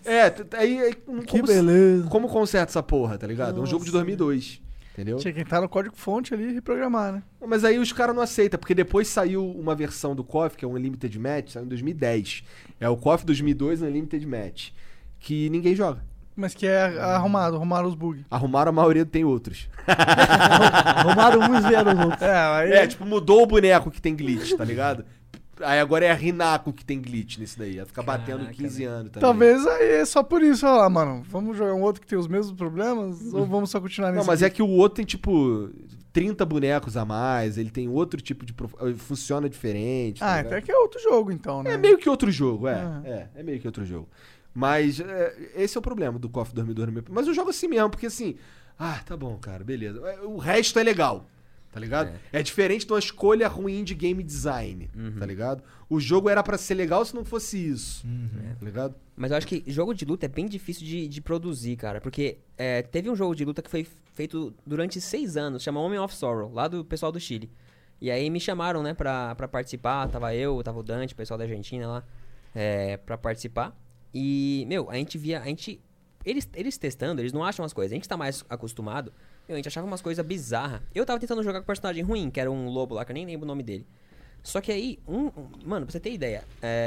Como beleza. Como conserta essa porra, tá ligado? É um jogo de 2002, entendeu? Tinha que entrar no código-fonte ali e reprogramar, né? Mas aí os caras não aceitam, porque depois saiu uma versão do KOF, que é um Unlimited Match, saiu em 2010. É o KOF 2002 Unlimited Match, que ninguém joga. Mas que é arrumaram os bugs. Arrumaram, a maioria tem outros. Arrumaram uns e vieram os outros. Aí... Tipo, mudou o boneco que tem glitch, tá ligado? Aí agora é a Rinako que tem glitch nesse daí. Ela fica batendo Caraca, 15 anos também. Talvez aí é só por isso, olha lá, mano. Vamos jogar um outro que tem os mesmos problemas ou vamos só continuar nesse Não, mas aqui? é que o outro tem, tipo... 30 bonecos a mais, ele tem outro tipo de... funciona diferente. tá ligado? até que é outro jogo, então, né? É meio que outro jogo, é meio que outro jogo. Mas esse é o problema do KOF 2002. Mas eu jogo assim mesmo, porque assim... tá bom, cara, beleza. O resto é legal, tá ligado? É diferente de uma escolha ruim de game design, tá ligado? O jogo era pra ser legal se não fosse isso, tá ligado? Mas eu acho que jogo de luta é bem difícil de produzir, cara. Porque teve um jogo de luta que foi feito durante 6 anos, chama Homem of Sorrow, lá do pessoal do Chile. E aí me chamaram, né, pra participar. Tava o Dante, o pessoal da Argentina lá, pra participar. E, meu, a gente via... Eles testando, eles não acham as coisas. A gente tá mais acostumado. A gente achava umas coisas bizarras. Eu tava tentando jogar com um personagem ruim, que era um lobo lá, que eu nem lembro o nome dele. Só que aí, mano, pra você ter ideia,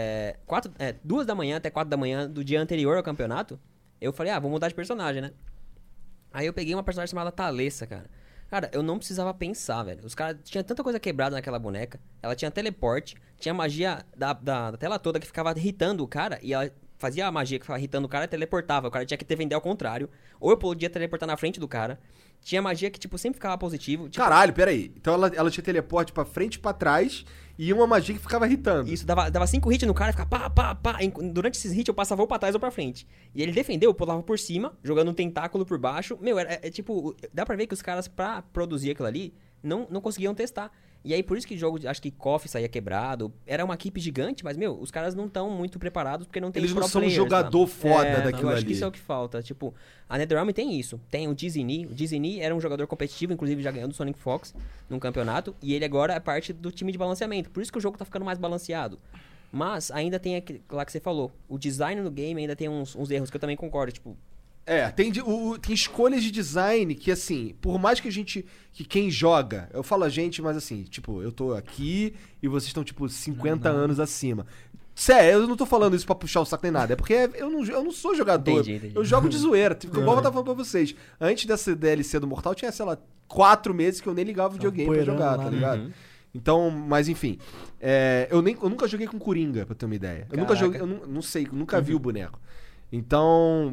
2 da manhã até 4 da manhã do dia anterior ao campeonato, eu falei, vou mudar de personagem, né? Aí eu peguei uma personagem chamada Thalessa, cara. Cara, eu não precisava pensar, velho. Os caras tinha tanta coisa quebrada naquela boneca. Ela tinha teleporte, tinha magia da tela toda que ficava irritando o cara, e ela fazia a magia que ficava irritando o cara e teleportava. O cara tinha que defender ao contrário. Ou eu podia teleportar na frente do cara. Tinha magia que, tipo, sempre ficava positivo. Tipo, Caralho, peraí. Então ela tinha teleporte pra frente e pra trás e uma magia que ficava irritando. Isso, dava 5 hits no cara e ficava pá. Durante esses hits eu passava ou pra trás ou pra frente. E ele defendeu, eu pulava por cima, jogando um tentáculo por baixo. Meu, tipo, dá pra ver que os caras, pra produzir aquilo ali, não conseguiam testar. E aí, por isso que o jogo, acho que KOF saía quebrado. Era uma equipe gigante, mas, meu, os caras não estão muito preparados porque não tem Eles não pro são um players, jogador tá? foda daquilo eu acho ali. que isso é o que falta. Tipo, a NetherRealm tem isso. Tem o Dizzy. O Dizzy era um jogador competitivo, inclusive já ganhou do Sonic Fox num campeonato. E ele agora é parte do time de balanceamento. Por isso que o jogo tá ficando mais balanceado. Mas ainda tem aquilo lá que você falou. O design no game ainda tem uns erros que eu também concordo. Tipo, Tem escolhas de design que, assim, por mais que que quem joga, eu falo a gente, mas assim, tipo, eu tô aqui e vocês estão, tipo, 50 anos acima. Sério, eu não tô falando isso pra puxar o saco nem nada, é porque eu não sou jogador. Entendi. Eu jogo de zoeira, tipo, igual eu tava falando pra vocês. Antes dessa DLC do Mortal, tinha, sei lá, 4 meses que eu nem ligava o videogame pra jogar, tá ligado? Então, mas enfim, eu nunca joguei com Coringa, pra ter uma ideia. Eu nunca joguei, eu não sei, nunca vi o boneco. Então,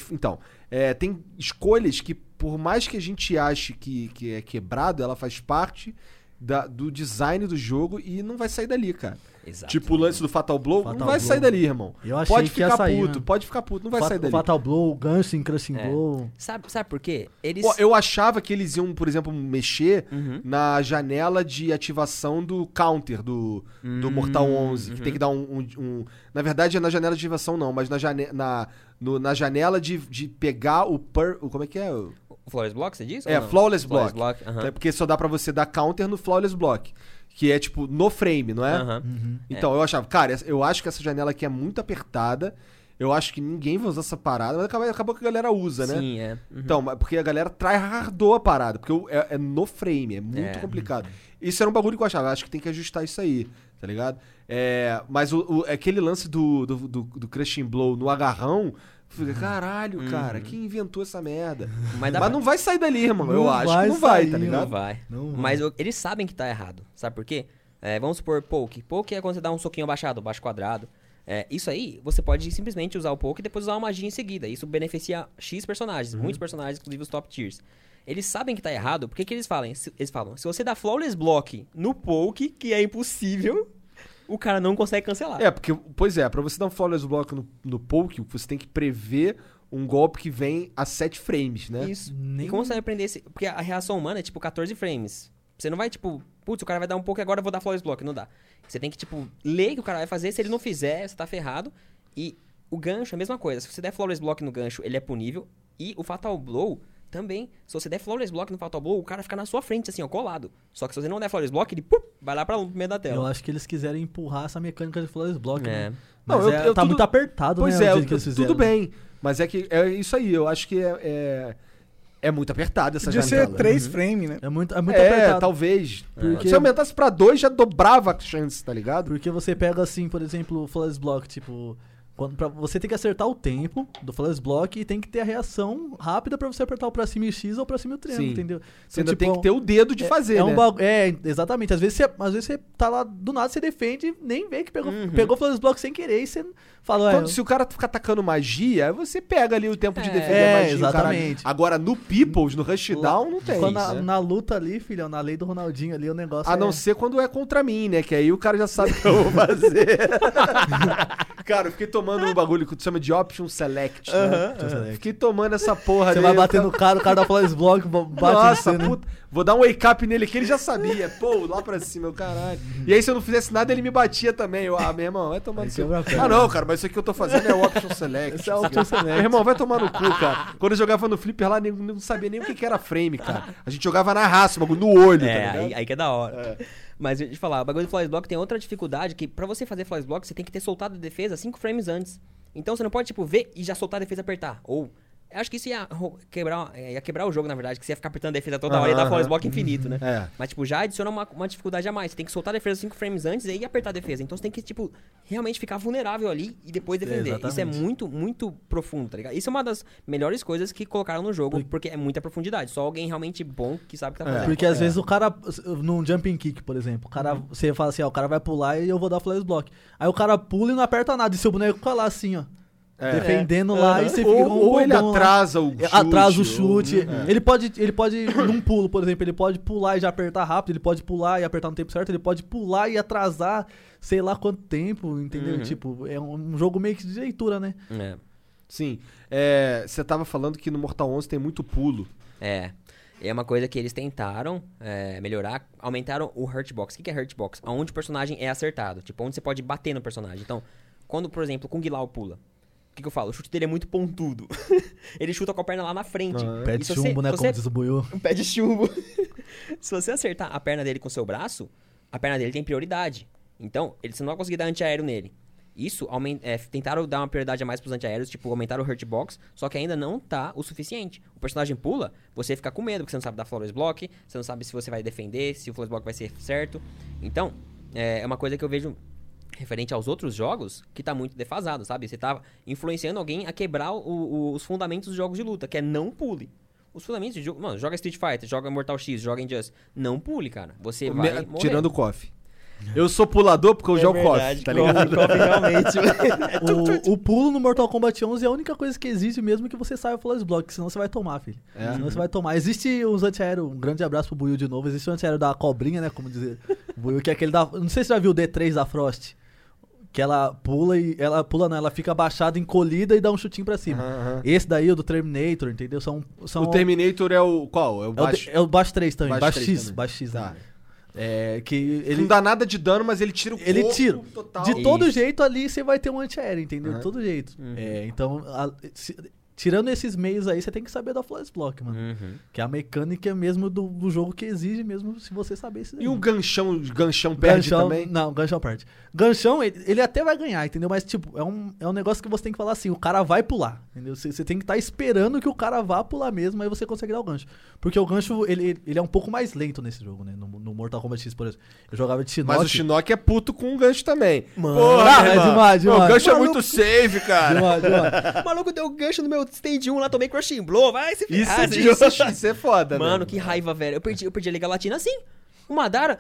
tem escolhas que, por mais que a gente ache que é quebrado, ela faz parte do design do jogo e não vai sair dali, cara. Exato. Tipo o lance do Fatal Blow, não vai sair dali, irmão. Eu achei Pode que ia ficar sair, puto, né? pode ficar puto, não vai sair dali. Fatal Blow, Gunshin, Crushing Blow. Sabe por quê? Eles... Pô, eu achava que eles iam, por exemplo, mexer na janela de ativação do counter do Mortal 11. Que tem que dar Na verdade, é na janela de ativação não, mas na janela de pegar como é que é? O Flawless Block, você diz? Flawless Block. Aham. É porque só dá pra você dar counter no Flawless Block. Que é, tipo, no frame, não é? Aham. Então, eu achava, cara, eu acho que essa janela aqui é muito apertada. Eu acho que ninguém vai usar essa parada, mas acabou que a galera usa, né? Sim, é. Então, porque a galera tryhardou a parada, porque é no frame, é muito complicado. Isso era um bagulho que eu achava, acho que tem que ajustar isso aí, tá ligado? Mas aquele lance do Crushing Blow no agarrão, fica, caralho, cara, quem inventou essa merda? Mas Não vai sair dali, irmão, eu Não acho vai que não vai, sair, tá Não ligado? vai. Não vai. Mas eles sabem que tá errado. Sabe por quê? Vamos supor poke. Poke é quando você dá um soquinho abaixado, baixo quadrado. Isso aí, você pode simplesmente usar o poke e depois usar uma magia em seguida. Isso beneficia X personagens, muitos personagens, inclusive os top tiers. Eles sabem que tá errado, porque que eles falam? Eles falam, se você dá Flawless Block no poke, que é impossível, o cara não consegue cancelar. Pra você dar um Flawless Block no poke, você tem que prever um golpe que vem a 7 frames, né? Isso. E como você vai aprender esse... Porque a reação humana é tipo 14 frames. Você não vai tipo... Putz, o cara vai dar um pouco e agora eu vou dar Flawless Block. Não dá. Você tem que tipo ler o que o cara vai fazer. Se ele não fizer, você tá ferrado. E o gancho é a mesma coisa. Se você der Flawless Block no gancho, ele é punível. E o Fatal Blow também. Se você der Flawless Block no Fatal Blow, o cara fica na sua frente assim, ó, colado. Só que se você não der Flawless Block, ele vai lá pro meio da tela. Eu acho que eles quiseram empurrar essa mecânica de Flawless Block, né? Não, Mas tá muito apertado, pois né? é, o jeito que eles fizeram. tudo bem. Mas é isso aí, eu acho que é muito apertado essa Podia janela. ser 3 frames, né? É muito apertado. Talvez. Porque- Se aumentasse pra 2, já dobrava a chance, tá ligado? Porque você pega assim, por exemplo, o Flawless Block, tipo... Pra você tem que acertar o tempo do Flash Block e tem que ter a reação rápida pra você apertar o pra cima e o X ou o pra cima e o triângulo, Sim. entendeu? Você Então, ainda tem que ter o dedo de fazer, né? Exatamente. Às vezes você tá lá, do nada você defende, nem vê que pegou o Flash Block sem querer e você fala... Se o cara ficar atacando magia, aí você pega ali o tempo de defender a magia. Exatamente. Agora, no Peoples, no Rushdown, não tem. Na luta ali, filhão, na lei do Ronaldinho ali, o negócio A não ser quando é contra mim, né? Que aí o cara já sabe o que eu vou fazer. Cara, eu fiquei tomando um bagulho que tu chama de Option Select. Né? Fiquei tomando essa porra Você ali. vai bater no cara, o cara dá Flash Block, bate Nossa, em você, né? puta. Vou dar um wake up nele que ele já sabia. Pô, lá pra cima, o caralho. E aí, se eu não fizesse nada, ele me batia também. Eu, meu irmão, vai tomar no cu. Ah, não, cara, mas isso aqui que eu tô fazendo é o Option Select. Esse é o Option Select. Meu irmão, vai tomar no cu, cara. Quando eu jogava no Flipper lá, eu não sabia nem o que era frame, cara. A gente jogava na raça, o bagulho no olho, tá ligado? Aí que é da hora. Mas deixa eu te falar, o bagulho do Flash Block tem outra dificuldade, que pra você fazer Flash Block, você tem que ter soltado a defesa 5 frames antes. Então você não pode, tipo, ver e já soltar a defesa e apertar. Ou... Eu acho que isso ia quebrar o jogo, na verdade, que você ia ficar apertando a defesa toda hora e dar Flash Block infinito, né? Mas, tipo, já adiciona uma dificuldade a mais. Você tem que soltar a defesa 5 frames antes e aí apertar a defesa. Então você tem que, tipo, realmente ficar vulnerável ali e depois defender. Isso é muito, muito profundo, tá ligado? Isso é uma das melhores coisas que colocaram no jogo, porque é muita profundidade. Só alguém realmente bom que sabe o que tá fazendo. Porque às vezes o cara, num jumping kick, por exemplo, o cara, você fala assim, ó, o cara vai pular e eu vou dar Flash Block. Aí o cara pula e não aperta nada, e seu boneco fica lá assim, ó. Defendendo lá e você fica ou ele atrasa o chute. Atrasa o chute. Ele pode, num pulo, por exemplo, ele pode pular e já apertar rápido, ele pode pular e apertar no tempo certo, ele pode pular e atrasar sei lá quanto tempo, entendeu? Tipo, é um jogo meio que de leitura, né? Sim. Você tava falando que no Mortal 11 tem muito pulo. É uma coisa que eles tentaram melhorar, aumentaram o Hurtbox. O que é Hurtbox? Onde o personagem é acertado, tipo, onde você pode bater no personagem. Então, quando, por exemplo, Kung Lao pula, o que eu falo? O chute dele é muito pontudo. Ele chuta com a perna lá na frente. Pé de chumbo, né? Como diz o Buiu. Um pé de chumbo. Se você acertar a perna dele com o seu braço, a perna dele tem prioridade. Então, você não vai conseguir dar antiaéreo nele. Isso, tentaram dar uma prioridade a mais pros antiaéreos, tipo, aumentaram o Hurtbox, só que ainda não tá o suficiente. O personagem pula, você fica com medo, porque você não sabe dar Flawless Block, você não sabe se você vai defender, se o Flawless Block vai ser certo. Então, é uma coisa que eu vejo referente aos outros jogos, que tá muito defasado, sabe? Você tá influenciando alguém a quebrar os fundamentos dos jogos de luta, que é não pule. Os fundamentos de jogo... Mano, joga Street Fighter, joga Mortal X, joga Injustice. Não pule, cara. Você vai morrer. Tirando o KOF. Eu sou pulador porque eu jogo KOF, tá ligado? KOF realmente. O pulo no Mortal Kombat 11 é a única coisa que existe mesmo que você saiba Flash Block, senão você vai tomar, filho. Senão você vai tomar. Existe os antiaéreos, um grande abraço pro Buiu de novo, existe o antiaéreo da cobrinha, né, como dizer. O Buiu, que é aquele da... Não sei se você já viu o D3 da Frost. Que ela pula e... Ela fica abaixada, encolhida e dá um chutinho pra cima. Esse daí é o do Terminator, entendeu? O Terminator é o qual? É o baixo? É o baixo 3 também, baixo 3 X. também. Baixo X, tá. Que ele não dá nada de dano, mas ele tira o corpo total. De todo jeito ali você vai ter um antiaéreo, entendeu? De todo jeito. Então, tirando esses meios aí, você tem que saber da Flash Block, mano. Que é a mecânica mesmo do jogo que exige mesmo se você saber isso daí. E um ganchão perde também? Não, ganchão perde. Ganchão, ele até vai ganhar, entendeu? Mas, tipo, é um negócio que você tem que falar assim, o cara vai pular, entendeu? Você tem que estar esperando que o cara vá pular mesmo, aí você consegue dar o gancho. Porque o gancho, ele é um pouco mais lento nesse jogo, né? No Mortal Kombat X, por exemplo. Eu jogava de Shinnok. Mas o Shinnok é puto com o gancho também. Mano, demais. O gancho é muito safe, cara. Demais. O maluco deu gancho no meu Stage 1 lá, tomei Crushing Blow, vai se ferrar. Isso é foda, mano. Que raiva, velho. Eu perdi a Liga Latina assim. O Madara,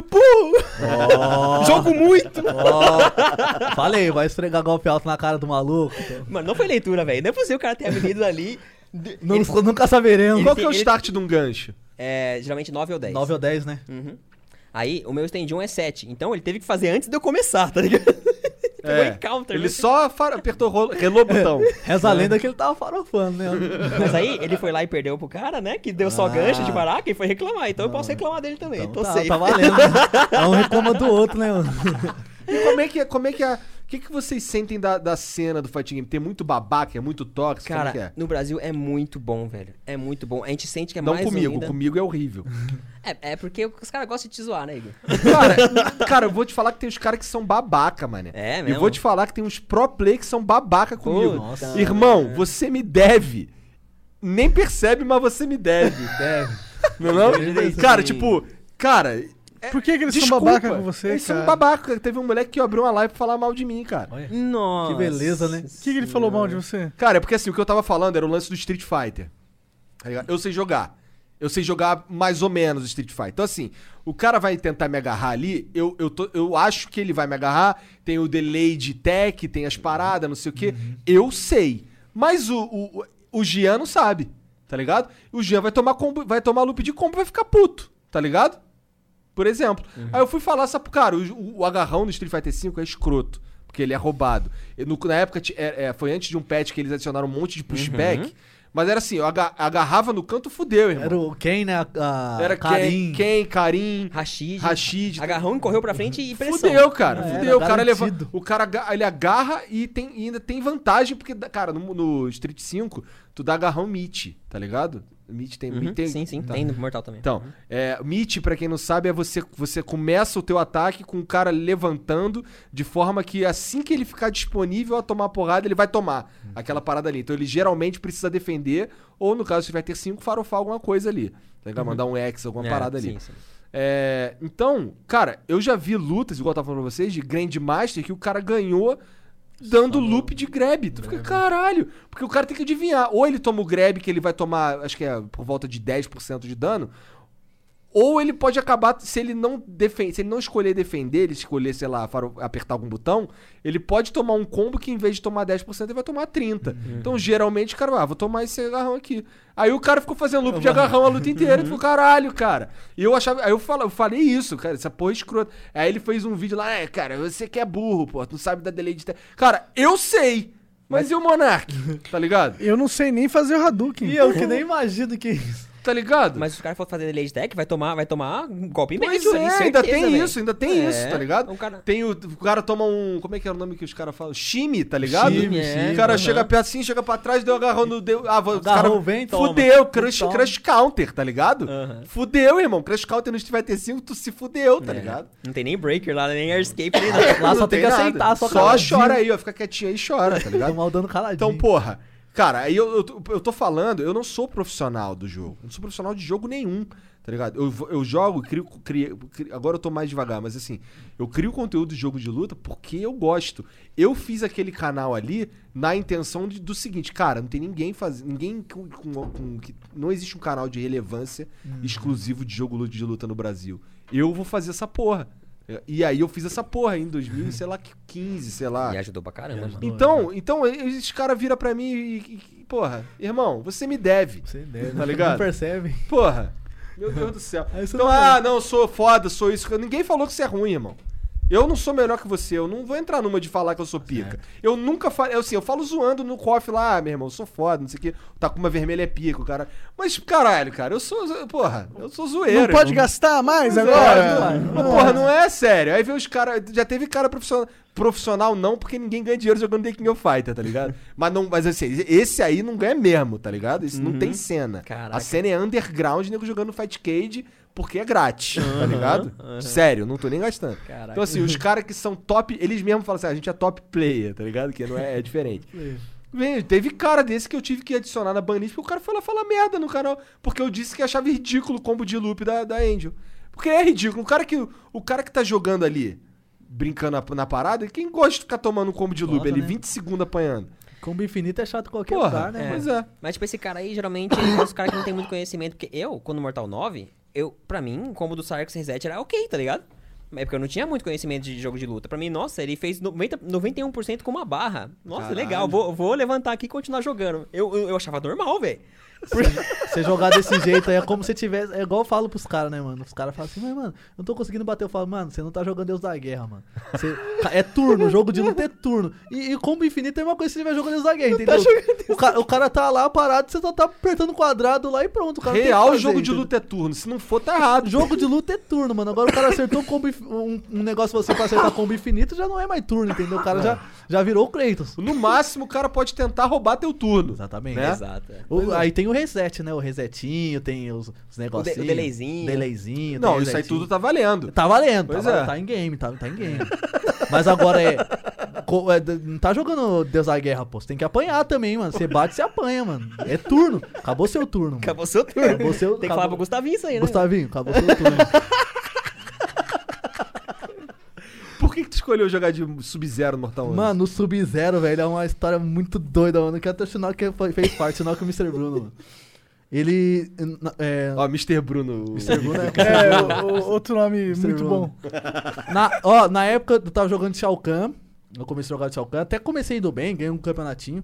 jogo muito. Falei, vai esfregar golpe alto na cara do maluco. Mano, não foi leitura, velho. Não é possível o cara ter a menina ali. Nunca saberemos. Qual que é o start de um gancho? Geralmente 9 ou 10. 9 ou 10, né? Aí, o meu stand 1 é 7. Então, ele teve que fazer antes de eu começar, tá ligado? Ele só relou o botão. Reza a lenda que ele tava farofando, né? Mas aí, ele foi lá e perdeu pro cara, né? Que deu só gancho de baraca e foi reclamar. Então, eu posso reclamar dele também. Então, tô safe. Tá valendo. Um reclama do outro, né? E como é que é... O que vocês sentem da cena do fighting game? Tem muito babaca, é muito tóxico? Cara, no Brasil é muito bom, velho. É muito bom. A gente sente que é mais comigo é horrível. É porque os caras gostam de te zoar, né, Igor? Cara, eu vou te falar que tem uns caras que são babaca, mano. É mesmo? E vou te falar que tem uns pro play que são babaca comigo. Nossa. Irmão, você me deve. Nem percebe, mas você me deve. Deve. Não? Cara, tipo... Cara... Por que eles Desculpa, são babaca com você, eles cara? são babaca. Teve um moleque que abriu uma live pra falar mal de mim, cara. Olha, Nossa. que beleza, né? O que ele falou mal de você? Cara, é porque assim, o que eu tava falando era o lance do Street Fighter. Tá ligado? Eu sei jogar. Eu sei jogar mais ou menos Street Fighter. Então, assim, o cara vai tentar me agarrar ali, eu acho que ele vai me agarrar, tem o delay de tech, tem as paradas, não sei o quê. Eu sei. Mas o Gian não sabe, tá ligado? O Gian vai tomar loop de combo e vai ficar puto, tá ligado? Por exemplo. Aí eu fui falar, sabe, cara, o agarrão no Street Fighter V é escroto, porque ele é roubado. Na época, foi antes de um patch que eles adicionaram um monte de pushback. Mas era assim, eu agarrava no canto, fudeu, irmão. Era o Ken, né? Era Karim. Karim, Rashid. Agarrão e correu pra frente e pressão. Fudeu, cara. Fudeu. O cara garantido. ele agarra e ainda tem vantagem, porque, cara, no Street 5, tu dá agarrão meet, tá ligado? Meet tem. Sim, tá. tem no Mortal também. Então, meet, pra quem não sabe, é você começa o teu ataque com o cara levantando, de forma que assim que ele ficar disponível a tomar porrada, ele vai tomar aquela parada ali. Então ele geralmente precisa defender, ou no caso, se vai ter 5, farofar alguma coisa ali. Tá ligado? Mandar um X, alguma parada ali. Sim. Então, cara, eu já vi lutas, igual eu tava falando pra vocês, de Grandmaster, que o cara ganhou dando loop de grab. Tu fica, caralho. Porque o cara tem que adivinhar. Ou ele toma o grab, que ele vai tomar, acho que é por volta de 10% de dano. Ou ele pode acabar, se ele não escolher defender, ele escolher, sei lá, apertar algum botão, ele pode tomar um combo que em vez de tomar 10%, ele vai tomar 30%. Então, geralmente, o cara, vou tomar esse agarrão aqui. Aí o cara ficou fazendo loop de agarrão a luta inteira. E falou, caralho, cara. E eu achava, aí eu falei isso, cara, essa porra escrota. Aí ele fez um vídeo lá, cara, você que é burro, pô, tu não sabe da delay de... Cara, eu sei, mas e o Monark? Tá ligado? Eu não sei nem fazer o Hadouken. E eu que nem imagino que isso. Tá ligado? Mas se o cara for fazer delay de tech, vai tomar um golpe Pois médio ali, ainda certeza, tem velho. isso, tá ligado? O cara... O cara toma um... Como é que era o nome que os caras falam? Shime, tá ligado? Shime, O cara chega perto assim, chega pra trás, deu agarrão no... os cara Agarrou, vem, toma. fudeu, Toma. crush counter, tá ligado? Fudeu, irmão. Crush counter no Street Fighter 5, tu se fudeu, tá ligado? Não tem nem breaker lá, nem air escape, nem nada. Lá só Não tem que nada. aceitar, só Só caladinho. chora aí, ó. Fica quietinho aí e chora, tá ligado? Tomar o dano caladinho. Então, porra... Cara, aí eu tô falando, eu não sou profissional do jogo. Eu não sou profissional de jogo nenhum, tá ligado? Eu jogo, crio, agora eu tô mais devagar, mas assim, eu crio conteúdo de jogo de luta porque eu gosto. Eu fiz aquele canal ali na intenção do seguinte, cara, não tem ninguém não existe um canal de relevância exclusivo de jogo de luta no Brasil. Eu vou fazer essa porra. E aí eu fiz essa porra em 2015, sei lá. E ajudou pra caramba, mano. Então esses caras viram pra mim e, porra, irmão, você me deve. Você deve. Tá ligado? Não percebe. Porra, meu Deus do céu. Aí você Então, não não, sou foda, sou isso. Ninguém falou que você é ruim, irmão. Eu não sou melhor que você, eu não vou entrar numa de falar que eu sou pica. Eu nunca falei, assim, eu falo zoando no coffee lá, meu irmão, eu sou foda, não sei o que, tá com uma vermelha é pica, o cara. Mas, caralho, cara, eu sou zoeiro. Não pode irmão. gastar mais Mas agora? Porra, não é sério. Aí vê os caras. Já teve cara profissional não, porque ninguém ganha dinheiro jogando The King of Fighter, tá ligado? Mas assim, esse aí não ganha mesmo, tá ligado? Esse não tem cena. Caraca. A cena é underground, nego jogando Fight Cage porque é grátis, tá ligado? Sério, não tô nem gastando. Caraca. Então assim, os caras que são top, eles mesmos falam assim, a gente é top player, tá ligado? Que não é diferente. Teve cara desse que eu tive que adicionar na banlist porque o cara foi lá falar merda no canal. Porque eu disse que achava ridículo o combo de loop da Angel. Porque é ridículo. O cara que tá jogando ali, brincando na parada, quem gosta de ficar tomando um combo de loop Gosta, ali, né? 20 segundos apanhando? Combo infinito é chato em qualquer Porra, lugar, né? Pois é. Mas, tipo, esse cara aí, geralmente, os caras que não tem muito conhecimento. Porque eu, quando no Mortal 9, pra mim, o combo do Sarx Reset era ok, tá ligado? É porque eu não tinha muito conhecimento de jogo de luta. Pra mim, nossa, ele fez 91% com uma barra. Nossa, Caralho. legal, vou levantar aqui e continuar jogando. Eu achava normal, velho. Você jogar desse jeito aí é como se tivesse. É igual eu falo pros caras, né, mano? Os caras falam assim, mas, mano, eu não tô conseguindo bater. Eu falo, mano, você não tá jogando Deus da Guerra, mano. É turno, jogo de luta é turno. E combo infinito é uma coisa que você estiver jogando Deus da Guerra, entendeu? O cara tá lá parado, você só tá apertando quadrado lá e pronto. O cara tem Real que fazer, jogo de entendeu? luta é turno. Se não for, tá errado. Jogo de luta é turno, mano. Agora o cara acertou um negócio você pra acertar combo infinito, já não é mais turno, entendeu? O cara já virou o Kratos. No máximo, o cara pode tentar roubar teu turno. Exatamente. Né? Exato. Aí tem o reset, né? O resetinho, tem os negocinhos. O delayzinho. Delayzinho. Não, tem isso aí resetinho. tudo tá valendo. Tá valendo, Pois tá, é. tá em game, tá em game. Mas agora não tá jogando Deus da Guerra, pô. Você tem que apanhar também, mano. Você bate, você apanha, mano. É turno. Acabou seu turno, mano. Acabou seu turno. Acabou seu- Tem que falar pro Gustavinho isso aí, né? Gustavinho, acabou seu turno. escolheu jogar de Sub-Zero no Mortal 11? Mano, o Sub-Zero, velho, é uma história muito doida, mano. Que até o sinal que fez parte, sinal que o Mr. Bruno, mano. Ele. Ó, Mr. Bruno. Mr. Bruno Outro nome muito Bruno. bom. Na época eu tava jogando de Shao Kahn. Eu comecei a jogar de Shao Kahn. Até comecei indo bem, ganhei um campeonatinho.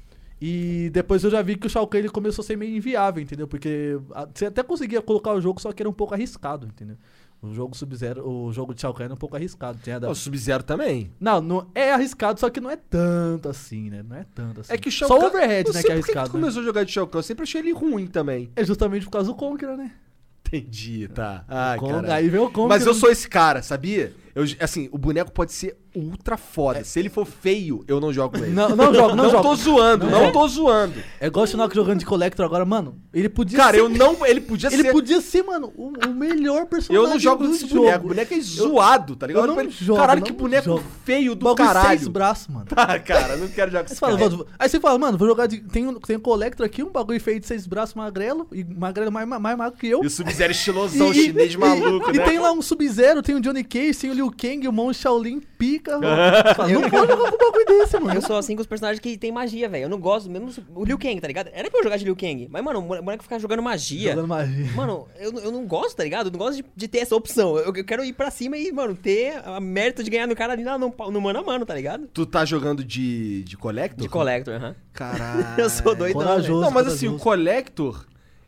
E depois eu já vi que o Shao Kahn ele começou a ser meio inviável, entendeu? Porque você até conseguia colocar o jogo, só que era um pouco arriscado, entendeu? O jogo Sub-Zero, o jogo de Shao Kahn era um pouco arriscado. O Sub-Zero também. Não é arriscado, só que não é tanto assim, né? Não é tanto assim. É que o Shao Só Kahn... o Overhead, né, que é arriscado. Por que tu começou a jogar de Shao Kahn? Eu sempre achei ele ruim também. É justamente por causa do Conqueror, né? Entendi, tá. Ai, cara. Aí vem o Conqueror. Mas eu sou esse cara, sabia? Assim, o boneco pode ser ultra foda. Se ele for feio, eu não jogo com ele. Não jogo, não jogo. Tô zoando, não tô zoando. É igual o Shinnok jogando de Collector agora, mano. Ele podia Cara, ser... ele podia ser... Ele podia ser, mano, o melhor personagem. Eu não jogo do desse jogo. boneco. O boneco é zoado, tá ligado? eu não Olha pra ele, jogo, caralho, não que boneco jogo. feio do Bagulho caralho. 6 braços, mano. Tá, cara, não quero jogar com Aí esse você, cara. fala, aí você fala, mano, vou jogar de... Tem um Collector aqui, um bagulho feio de 6 braços magrelo, e magrelo mais magro que eu. E o Sub-Zero estilosão chinês maluco, e né? tem lá um Sub-Zero, tem o Johnny Cage, tem o Liu Kang, o Monge Shaolin, pica. Você fala, não pode jogar com um bagulho desse, mano. Eu sou assim com os personagens que tem magia, velho. Eu não gosto, mesmo o Liu Kang, tá ligado? Era pra eu jogar de Liu Kang. Mas, mano, o boneco ficar jogando magia. Jogando magia. Mano, eu não gosto, tá ligado? Eu não gosto de ter essa opção. Eu quero ir pra cima e, mano, ter a mérito de ganhar no cara ali no mano a mano, tá ligado? Tu tá jogando de Collector? De Collector, aham. Caralho. Eu sou doidão, Corajoso. Não, mas assim, corajoso. o Collector,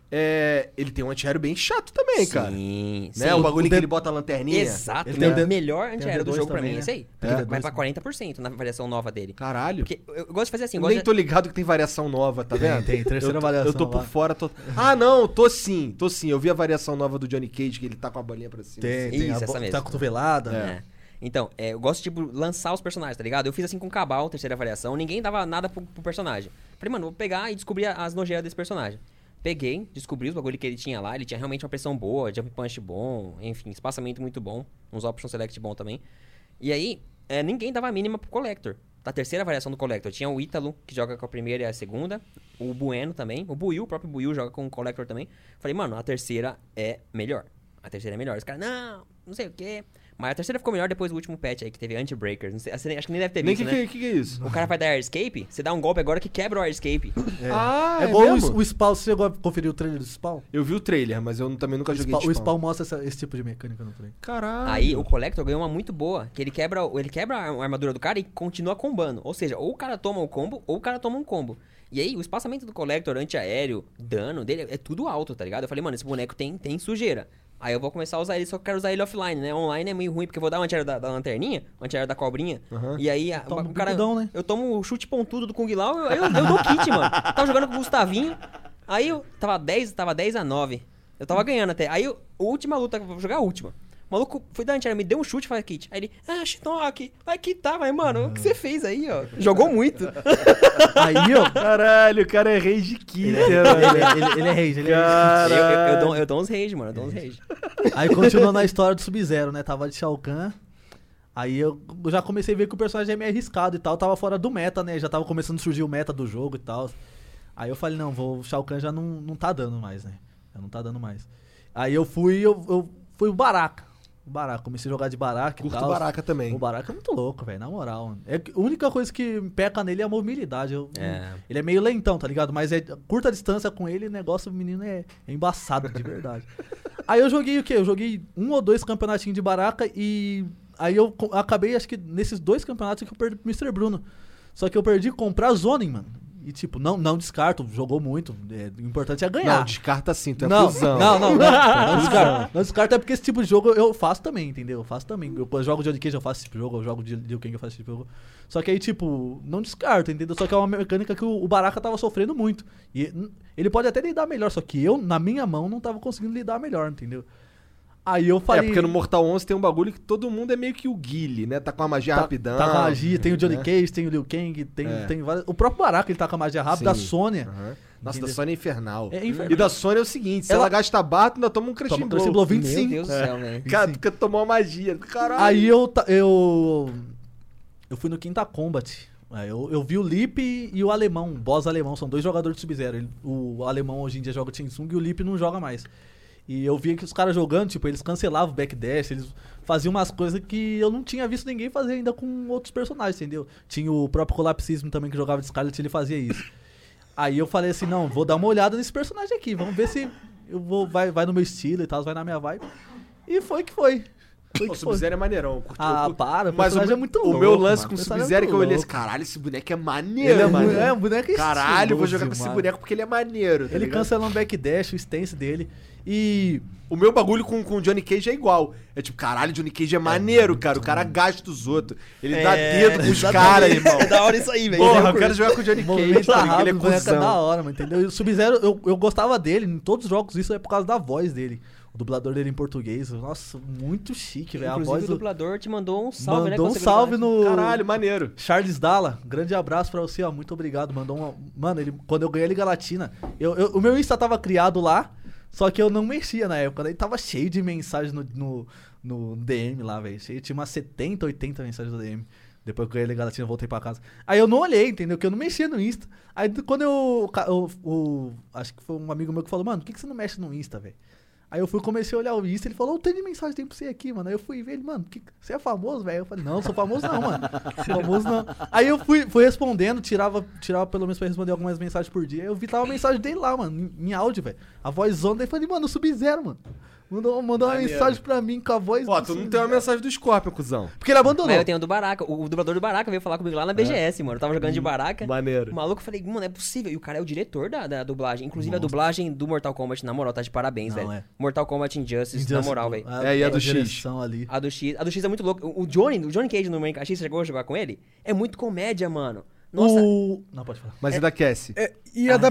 ele tem um antiaéreo bem chato também, cara. Sim, Né? O bagulho que ele bota a lanterninha. Exato, Ele né? tem o melhor tem antiaéreo o do D2 jogo pra também, mim é né? esse aí. Tem o Vai D2 pra 40% na variação nova dele. Caralho. Porque eu gosto de fazer assim, Eu gosto nem tô ligado que tem variação nova, tá vendo? Tem, terceira variação Eu tô por lá. fora. Ah, não, tô sim. Eu vi a variação nova do Johnny Cage, que ele tá com a bolinha pra cima. Tem Isso, a essa mesmo. Tá cotovelada. É. Então, eu gosto de tipo, lançar os personagens, tá ligado? Eu fiz assim com o Cabal, terceira variação, ninguém dava nada pro personagem. Falei, mano, vou pegar e descobrir as nojeiras desse personagem. Peguei, descobri os bagulho que ele tinha lá, ele tinha realmente uma pressão boa, jump punch bom, enfim, espaçamento muito bom, uns option select bom também. E aí, ninguém dava a mínima pro Collector. Da terceira variação do Collector, tinha o Ítalo, que joga com a primeira e a segunda, o Bueno também, o Buiu, o próprio Buiu joga com o Collector também. Falei, mano, a terceira é melhor. A terceira é melhor. Os caras, não sei o quê. Mas a terceira ficou melhor depois do último patch aí, que teve Anti-Breakers. Não sei, acho que nem deve ter Nem visto, né? que é isso? O cara vai dar Air Escape, você dá um golpe agora que quebra o Air Escape. Ah, É igual mesmo? o Spawn. Você chegou a conferir o trailer do Spawn? Eu vi o trailer, mas eu também nunca joguei de O Spawn mostra esse tipo de mecânica no trailer. Caralho. Aí o Collector ganhou uma muito boa, que ele quebra a armadura do cara e continua combando. Ou seja, ou o cara toma o combo, ou o cara toma um combo. E aí, o espaçamento do Collector, antiaéreo, dano dele, é tudo alto, tá ligado? Eu falei, mano, esse boneco tem sujeira. Aí eu vou começar a usar ele, só que eu quero usar ele offline, né? Online é meio ruim, porque eu vou dar o antiaéreo da lanterninha, o antiaéreo da cobrinha. Uhum. E aí, Toma o cara... bicudão, né? Eu tomo o chute pontudo do Kung Lao, eu dou kit, mano. Tava jogando com o Gustavinho, aí eu tava 10-9. Eu tava ganhando até. Aí, a última luta, vou jogar a última. O maluco foi dar antiaéreo, me deu um chute e falei kit. Aí ele, Shinnok, vai quitar, mas, mano, o que você fez aí, ó? Jogou muito. Aí, ó. Caralho, o cara é rage killer, Ele é rage, ele é Caralho. Eu dou uns rage, mano, eu dou uns rage. Aí continuando a história do Sub-Zero, né? Tava de Shao Kahn. Aí eu já comecei a ver que o personagem é meio arriscado e tal. Tava fora do meta, né? Já tava começando a surgir o meta do jogo e tal. Aí eu falei, não, o Shao Kahn já não tá dando mais, né? Já não tá dando mais. Aí eu fui o Baraka. Comecei a jogar de Baraka e Curto tal. Baraka também. O Baraka é muito louco, velho, na moral. Mano. A única coisa que peca nele é a mobilidade. Ele é meio lentão, tá ligado? Mas curta distância com ele, o negócio do menino é embaçado, de verdade. Aí eu joguei o quê? Eu joguei 1 ou 2 campeonatinhos de Baraka e... Aí eu acabei, acho que nesses 2 campeonatos que eu perdi pro Mr. Bruno. Só que eu perdi comprar Zoning, mano. E tipo, não descarto, jogou muito. O importante é ganhar. Não, descarta sim, tu é Não cuzão. não descarto. Não descarto é porque esse tipo de jogo eu faço também, entendeu? Eu faço também. Eu jogo de Johnny Cage, eu faço esse tipo de jogo. Eu jogo de Liu Kang, eu faço esse tipo de jogo. Só que aí, tipo, não descarto, entendeu? Só que é uma mecânica que o Baraka tava sofrendo muito. E ele pode até lidar melhor, só que eu, na minha mão, não tava conseguindo lidar melhor, entendeu? Aí eu falei... porque no Mortal 11 tem um bagulho que todo mundo é meio que o Guile, né? Tá com a magia rapidão. Tá com a magia, tem o Johnny né? Cage, tem o Liu Kang, tem vários... O próprio Baraka, ele tá com a magia rápida, Sim. a Sônia. Uhum. Nossa, Entendeu? da Sônia é infernal. É infernal. E da Sônia é o seguinte, se ela gasta barra, tu ainda toma um Crushing Toma um Blow. Crushing Blow Meu 25. Deus do céu, velho. Cara, tu tomou uma magia. Caralho. Aí eu fui no Quinta Combat. Aí eu vi o Lipe e o alemão, o boss alemão, são 2 jogadores de Sub-Zero. O alemão hoje em dia joga o Tinsung e o Lipe não joga mais. E eu via que os caras jogando, tipo, eles cancelavam o backdash, eles faziam umas coisas que eu não tinha visto ninguém fazer ainda com outros personagens, entendeu? Tinha o próprio Colapsismo também, que jogava de Scarlet, ele fazia isso. Aí eu falei assim, não, vou dar uma olhada nesse personagem aqui, vamos ver se vai no meu estilo e tal, vai na minha vibe. E foi que foi. O Sub-Zero é maneirão. Curti, Para, o mas personagem é muito louco. O meu lance mano. com o personagem Sub-Zero é que eu olhei muito assim, caralho, esse boneco é louco. maneiro, mano. Um boneco Caralho, eu vou jogar com estiloso, esse mano. boneco porque ele é maneiro, tá Ele ligado? cancelou o backdash, o stance dele. E O meu bagulho com o Johnny Cage é igual. É tipo, caralho, Johnny Cage é maneiro, cara. O cara gasta os outros. Ele dá dedo pros caras, irmão. É da hora isso aí, velho. Porra, eu quero jogar com o Johnny o Cage, movimento tá ligado? rápido, Ele é o boneco é da cuzão. hora, mano, entendeu? E o Sub-Zero, eu gostava dele em todos os jogos, isso é por causa da voz dele. O dublador dele em português, nossa, muito chique, velho. A Inclusive voz o do... dublador te mandou um salve, né? Mandou quando um você salve gravou. no... Caralho, maneiro. Charles Dalla, grande abraço pra você, ó, muito obrigado, mandou uma... Mano, quando eu ganhei a Liga Latina, o meu Insta tava criado lá, só que eu não mexia na época, daí tava cheio de mensagens no DM lá, velho, tinha umas 70, 80 mensagens no DM. Depois que eu ganhei a Liga Latina, eu voltei pra casa. Aí eu não olhei, entendeu? Que eu não mexia no Insta. Aí quando acho que foi um amigo meu que falou, mano, por que você não mexe no Insta, velho? Aí eu comecei a olhar o Insta, ele falou, tem de mensagem tem pra você aqui, mano. Aí eu fui ver ele, mano, você é famoso, velho? Eu falei, não sou famoso não, mano. Sou famoso não. Aí eu fui respondendo, tirava pelo menos pra responder algumas mensagens por dia. Eu vi tava a mensagem dele lá, mano, em áudio, velho. A voz zona, daí eu falei, mano, Sub-Zero, mano. Mandou uma Maneiro. mensagem pra mim com a voz... Ó, tu não tem uma mensagem do Scorpion, cuzão. Porque ele abandonou. Mas eu tenho do Baraka. O dublador do Baraka veio falar comigo lá na BGS, mano. Eu tava jogando de Baraka. Maneiro. O maluco, eu falei, mano, é possível. E o cara é o diretor da dublagem. Inclusive, a dublagem do Mortal Kombat, na moral, tá de parabéns, Não, velho. é. Mortal Kombat Injustice, na moral, velho. E a do X? direção ali. A do X é muito louco. O Johnny Cage no Minecraft, você chegou a jogar com ele? É muito comédia, mano. Nossa, Não, pode falar. Mas ainda aquece. E a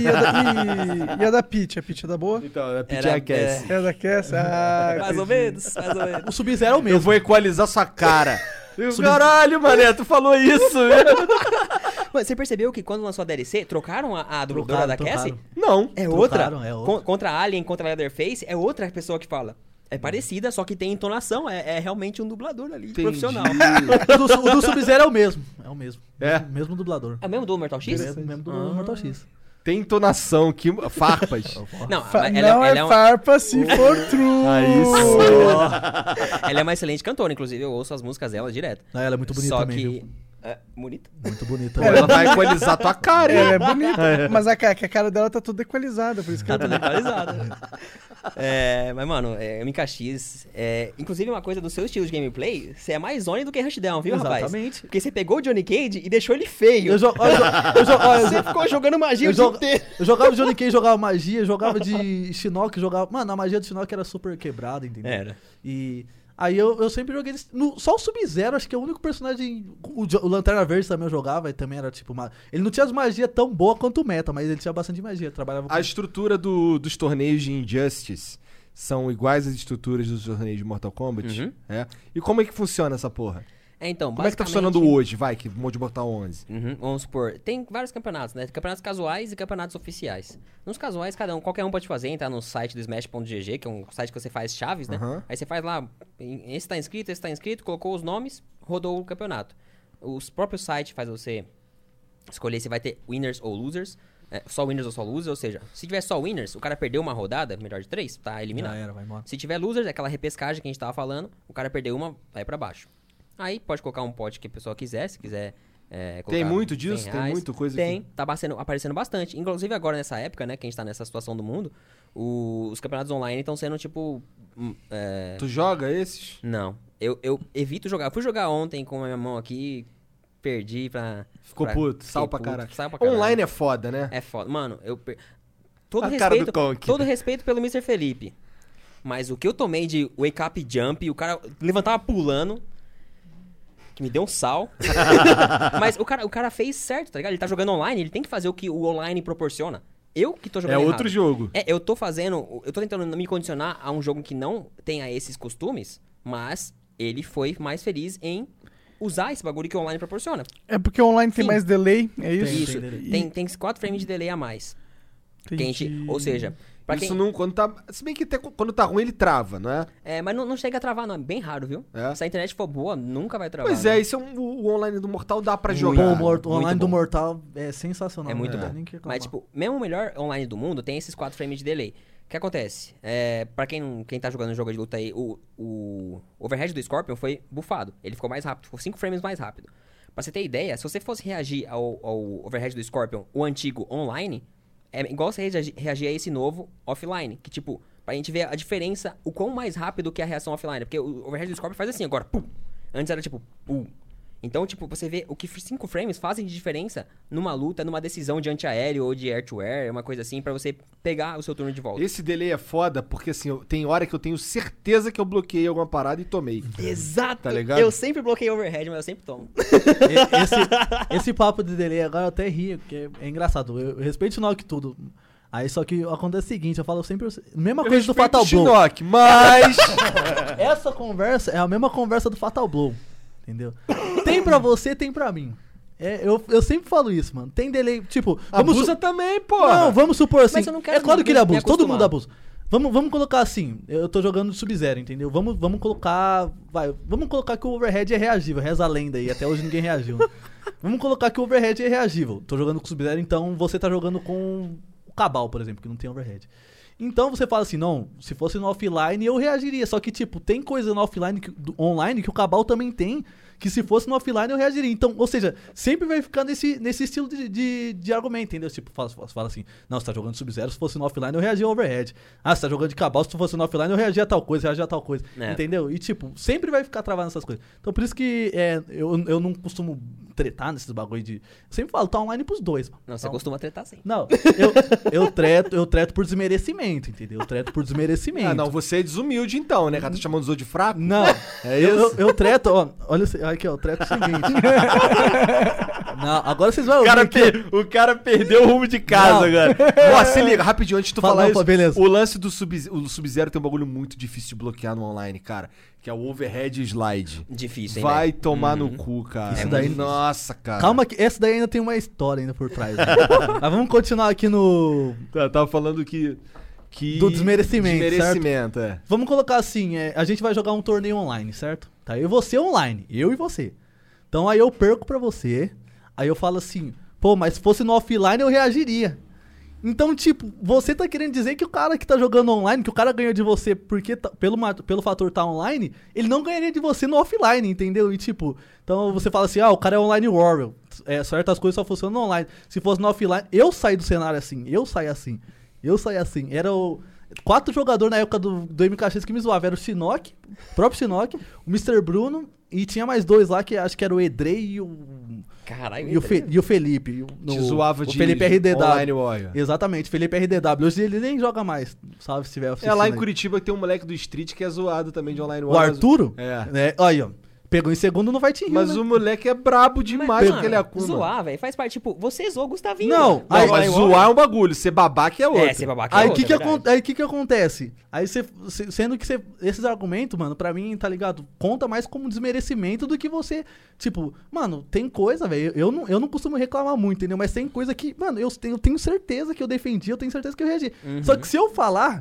da Peach? A Peach é da boa? Então, a Peach Era- aquece. É da Cass? Ah, mais ou entendi. menos, mais ou menos. O Sub-Zero é o Eu mesmo. vou equalizar sua cara. Caralho, mané, tu falou isso, velho. Mano, você percebeu que quando lançou a DLC, trocaram a dubladora da Cassie? Trocaram. Não. É Trocaram, outra. é outra. Contra a Alien, contra a Leatherface, é outra pessoa que fala. É parecida, só que tem entonação. É realmente um dublador ali, Entendi. profissional. O do Sub-Zero é o mesmo. É o mesmo. É? Mesmo dublador. É o mesmo do Mortal X? Mesmo do Mortal X. Tem entonação, que farpas. Não, Fa- mas não ela é é farpa se for true. Aí ela é uma excelente cantora, inclusive eu ouço as músicas dela direto. Não, ela é muito bonita Só também, que... viu? É, bonita. Muito bonita. Ela vai equalizar tua cara, hein? Ela é bonita, mas a cara dela tá toda equalizada, por isso que Tá ela tudo equalizado. Mas, mano, MKX... inclusive, uma coisa do seu estilo de gameplay, você é mais Zone do que Rushdown, viu, rapaz? Exatamente. Porque você pegou o Johnny Cage e deixou ele feio. Você ficou jogando magia o dia inteiro. Eu jogava Johnny Cage, jogava magia, jogava de Shinnok, jogava... Mano, a magia do Shinnok era super quebrada, entendeu? Era. E... Aí eu sempre joguei... Só o Sub-Zero, acho que é o único personagem... O Lanterna Verde também eu jogava, e também era tipo... Ele não tinha as magias tão boa quanto o Meta, mas ele tinha bastante magia, trabalhava com... A estrutura dos torneios de Injustice são iguais às estruturas dos torneios de Mortal Kombat? Uhum. É. E como é que funciona essa porra? Então, Como é que tá basicamente- funcionando hoje, vai, que Mod Mortal 11? Vamos supor, tem vários campeonatos, né? Campeonatos casuais e campeonatos oficiais. Nos casuais, qualquer um pode fazer, entrar no site do Smash.gg, que é um site que você faz chaves, né? Aham. Aí você faz lá, esse tá inscrito, colocou os nomes, rodou o campeonato. Os próprios sites faz você escolher se vai ter winners ou losers, só winners ou só losers, ou seja, se tiver só winners, o cara perdeu uma rodada, melhor de 3, tá eliminado. Já era, vai embora. Se tiver losers, é aquela repescagem que a gente tava falando, o cara perdeu uma, vai pra baixo. Aí pode colocar um pote que a pessoa quiser, se quiser colocar Tem muito 100 disso? Tem reais. muita coisa Tem, aqui? tá aparecendo bastante. Inclusive agora nessa época, né, que a gente tá nessa situação do mundo, os campeonatos online estão sendo tipo... Tu joga esses? Não, eu evito jogar. Eu fui jogar ontem com a minha mão aqui, perdi pra... Ficou puto, fiquei sal pra puto, caralho. sal pra caralho. Online é foda, né? É foda. Mano, todo A cara do respeito, Conk. todo respeito pelo Mr. Felipe. Mas o que eu tomei de wake up jump, o cara levantava pulando, que me deu um sal. Mas o cara fez certo, tá ligado? Ele tá jogando online, ele tem que fazer o que o online proporciona. Eu que tô jogando É errado. outro jogo. Eu tô tentando me condicionar a um jogo que não tenha esses costumes, mas ele foi mais feliz em usar esse bagulho que o online proporciona. É porque o online tem Sim. mais delay, é isso? Isso, delay. tem 4 frames de delay a mais. Que a gente, Entendi. ou seja, pra Isso quem... não, quando tá... Se bem que até quando tá ruim ele trava, não é? mas não chega a travar, não. É bem raro, viu? É? Se a internet for boa, nunca vai travar. Pois né? isso é o online do Mortal dá pra Pô, jogar. o Muito online do bom. Mortal é sensacional. É muito não bom. tem nem que reclamar. Mas, tipo, mesmo o melhor online do mundo tem esses 4 frames de delay. O que acontece? Pra quem tá jogando jogo de luta aí, o overhead do Scorpion foi buffado. Ele ficou mais rápido, ficou 5 frames mais rápido. Pra você ter ideia, se você fosse reagir ao overhead do Scorpion, o antigo online, é igual você reagir a esse novo offline. Que tipo, pra gente ver a diferença, o quão mais rápido que é a reação offline. Porque o overhead do Scorpion faz assim agora, pum. Antes era tipo, pum. Então, tipo, você vê o que 5 frames fazem de diferença numa luta, numa decisão de antiaéreo ou de air-to-air, uma coisa assim, pra você pegar o seu turno de volta. Esse delay é foda porque, assim, tem hora que eu tenho certeza que eu bloqueei alguma parada e tomei. Exato! Tá ligado? Eu sempre bloqueei overhead, mas eu sempre tomo. Esse papo de delay agora eu até rio, porque é engraçado. Eu respeito o Shinnok tudo. Aí só que acontece o seguinte, eu falo sempre... Mesma coisa do Fatal Blow. Shinnok, mas... Essa conversa é a mesma conversa do Fatal Blow. Entendeu? Tem pra você, tem pra mim. Eu sempre falo isso, mano. Tem delay, tipo... Abusa também, pô. Não, vamos supor assim. Mas eu não quero É claro que ele abusa, todo acostumar. mundo abusa. Vamos colocar assim, eu tô jogando Sub-Zero, entendeu? Vamos colocar... Vamos colocar que o overhead é reagível, reza a lenda aí, até hoje ninguém reagiu. Vamos colocar que o overhead é reagível. Tô jogando com Sub-Zero, então você tá jogando com o Cabal, por exemplo, que não tem overhead. Então você fala assim, não, se fosse no offline eu reagiria, só que tipo, tem coisa no offline, online que o Cabal também tem, que se fosse no offline eu reagiria. Então, ou seja, sempre vai ficar nesse estilo de argumento, entendeu? Tipo, fala assim, não, você tá jogando Sub-Zero, se fosse no offline eu reagia ao overhead. Ah, você tá jogando de Cabal, se fosse no offline eu reagia a tal coisa, entendeu? E tipo, sempre vai ficar travado nessas coisas. Então por isso que eu não costumo tretar nesses bagulho de... Eu sempre falo, tá online pros dois. Mano. Não, você costuma tretar sim. Não, eu treto por desmerecimento, entendeu? Eu treto por desmerecimento. Ah, não, você é desumilde então, né? Cara, tá chamando os outros de fraco? Não, eu treto, ó, olha aqui, ó, eu treto o seguinte. Não, agora vocês vão ouvir. O cara perdeu o rumo de casa agora. Ó, se liga, rapidinho, antes de tu Fala, falar não, isso. beleza. O lance do Sub-Zero tem um bagulho muito difícil de bloquear no online, cara. Que é o overhead slide. Difícil, hein, Vai velho? tomar no cu, cara. Isso daí- Nossa, cara. Calma que essa daí ainda tem uma história ainda por trás. Né? Mas vamos continuar aqui no... Tava falando que... Do desmerecimento, Desmerecimento, é. Vamos colocar assim, a gente vai jogar um torneio online, certo? Tá, eu e você online, eu e você. Então aí eu perco pra você, aí eu falo assim, pô, mas se fosse no offline eu reagiria. Então, tipo, você tá querendo dizer que o cara que tá jogando online, que o cara ganhou de você porque pelo fator tá online, ele não ganharia de você no offline, entendeu? E tipo, então você fala assim, o cara é online warrior, certas coisas só funcionam no online. Se fosse no offline, eu saí do cenário assim, eu saí assim. Era o... 4 jogadores na época do MKX que me zoavam. Era o Shinnok, o próprio Shinnok, o Mr. Bruno, e tinha mais 2 lá, que acho que era o Edrei e o... Caralho, E o Felipe. Te zoava o de Felipe RDW. Online warrior. Exatamente, Felipe RDW. Hoje ele nem joga mais, sabe, se tiver assistindo. É, lá em aí. Curitiba tem um moleque do Street que é zoado também de online O warrior. Arturo? É. Olha, ó, pegou em segundo no Fight Rio, Mas né? o moleque é brabo demais porque ele é Akuma. Zoar, velho, faz parte, tipo, você zoou o Gustavinho. Não, mano. Não, Aí- mas zoar é um bagulho, ser babaca é outro. É, ser babaca Aí é o que, outra, que, é verdade. aí que acontece? Aí sendo que esses argumentos, mano, pra mim, tá ligado? Conta mais como desmerecimento do que você. Tipo, mano, tem coisa, velho. Eu não costumo reclamar muito, entendeu? Mas tem coisa que, mano, eu tenho certeza que eu defendi, eu tenho certeza que eu reagi. Só que se eu falar,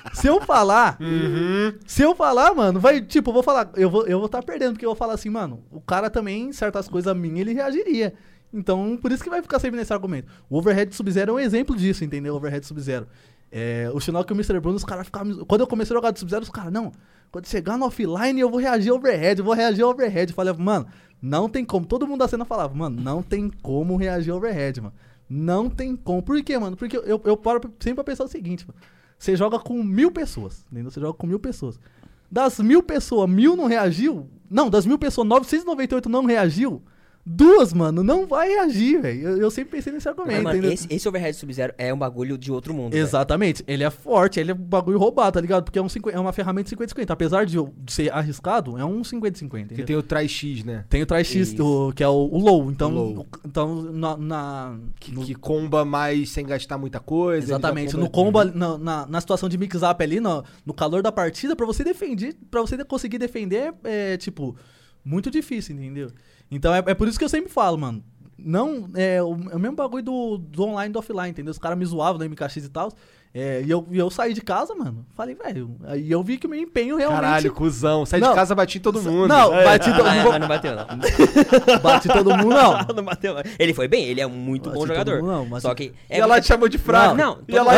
mano, vai, tipo, eu vou falar, eu vou estar perdendo, porque eu vou falar assim, mano, o cara também, certas coisas minhas, ele reagiria. Então, por isso que vai ficar sempre nesse argumento. O Overhead Sub-Zero é um exemplo disso, entendeu? O Overhead Sub-Zero. O Shinnok e o Mr. Bruno, os caras ficavam... Quando eu comecei a jogar de Sub-Zero, os caras, não, quando chegar no offline eu vou reagir ao Overhead, Eu falei, mano, não tem como. Todo mundo da cena falava, mano, não tem como reagir ao Overhead, mano. Não tem como. Por quê, mano? Porque eu paro sempre pra pensar o seguinte, mano. Você joga com 1000 pessoas, entendeu? Você joga com 1000 pessoas. Das 1000 pessoas, 1000 não reagiu? Não, das 1000 pessoas, 998 não reagiu? 2, mano, não vai reagir, velho. Eu sempre pensei nesse argumento, Mano, entendeu? esse Overhead Sub-Zero é um bagulho de outro mundo. velho. Exatamente. Ele é forte, ele é um bagulho roubado, tá ligado? Porque é uma ferramenta 50-50. Apesar de ser arriscado, é um 50-50. Que entendeu? tem o Try-X, né? Tem o try-x, Isso. que é o low. Então, O low. Que comba mais sem gastar muita coisa. ele exatamente. já No combo, na situação de mix-up ali, no calor da partida, pra você conseguir defender, é, tipo, muito difícil, entendeu? Então, é por isso que eu sempre falo, mano. Não, é o mesmo bagulho do online e do offline, entendeu? Os caras me zoavam no MKX e tal. E eu saí de casa, mano. Falei, velho. Aí eu vi que o meu empenho realmente. Caralho, cuzão. Sai de Não. casa, bati em todo mundo. Não, bati todo Ah, mundo. não bateu, não. Bati todo mundo, não. Não bateu, não. Ele foi bem, ele é um muito Bati bom todo jogador. mundo, não, mas- Só que... E ela te chamou de fraco. Não, E ela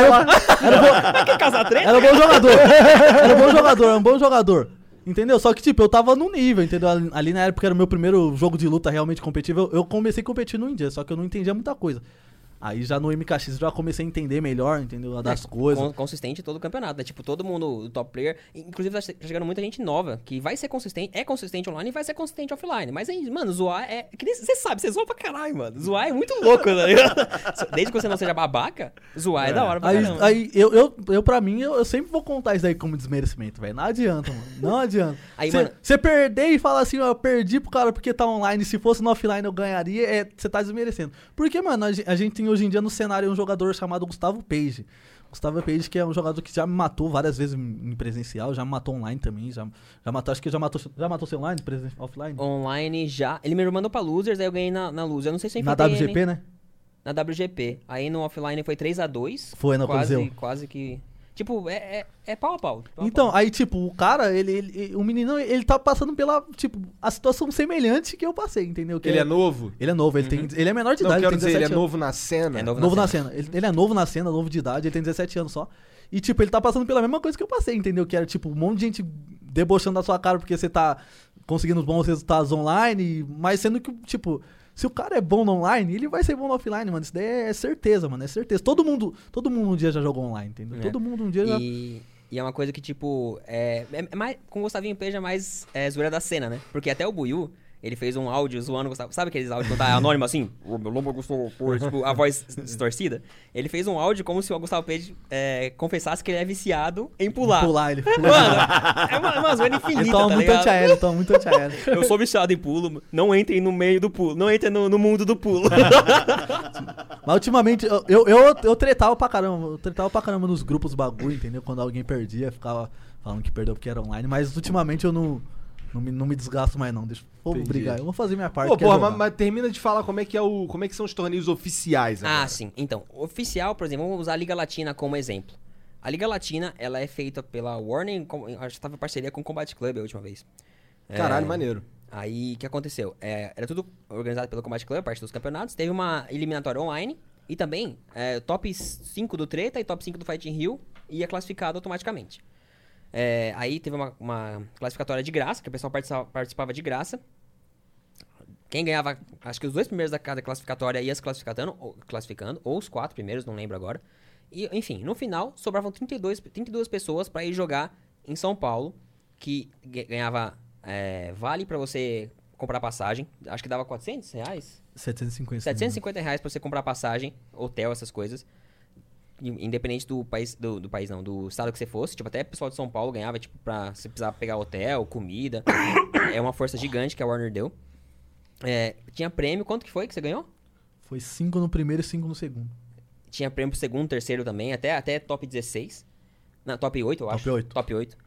Quer casar treta? Era um bom jogador. Era um bom jogador. Entendeu? Só que, tipo, eu tava no nível, entendeu? Ali na época era o meu primeiro jogo de luta realmente competitivo. Eu comecei a competir no India, só que eu não entendia muita coisa. Aí já no MKX eu já comecei a entender melhor, entendeu? Das coisas. Consistente todo o campeonato, né? Tipo, todo mundo, o top player. Inclusive, tá chegando muita gente nova que vai ser consistente, é consistente online e vai ser consistente offline. Mas aí, mano, zoar é. Que nem você sabe, você zoa pra caralho, mano. Zoar é muito louco, tá ligado? Desde que você não seja babaca, zoar é da hora pra caramba. Aí eu pra mim, eu sempre vou contar isso aí como desmerecimento, velho. Não adianta, mano. Não adianta. Aí, mano- Você perder e falar assim, ó, eu perdi pro cara porque tá online, se fosse no offline eu ganharia, você tá desmerecendo. Porque, mano, a gente tem hoje em dia no cenário um jogador chamado Gustavo Page. Gustavo Page, que é um jogador que já me matou várias vezes em presencial, já me matou online também, já matou, acho que já matou seu online, offline? Online já. Ele me mandou pra Losers, aí eu ganhei na Loser. Eu não sei se eu Na enfrentei WGP, ele. né? Na WGP. Aí no offline foi 3-2. Foi na Coliseu. Quase que. Tipo, é pau a pau. Pau a Então, pau. aí, tipo, o cara, o menino, ele tá passando pela, tipo, a situação semelhante que eu passei, entendeu? Que Ele é novo? Ele é novo, ele é menor de Não, idade, quero ele tem dizer, ele 17 é anos. novo na cena. É novo Novo na cena. Ele é novo na cena, novo de idade, ele tem 17 anos só. E, tipo, ele tá passando pela mesma coisa que eu passei, entendeu? Que era, tipo, um monte de gente debochando da sua cara porque você tá conseguindo os bons resultados online, mas sendo que, tipo, se o cara é bom no online, ele vai ser bom no offline, mano. Isso daí é certeza, mano, é certeza. Todo mundo um dia já jogou online, entendeu? É. Todo mundo um dia já... E é uma coisa que, tipo, é mais, com o Gustavinho Page é mais zoeira da cena, né? Porque até o Buiu, ele fez um áudio zoando o Gustavo. Sabe aqueles áudios quando tá anônimo assim? O meu nome é Gustavo Page, tipo, a voz distorcida? Ele fez um áudio como se o Gustavo Page confessasse que ele é viciado em pular. Ele Mano, é uma zoeira infinita, Ele toma tá muito ligado? antiaéreo, toma muito antiaéreo. Eu sou viciado em pulo, não entrem no meio do pulo, não entrem no mundo do pulo. Mas ultimamente, eu tretava pra caramba. Eu tretava pra caramba nos grupos bagulho, entendeu? Quando alguém perdia, ficava falando que perdeu porque era online. Mas ultimamente eu não me desgasto mais, não. Vou Entendi. brigar. Eu vou fazer minha parte. Pô, que é porra, jogar. mas termina de falar como é que são os torneios oficiais agora. Ah, sim. Então, oficial, por exemplo, vamos usar a Liga Latina como exemplo. A Liga Latina, ela é feita pela Warner, acho que tava em parceria com o Combat Club a última vez. Caralho, maneiro. Aí, o que aconteceu? Era tudo organizado pelo Combat Club, parte dos campeonatos. Teve uma eliminatória online e também top 5 do Treta e top 5 do Fighting Rio ia classificado automaticamente. Aí teve uma classificatória de graça, que o pessoal participava de graça. Quem ganhava, acho que os 2 primeiros da cada classificatória ia se classificando, ou os 4 primeiros, não lembro agora. E, enfim, no final, sobravam 32 pessoas pra ir jogar em São Paulo, que ganhava vale pra você comprar passagem. Acho que dava R$400? 750. 750 reais pra você comprar passagem, hotel, essas coisas. Independente do país, do país não, do estado que você fosse. Tipo, até o pessoal de São Paulo ganhava, tipo, pra você precisar pegar hotel, comida. É uma força gigante que a Warner deu. Tinha prêmio, quanto que foi que você ganhou? Foi 5 no primeiro e 5 no segundo. Tinha prêmio pro segundo, terceiro também, até top 16. Não, top 8, eu acho. Top 8.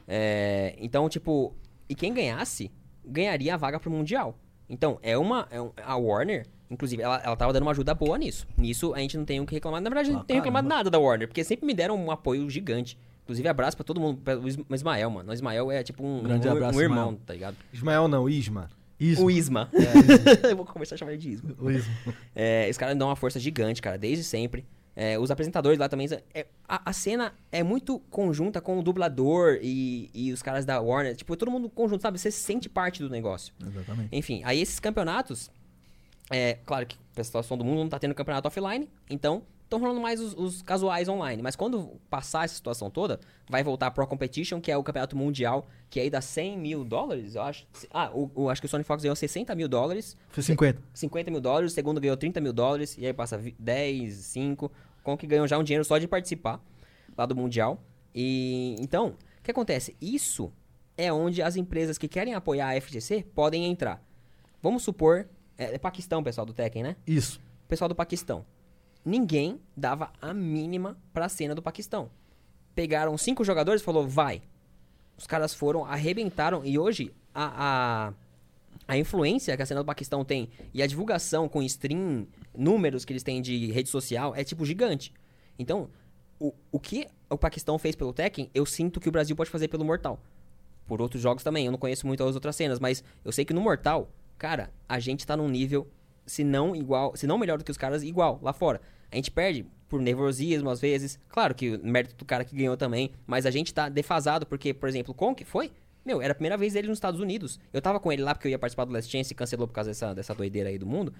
Então, tipo, e quem ganhasse, ganharia a vaga pro Mundial. Então, a Warner, inclusive, ela tava dando uma ajuda boa nisso. Nisso, a gente não tem o que reclamar. Na verdade, a gente não tem reclamado nada da Warner, porque sempre me deram um apoio gigante. Inclusive, abraço pra todo mundo, o Ismael, mano. O Ismael é tipo um irmão, Ismael. tá ligado? Ismael não, Isma. Isso. O Isma. Eu vou começar a chamar ele de Isma. O Isma. Os caras dão uma força gigante, cara, desde sempre. Os apresentadores lá também. A cena é muito conjunta com o dublador e os caras da Warner. Tipo, todo mundo conjunto, sabe? Você se sente parte do negócio. Exatamente. Enfim, aí esses campeonatos. Claro que a situação do mundo não tá tendo campeonato offline, então estão rolando mais os casuais online. Mas quando passar essa situação toda, vai voltar a Pro Competition, que é o campeonato mundial, que aí dá $100 mil, eu acho. Acho que o Sony Fox ganhou $60 mil. Foi 50. $50 mil, o segundo ganhou $30 mil, e aí passa 10, 5, com que ganham já um dinheiro só de participar lá do Mundial. E então, o que acontece? Isso é onde as empresas que querem apoiar a FGC podem entrar. Vamos supor, Paquistão, pessoal do Tekken, né? Isso. Pessoal do Paquistão. Ninguém dava a mínima pra cena do Paquistão. Pegaram 5 jogadores e falou, vai. Os caras foram, arrebentaram, e hoje a influência que a cena do Paquistão tem e a divulgação com stream, números que eles têm de rede social é tipo gigante. Então, o que o Paquistão fez pelo Tekken, eu sinto que o Brasil pode fazer pelo Mortal. Por outros jogos também, eu não conheço muito as outras cenas, mas eu sei que no Mortal, cara, a gente tá num nível, se não melhor do que os caras, igual, lá fora. A gente perde por nervosismo, às vezes. Claro que o mérito do cara que ganhou também, mas a gente tá defasado, porque, por exemplo, o Conk foi... Meu, era a primeira vez dele nos Estados Unidos. Eu tava com ele lá porque eu ia participar do Last Chance e cancelou por causa dessa doideira aí do mundo.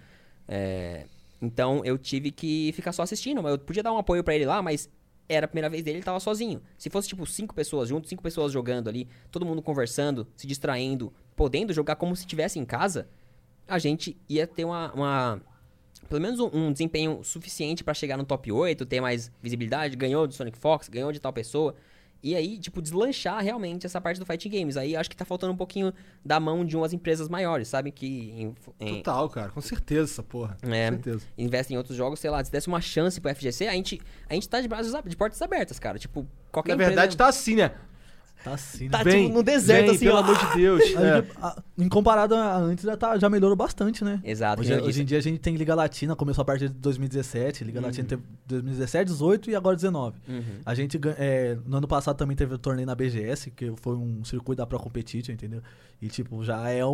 Então eu tive que ficar só assistindo. Eu podia dar um apoio pra ele lá, mas era a primeira vez dele, ele tava sozinho. Se fosse tipo 5 pessoas juntos, 5 pessoas jogando ali, todo mundo conversando, se distraindo, podendo jogar como se estivesse em casa, a gente ia ter pelo menos um desempenho suficiente pra chegar no top 8, ter mais visibilidade, ganhou de Sonic Fox, ganhou de tal pessoa. E aí, tipo, deslanchar realmente essa parte do Fighting Games. Aí acho que tá faltando um pouquinho da mão de umas empresas maiores, sabe? Total, cara, com certeza essa porra. Com certeza. Investem em outros jogos, sei lá, se desse uma chance pro FGC, a gente tá de portas abertas, cara. Tipo, qualquer Na verdade, tá assim, né? Tá assim, né? Tá tipo no deserto, assim, pelo ó. amor de Deus. Em comparado a antes, já melhorou bastante, né? Exato. Hoje em dia a gente tem Liga Latina, começou a partir de 2017. Liga Latina teve 2017, 18 e agora 19. A gente, no ano passado também teve o torneio na BGS, que foi um circuito da Pro Competition, entendeu? E tipo, já é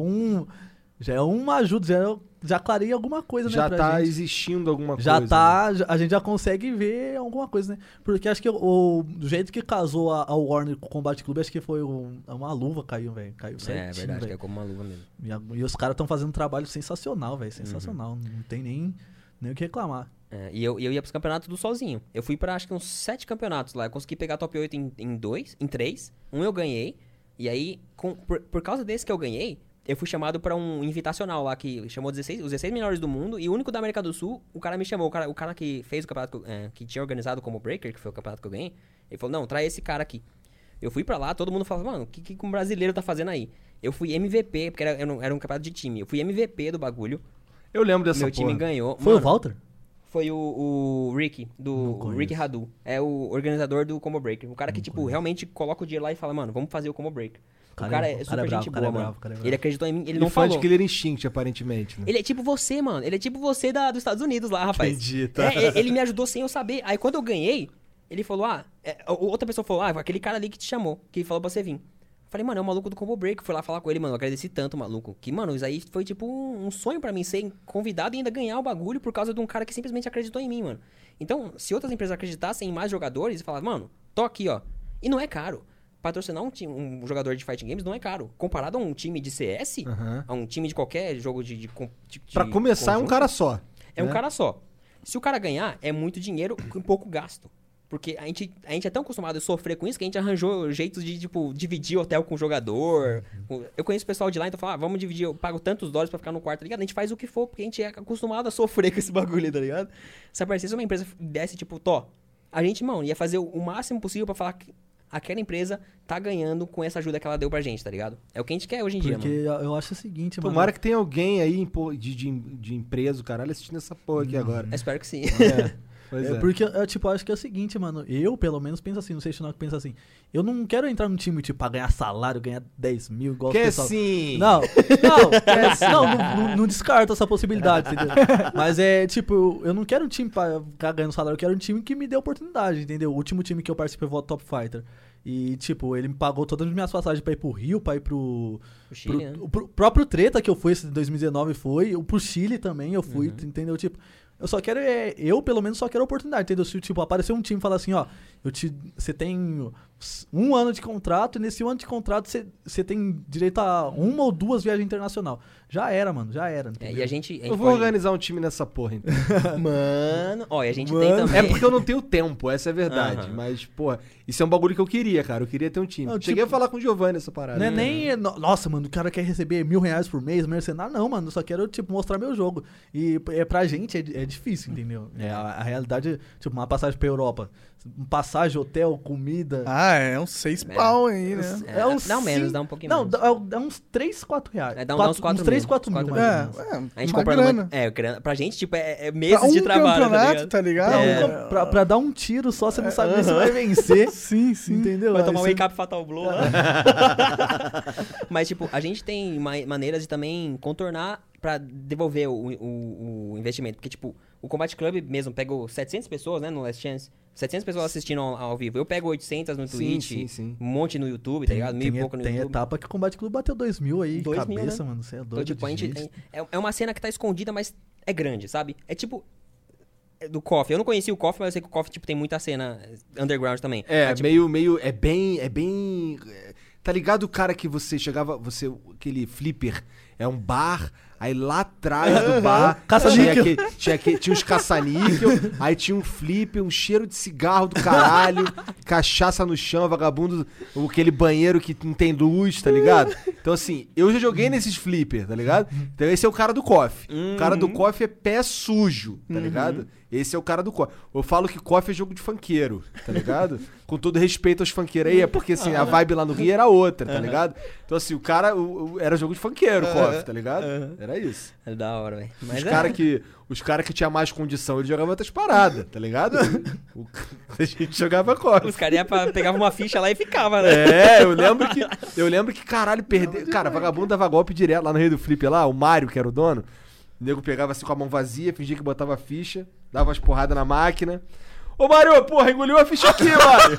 uma ajuda, já clareia alguma coisa, né? Já pra tá gente. existindo alguma Já coisa. tá, a gente já consegue ver alguma coisa, né? Porque acho que do jeito que casou a Warner com o Combat Club, acho que foi uma luva caiu, velho. Caiu certinho, É verdade, véio. que é como uma luva mesmo. E os caras estão fazendo um trabalho sensacional, velho. Sensacional. Não tem nem o que reclamar. E eu ia pros campeonatos do sozinho. Eu fui pra acho que uns 7 campeonatos lá. Eu consegui pegar top 8 em 3. Um eu ganhei. E aí, por causa desse que eu ganhei, eu fui chamado pra um invitacional lá, que chamou os 16 melhores do mundo, e o único da América do Sul, o cara me chamou, o cara que fez o campeonato, que tinha organizado como Breaker, que foi o campeonato que eu ganhei, ele falou, não, traz esse cara aqui. Eu fui pra lá, todo mundo falava, mano, o que um brasileiro tá fazendo aí? Eu fui MVP, porque era um campeonato de time, eu fui MVP do bagulho, Eu lembro dessa meu porra. time ganhou. Foi Mano, o Walter? Foi o Ricky, Não o Ricky conheço. Radu. É o organizador do Combo Breaker. O cara que, tipo, realmente coloca o dinheiro lá e fala, mano, vamos fazer o Combo Breaker. O cara é super gente boa, mano. Ele acreditou em mim, ele não fã de falou. Killer Instinct, aparentemente, né? Ele é tipo você, mano. Ele é tipo você dos Estados Unidos lá, rapaz. Entendi, tá. Ele me ajudou sem eu saber. Aí quando eu ganhei, ele falou, outra pessoa falou, aquele cara ali que te chamou, que falou pra você vir. Falei, mano, é o maluco do Combo Break. Fui lá falar com ele, mano. Eu agradeci tanto, maluco. Que, mano, isso aí foi tipo um sonho pra mim, ser convidado e ainda ganhar o bagulho por causa de um cara que simplesmente acreditou em mim, mano. Então, se outras empresas acreditassem em mais jogadores e falassem, mano, tô aqui, ó. E não é caro. Patrocinar um jogador de fighting games não é caro. Comparado a um time de CS, a um time de qualquer jogo de Pra começar, conjunto, é um cara só. é um né? cara só. Se o cara ganhar, é muito dinheiro com pouco gasto. Porque a gente é tão acostumado a sofrer com isso que a gente arranjou jeitos de, tipo, dividir hotel com o jogador. Eu conheço o pessoal de lá, então fala, vamos dividir, eu pago tantos dólares pra ficar no quarto, tá ligado? A gente faz o que for, porque a gente é acostumado a sofrer com esse bagulho, tá ligado? Se aparecesse uma empresa desse, tipo, a gente, mano, ia fazer o máximo possível pra falar que aquela empresa tá ganhando com essa ajuda que ela deu pra gente, tá ligado? É o que a gente quer hoje em dia, Porque mano. eu acho o seguinte, mano. Tomara que tenha alguém aí de empresa, o caralho, assistindo essa porra aqui agora. Eu espero que sim. Pois é. Porque, tipo, acho que é o seguinte, mano. Eu, pelo menos, penso assim. Não sei se o Chinook pensa assim. Eu não quero entrar num time, tipo, pra ganhar salário, ganhar 10 mil, igual Que o pessoal. sim! Não descarto essa possibilidade, entendeu? Mas é, tipo, eu não quero um time pra ficar ganhando salário. Eu quero um time que me dê oportunidade, entendeu? O último time que eu participei foi o Top Fighter. E, tipo, ele me pagou todas as minhas passagens pra ir pro Rio, pra ir pro Chile, né? pro próprio Treta que eu fui, esse de 2019 foi. Pro Chile também eu fui, entendeu? Tipo, eu só quero, eu pelo menos só quero oportunidade, entendeu? Se, tipo, aparecer um time e falar assim, ó, você tem 1 ano de contrato e nesse 1 ano de contrato você tem direito a 1 ou 2 viagens internacional. Já era, mano, já era. E a gente Eu vou organizar um time nessa porra, então. Mano, ó, e a gente tem também... É porque eu não tenho tempo, essa é a verdade. Aham. Mas, porra, isso é um bagulho que eu queria, cara. Eu queria ter um time. Não, Cheguei tipo, a falar com o Giovanni essa parada. Não é nem, nossa, mano, o cara quer receber R$1.000 por mês, mercenário. Não, mano, eu só quero, tipo, mostrar meu jogo. E pra gente é difícil, entendeu? A realidade, tipo, uma passagem pra Europa. Passagem, hotel, comida. É uns 6 pau aí, né? Dá menos, dá um pouquinho Não, menos. dá uns 3, 4 reais. Dá uns 4 uns 3, mil. 4 mil, 4 mais ou mil. menos. A gente uma compra grana. grana. Pra gente, tipo, é Pra meses de trabalho, campeonato, tá ligado? tá ligado? Pra dar um tiro só, você não sabe nem se vai vencer. Sim, sim. Entendeu? Vai Aí tomar um você- wake up Fatal Blow lá. Mas, tipo, a gente tem maneiras de também contornar pra devolver o investimento. Porque, tipo, o Combat Club mesmo pegou 700 pessoas, né, no Last Chance. 700 pessoas assistindo ao vivo. Eu pego 800 no Twitch, sim. um monte no YouTube, tá ligado? Mil e pouco no Tem YouTube. etapa que o Combate Clube bateu 2.000 aí, 2.000, cabeça, né? mano. Você é Então, doido tipo, a de gente, gente. é uma cena que tá escondida, mas é grande, sabe? É tipo... Do KOF. Eu não conheci o KOF, mas eu sei que o KOF, tipo, tem muita cena underground também. É, Mas, tipo, meio... É bem... Tá ligado o cara que você chegava... Aquele flipper é um bar... Aí lá atrás do bar tinha os caça-níquel, aí tinha um flipper, um cheiro de cigarro do caralho, cachaça no chão, vagabundo, aquele banheiro que não tem luz, tá ligado? Então assim, eu já joguei nesses flipper, tá ligado? Então esse é o cara do KOF. O cara do KOF é pé sujo, tá ligado? Esse é o cara do KOF. Eu falo que KOF é jogo de funkeiro, tá ligado? Com todo respeito aos funkeiros aí, é porque assim, a vibe lá no Rio era outra, tá ligado? Então assim, o cara era jogo de funkeiro, KOF, tá ligado? Era isso. É da hora, velho. Os cara que tinha mais condição, eles jogavam outras paradas, tá ligado? A gente jogava KOF. Os caras pegavam uma ficha lá e ficava, né? É, eu lembro que caralho, perder. Cara, vagabundo dava golpe direto lá no Rei do Flip lá, o Mário, que era o dono. O nego pegava assim com a mão vazia, fingia que botava a ficha, dava umas porradas na máquina. Ô Mário, porra, engoliu a ficha aqui, Mário.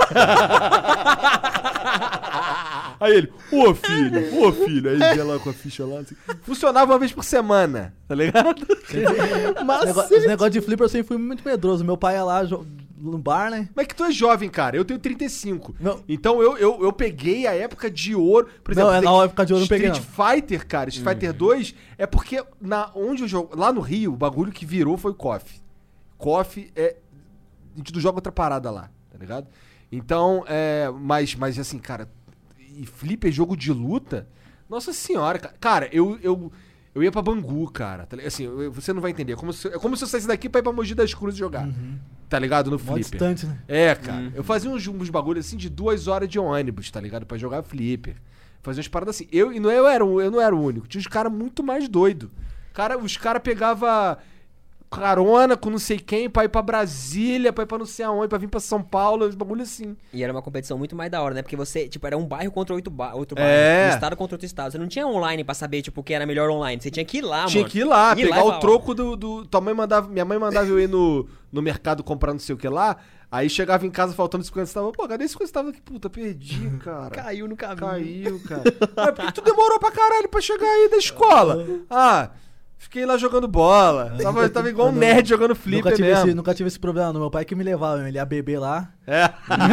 Aí ele, ô filho. Aí ele ia lá com a ficha lá. Assim. Funcionava uma vez por semana, tá ligado? Esse negócio de flipper eu sempre fui muito medroso. Meu pai ia lá no bar, né? Mas é que tu é jovem, cara. Eu tenho 35. Não. Então eu peguei a época de ouro. Por exemplo, Não, na época de ouro eu não peguei, Street Fighter, cara. Street Fighter 2 é porque onde eu jogo. Lá no Rio, o bagulho que virou foi o KOF. KOF é. A gente não joga outra parada lá, tá ligado? Então, mas assim, cara. E flipper, jogo de luta. Nossa senhora, cara. Cara, eu ia pra Bangu, cara. Assim, você não vai entender. É como se eu saísse daqui pra ir pra Mogi das Cruzes jogar. Tá ligado? No Mó flipper. distante, né? É, cara. Eu fazia uns bagulhos assim de 2 horas de ônibus, tá ligado? Pra jogar flipper. Fazia umas paradas assim. Eu não era o único. Tinha uns caras muito mais doidos. Os caras pegavam carona com não sei quem pra ir pra Brasília, pra ir pra não sei aonde, pra vir pra São Paulo, uns bagulhos assim. E era uma competição muito mais da hora, né? Porque você, tipo, era um bairro contra outro bairro. É. Um estado contra outro estado. Você não tinha online pra saber, tipo, quem era melhor online. Você tinha que ir lá, Tinha mano. que ir lá, pegar o falar, troco do... Minha mãe mandava eu ir no mercado comprar não sei o que lá, aí chegava em casa faltando 50 centavos. Pô, cadê 50 centavos aqui? Puta, perdi, cara. Caiu no caminho. Caiu, cara. Mas por que tu demorou pra caralho pra chegar aí da escola? Fiquei lá jogando bola. Tava igual um nerd jogando flipper mesmo. Nunca tive esse problema. No meu pai que me levava, ele ia beber lá. É.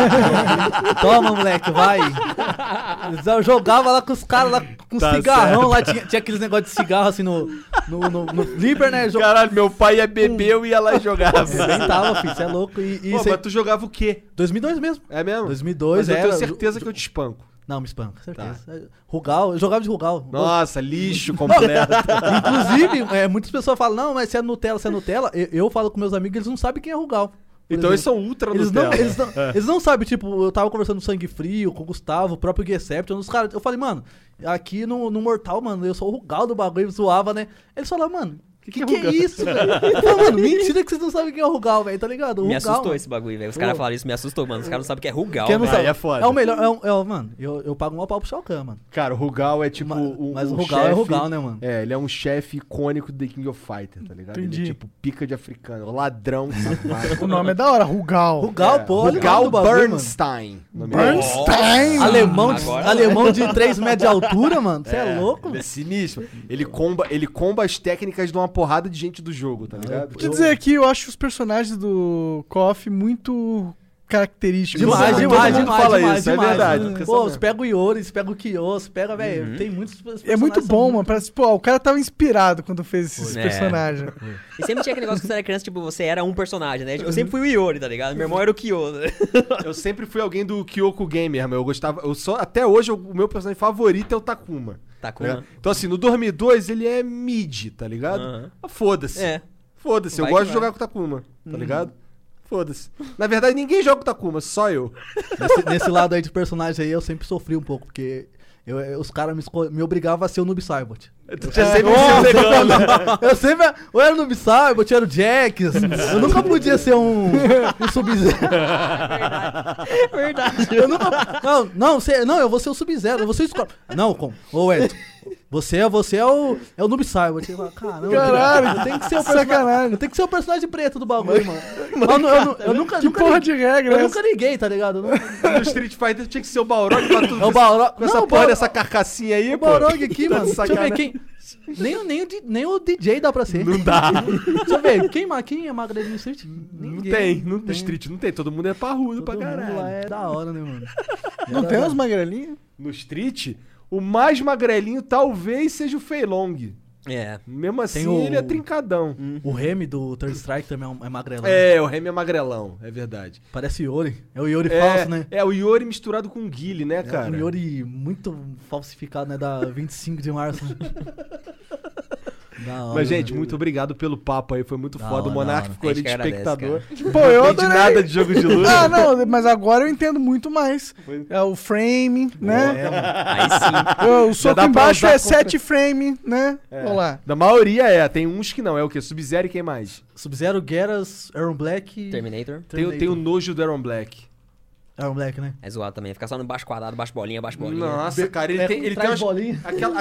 Toma, moleque, vai. Eu jogava lá com os caras, lá com Tá cigarrão. Lá tinha aqueles negócios de cigarro assim no flipper, né? Caralho, meu pai ia beber, eu ia lá e jogava. Arrebentava, filho, você é louco. Pô, mas tu jogava o quê? 2002 mesmo. É mesmo? 2002 mas eu era... tenho certeza que eu te espanco. Não, me espanca, certeza. Rugal, eu jogava de Rugal. Nossa, lixo completo. Inclusive, muitas pessoas falam, não, mas se é Nutella, Eu falo com meus amigos, eles não sabem quem é Rugal. Então eles são ultra Nutella. Eles não sabem, tipo, eu tava conversando com Sangue Frio, com o Gustavo, o próprio Geception, os caras, eu falei, mano, aqui no Mortal, mano, eu sou o Rugal do bagulho, zoava, né? Eles falaram, mano, que é isso, velho? Eu falei, mano, mentira que vocês não sabem quem é o Rugal, velho, tá ligado? Me assustou esse bagulho, velho. Os caras falaram isso, me assustou, mano. Os caras não sabem o que é Rugal, Quem não velho. sabe? É foda. É o melhor, mano, eu pago um pau pro Shao Kahn, mano. Cara, o Rugal é tipo Mas o um Rugal chefe, é Rugal, né, mano? É, ele é um chefe icônico do The King of Fighter, tá ligado? Entendi. Ele é tipo pica de africano, ladrão, safado. O nome é da hora, Rugal. Rugal, pô, Rugal do bagulho, mano. Bernstein. Nome Bernstein! Alemão de 3 metros de altura, mano. Você é louco, Ele é velho. sinistro. Ele comba as técnicas de uma porrada de gente do jogo, tá ligado? Deixa eu dizer aqui, eu acho os personagens do KOF muito característicos. Demais, Todo demais, mundo demais, fala demais, isso, é demais. verdade, não quer Pô, saber. você pega o Yori, você pega o Kyo, você pega, velho, tem muitos personagens. É muito bom, mano. Parece, pô, o cara tava inspirado quando fez esses É. personagens. E sempre tinha aquele negócio que você era criança, tipo, você era um personagem, né? Eu sempre fui o Iori, tá ligado? Meu irmão era o Kyo, né? Eu sempre fui alguém do Kyoko Gamer, mas eu gostava. Até hoje, o meu personagem favorito é o Takuma. Takuma. Então, assim, no Dormir 2 ele é mid, tá ligado? Aham. Mas foda-se. É. Foda-se, eu Vai gosto que de vai. jogar com o Takuma, tá ligado? Foda-se. Na verdade, ninguém joga com o Takuma, só eu. Nesse lado aí de personagens aí, eu sempre sofri um pouco, porque os caras me obrigavam a ser o Noob Saibot. Tu já sempre se legal, né? Eu sempre. Ou era o Noob Saibot, era o Jax. Eu nunca podia ser um Sub-Zero. Verdade. Eu nunca. Não, eu vou ser o Sub-Zero, eu vou ser o Scorpion. Não, como? Ô, Edson. Você é o Noob Saibot. Caramba, Caralho, eu tenho que ser o sacanagem. Eu tenho que ser o personagem preto do bagulho, mano. Eu nunca. Que porra de regra Eu é nunca liguei, tá ligado? Eu não- No Street Fighter tinha que ser o Balrog pra tudo. É o Balrog. Com essa Não, porra o dessa carcassinha aí, O pô. Balrog aqui, Tá mano. de Deixa eu ver sacanagem. quem. Nem o DJ dá pra ser. Não dá. Deixa eu ver. Quem é magrelinho no Street? Não tem. No Street não tem. Todo mundo é parrudo pra Todo mundo caralho. lá é da hora, né, mano? Não tem uns magrelinhos? No Street, o mais magrelinho talvez seja o Fei Long. É. Mesmo assim, Tem o- ele é trincadão. O Remy do Third Strike também é magrelão. É, o Remy é magrelão, é verdade. Parece Yori. É o Yori falso, né? É, o Yori misturado com o Guile, né, É cara? um Yori muito falsificado, né? Da 25 de março. Né? Da hora, Mas, gente, né? muito obrigado pelo papo aí, foi muito Da foda. O hora, Monark da hora. ficou ali de A gente que espectador. Pô, eu Não entende adorei. nada de jogo de luta. Ah, não, mas agora eu entendo muito mais. É o frame, né? Aí sim. O soco dá pra embaixo usar é 7 frame, né? É. Vamos lá. Da maioria tem uns que não. É o quê? Sub-Zero e quem mais? Sub-Zero, Geras, Aaron Black. Terminator. Tem o nojo do Aaron Black. Aaron Black, né? É zoado também. Fica só no baixo quadrado, baixo bolinha, baixo bolinha. Nossa, cara, ele É, tem traz umas- bolinha.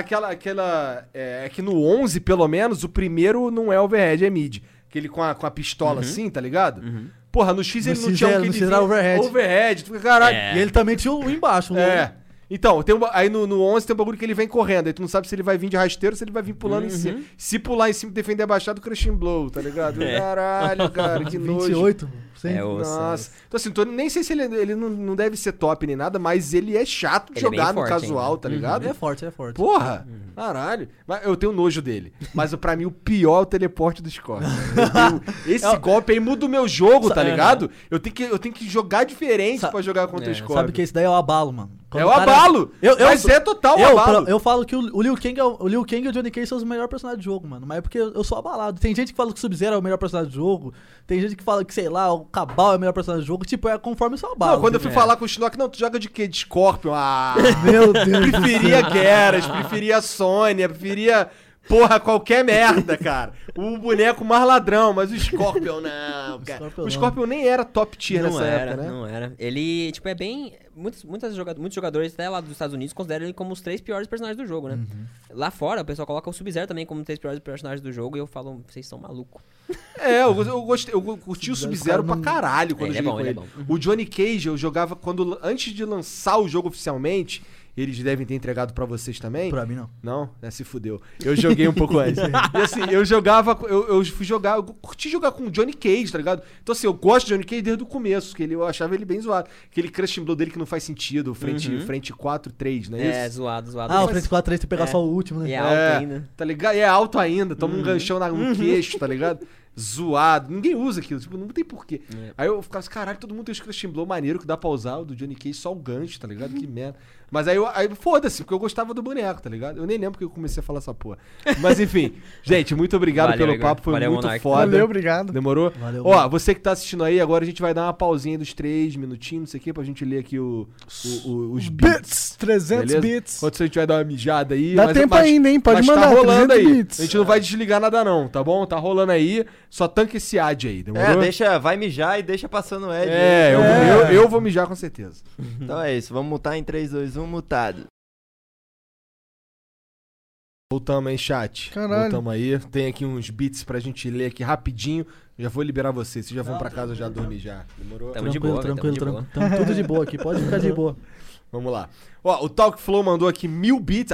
aquela é que no 11, pelo menos, o primeiro não é overhead, é mid. Aquele com a pistola assim, tá ligado? Porra, no X No ele não X tinha era- um que no ele X era vinha overhead. overhead, tu fica, caralho. É. E ele também tinha o embaixo. É. Então, aí no 11 tem um bagulho que ele vem correndo. Aí tu não sabe se ele vai vir de rasteiro ou se ele vai vir pulando em cima. Se pular em cima e defender abaixado, crushing blow, tá ligado? Caralho, cara, que nojo. 28. Sim. É, osso, Nossa. Então assim, nem sei se ele não deve ser top nem nada, mas ele é chato de Ele é bem jogar no forte casual, ainda. tá ligado? Ele é forte, ele é forte. Porra! Caralho. Mas eu tenho nojo dele. Mas pra mim o pior é o teleporte do Scorpion. Esse golpe aí muda o meu jogo, tá ligado? Eu tenho que jogar diferente pra jogar contra o Scorpion. Sabe que esse daí é o abalo, mano. Quando É o cara- abalo! Mas é total o abalo. Eu falo que o Liu Kang e o Johnny Cage são os melhores personagens do jogo, mano. Mas é porque eu sou abalado. Tem gente que fala que o Sub-Zero é o melhor personagem do jogo. Tem gente que fala que, sei lá, o Cabal é o melhor personagem do jogo. Tipo, é conforme o seu abalo. Não, quando eu fui assim. falar com o Shinnok, não, tu joga de quê? De Scorpion? Ah, Meu Deus. preferia Geras, preferia Sônia, preferia... Porra, qualquer merda, cara. O boneco mais ladrão, mas o Scorpion não, cara. Scorpion O não. Scorpion nem era top tier Não nessa era, época, né? não era. Ele, tipo, é bem... Muitos jogadores, até lá dos Estados Unidos, consideram ele como os 3 piores personagens do jogo, né? Lá fora, o pessoal coloca o Sub-Zero também como 3 piores personagens do jogo, e eu falo, vocês são malucos. É, eu curti o Sub-Zero pra caralho quando eu Ele é joguei bom, com ele é ele. bom. O Johnny Cage eu jogava antes de lançar o jogo oficialmente, eles devem ter entregado pra vocês também. Pra mim, não. Não? Se fudeu. Eu joguei um pouco antes. E assim, eu fui jogar, eu curti jogar com o Johnny Cage, tá ligado? Então assim, eu gosto de Johnny Cage desde o começo, que eu achava ele bem zoado. Aquele crushing blow dele que não faz sentido, frente 4, 3, não é isso? É, zoado. Ah, o frente 4, 3 tem que pegar só o último, né? E é alto ainda. Tá ligado? E é alto ainda, toma um ganchão no queixo, tá ligado? Zoado. Ninguém usa aquilo, tipo, não tem porquê. Aí eu ficava assim, caralho, todo mundo tem os Crushing Blow maneiro que dá pra usar, o do Johnny Cage só o gancho, tá ligado? Que merda. Mas aí foda-se, porque eu gostava do boneco, tá ligado? Eu nem lembro que eu comecei a falar essa porra. Mas enfim, gente, muito obrigado Valeu, pelo Igor. papo, foi Valeu, muito Monark. foda. Valeu, obrigado. Demorou? Valeu, Ó, mano. você que tá assistindo aí, agora a gente vai dar uma pausinha dos 3 minutinhos, não sei o que, pra gente ler aqui os Bits, 300 beleza? bits. Enquanto a gente vai dar uma mijada aí. Dá tempo ainda, hein? Pode mas mandar, tá rolando 300 aí. bits. A gente não vai desligar nada não, tá bom? Tá rolando aí. Só tanca esse ad aí, demorou? Vai mijar e deixa passando o Ed. É, aí. eu vou mijar com certeza. Então é isso, vamos mutar em 3, 2, 1, mutado. Voltamos aí, chat. Caralho. Voltamos aí. Tem aqui uns beats pra gente ler aqui rapidinho. Já vou liberar vocês. Vocês já vão Não, pra casa já dormir já. Demorou? Tamo de boa, velho, tamo de boa. Tamo tudo de boa aqui, pode ficar de boa. Vamos lá. Ó, o Talk Flow mandou aqui 1000 bits.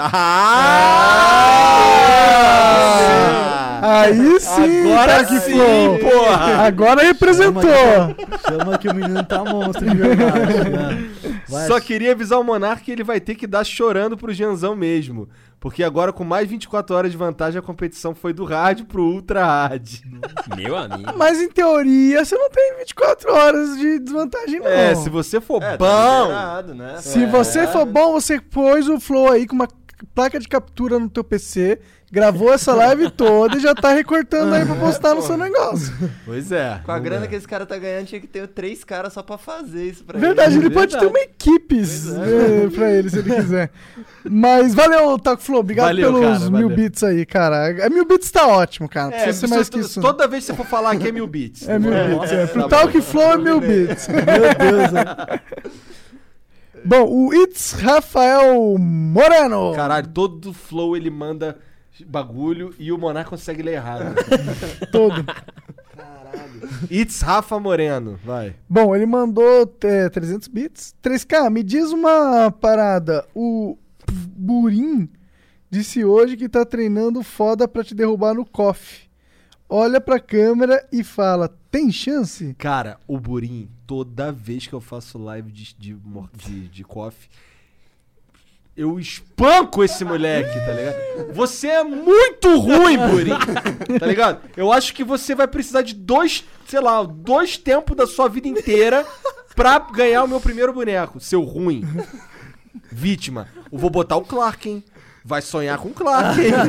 Aí sim, Agora Dark sim, Flow. porra! Agora representou. Chama que o menino tá monstro de verdade. Né? Vai, Só queria avisar o Monark que ele vai ter que dar chorando pro Janzão mesmo. Porque agora, com mais 24 horas de vantagem, a competição foi do hard pro ultra hard. Meu amigo. Mas em teoria, você não tem 24 horas de desvantagem, não. Se você for Tá bom... liberado, né? Se você for bom, você pôs o Flow aí com uma placa de captura no teu PC, gravou essa live toda e já tá recortando aí pra postar no seu negócio. Pois é. Com a vamos grana ver. que esse cara tá ganhando, tinha que ter 3 caras só pra fazer isso pra Verdade, ele pode ter Verdade. uma equipe pra ele, se ele quiser. Mas valeu, Taco Flow. Obrigado Valeu, pelos cara, 1000 valeu. bits aí, cara. A 1000 bits tá ótimo, cara. Não É, precisa ser mais que isso. toda vez que você for falar aqui é 1000 bits. É 1000 bits. É. Pro Tá Talk bom. Flow é 1000 bits. Meu Deus, né? Bom, o It's Rafael Moreno. Caralho, todo flow ele manda bagulho e o Monark consegue ler errado. Todo. It's Rafa Moreno, vai. Bom, ele mandou 300 bits. 3K, me diz uma parada. O Burim disse hoje que tá treinando foda pra te derrubar no KOF. Olha pra câmera e fala, tem chance? Cara, o Burim, toda vez que eu faço live de KOF, eu espanco esse moleque, tá ligado? Você é muito ruim, Burim, tá ligado? Eu acho que você vai precisar de 2 tempos da sua vida inteira pra ganhar o meu primeiro boneco, seu ruim. Vítima. Eu vou botar o Clark, hein? Vai sonhar com o Clark, hein?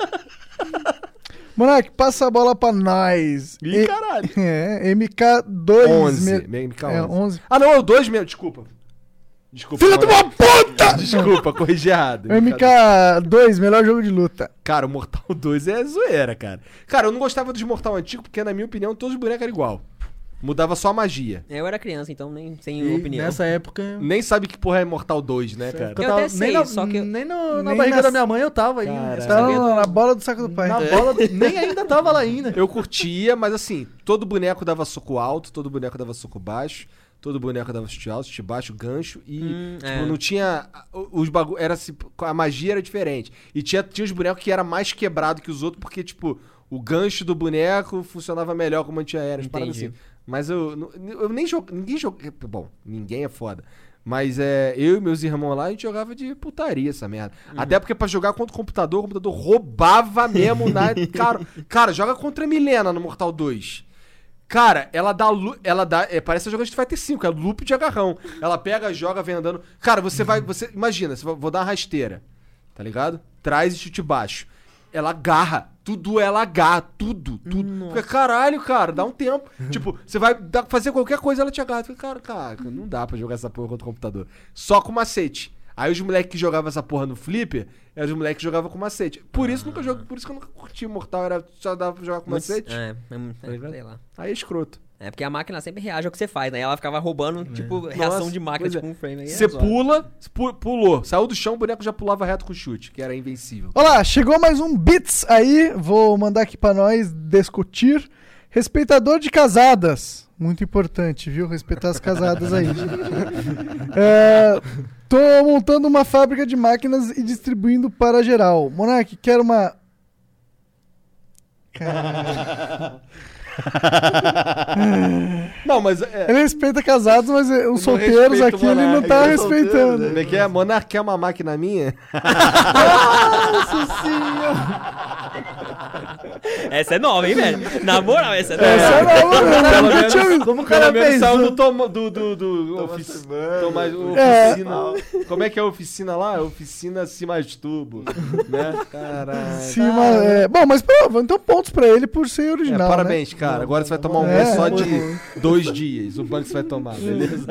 Monark, passa a bola pra nós. Ih, caralho. É, MK2. 11. É, 11. Ah, não, é o 2 mesmo. Desculpa. Filha de uma puta! Desculpa, corrigi errado. MK2, melhor jogo de luta. Cara, o Mortal 2 é zoeira, cara. Cara, eu não gostava dos Mortal antigo porque, na minha opinião, todos os bonecos eram igual. Mudava só a magia. Eu era criança, então nem sem E opinião. nessa época... Nem sabe que porra é Mortal 2, né, cara? eu Eu tava, até sei, nem na, só que eu- nem na nem barriga nas- da minha mãe eu tava ainda. Cara, Tá na bola do saco do pai. Na bola, nem ainda tava lá ainda. Eu curtia, mas assim, todo boneco dava soco alto, todo boneco dava soco baixo, todo boneco dava chute alto, chute baixo, gancho e tipo, não tinha os bagulho, era assim, a magia era diferente. E tinha os bonecos que era mais quebrado que os outros porque tipo, o gancho do boneco funcionava melhor como antiaéreo, umas paradas Entendi. assim. Mas eu nem joguei, ninguém joga, bom, ninguém é foda. Mas eu e meus irmãos lá, a gente jogava de putaria essa merda. Até porque pra jogar contra o computador roubava mesmo na... Cara, joga contra a Milena no Mortal 2. Cara, ela dá... parece jogar de Street Fighter 5, é loop de agarrão. Ela pega, joga, vem andando. Cara, imagina, vou dar uma rasteira, tá ligado? Traz e chute baixo. Ela agarra, tudo. Fica, caralho, cara, dá um tempo. Tipo, você vai fazer qualquer coisa, ela te agarra. Fica, cara, não dá pra jogar essa porra contra o computador. Só com macete. Aí os moleques que jogavam essa porra no Flipper, eram os moleques que jogavam com macete. Por isso que eu nunca curti Mortal, só dava pra jogar com macete. Sei lá. Aí é escroto. É porque a máquina sempre reage ao que você faz, né? Ela ficava roubando, tipo, reação Nossa, de máquina, pois é. tipo um frame aí. Você pulou, saiu do chão, o boneco já pulava reto com chute, que era invencível. Olá, chegou mais um Bits aí. Vou mandar aqui pra nós discutir. Respeitador de casadas. Muito importante, viu? Respeitar as casadas aí. Tô montando uma fábrica de máquinas e distribuindo para geral. Monark, quero uma... Não, mas Ele respeita casados, mas os solteiros respeita o aqui ele não Monark, tá ele é solteiro, respeitando. Como é que é? Monark quer uma máquina minha? Essa é nova, hein, velho? Na moral, essa é nova. Essa é nova, né? Pelo Nunca tinha ouvido. Como o cara Pelo menos fez? saiu do oficina. Como é que é a oficina lá? Oficina Se Masturbo, né? Caralho. Cima, bom, mas então pontos pra ele por ser original, né? Parabéns, cara. Agora você vai tomar um É, mês só muito de 2 dias. O banco você vai tomar, beleza?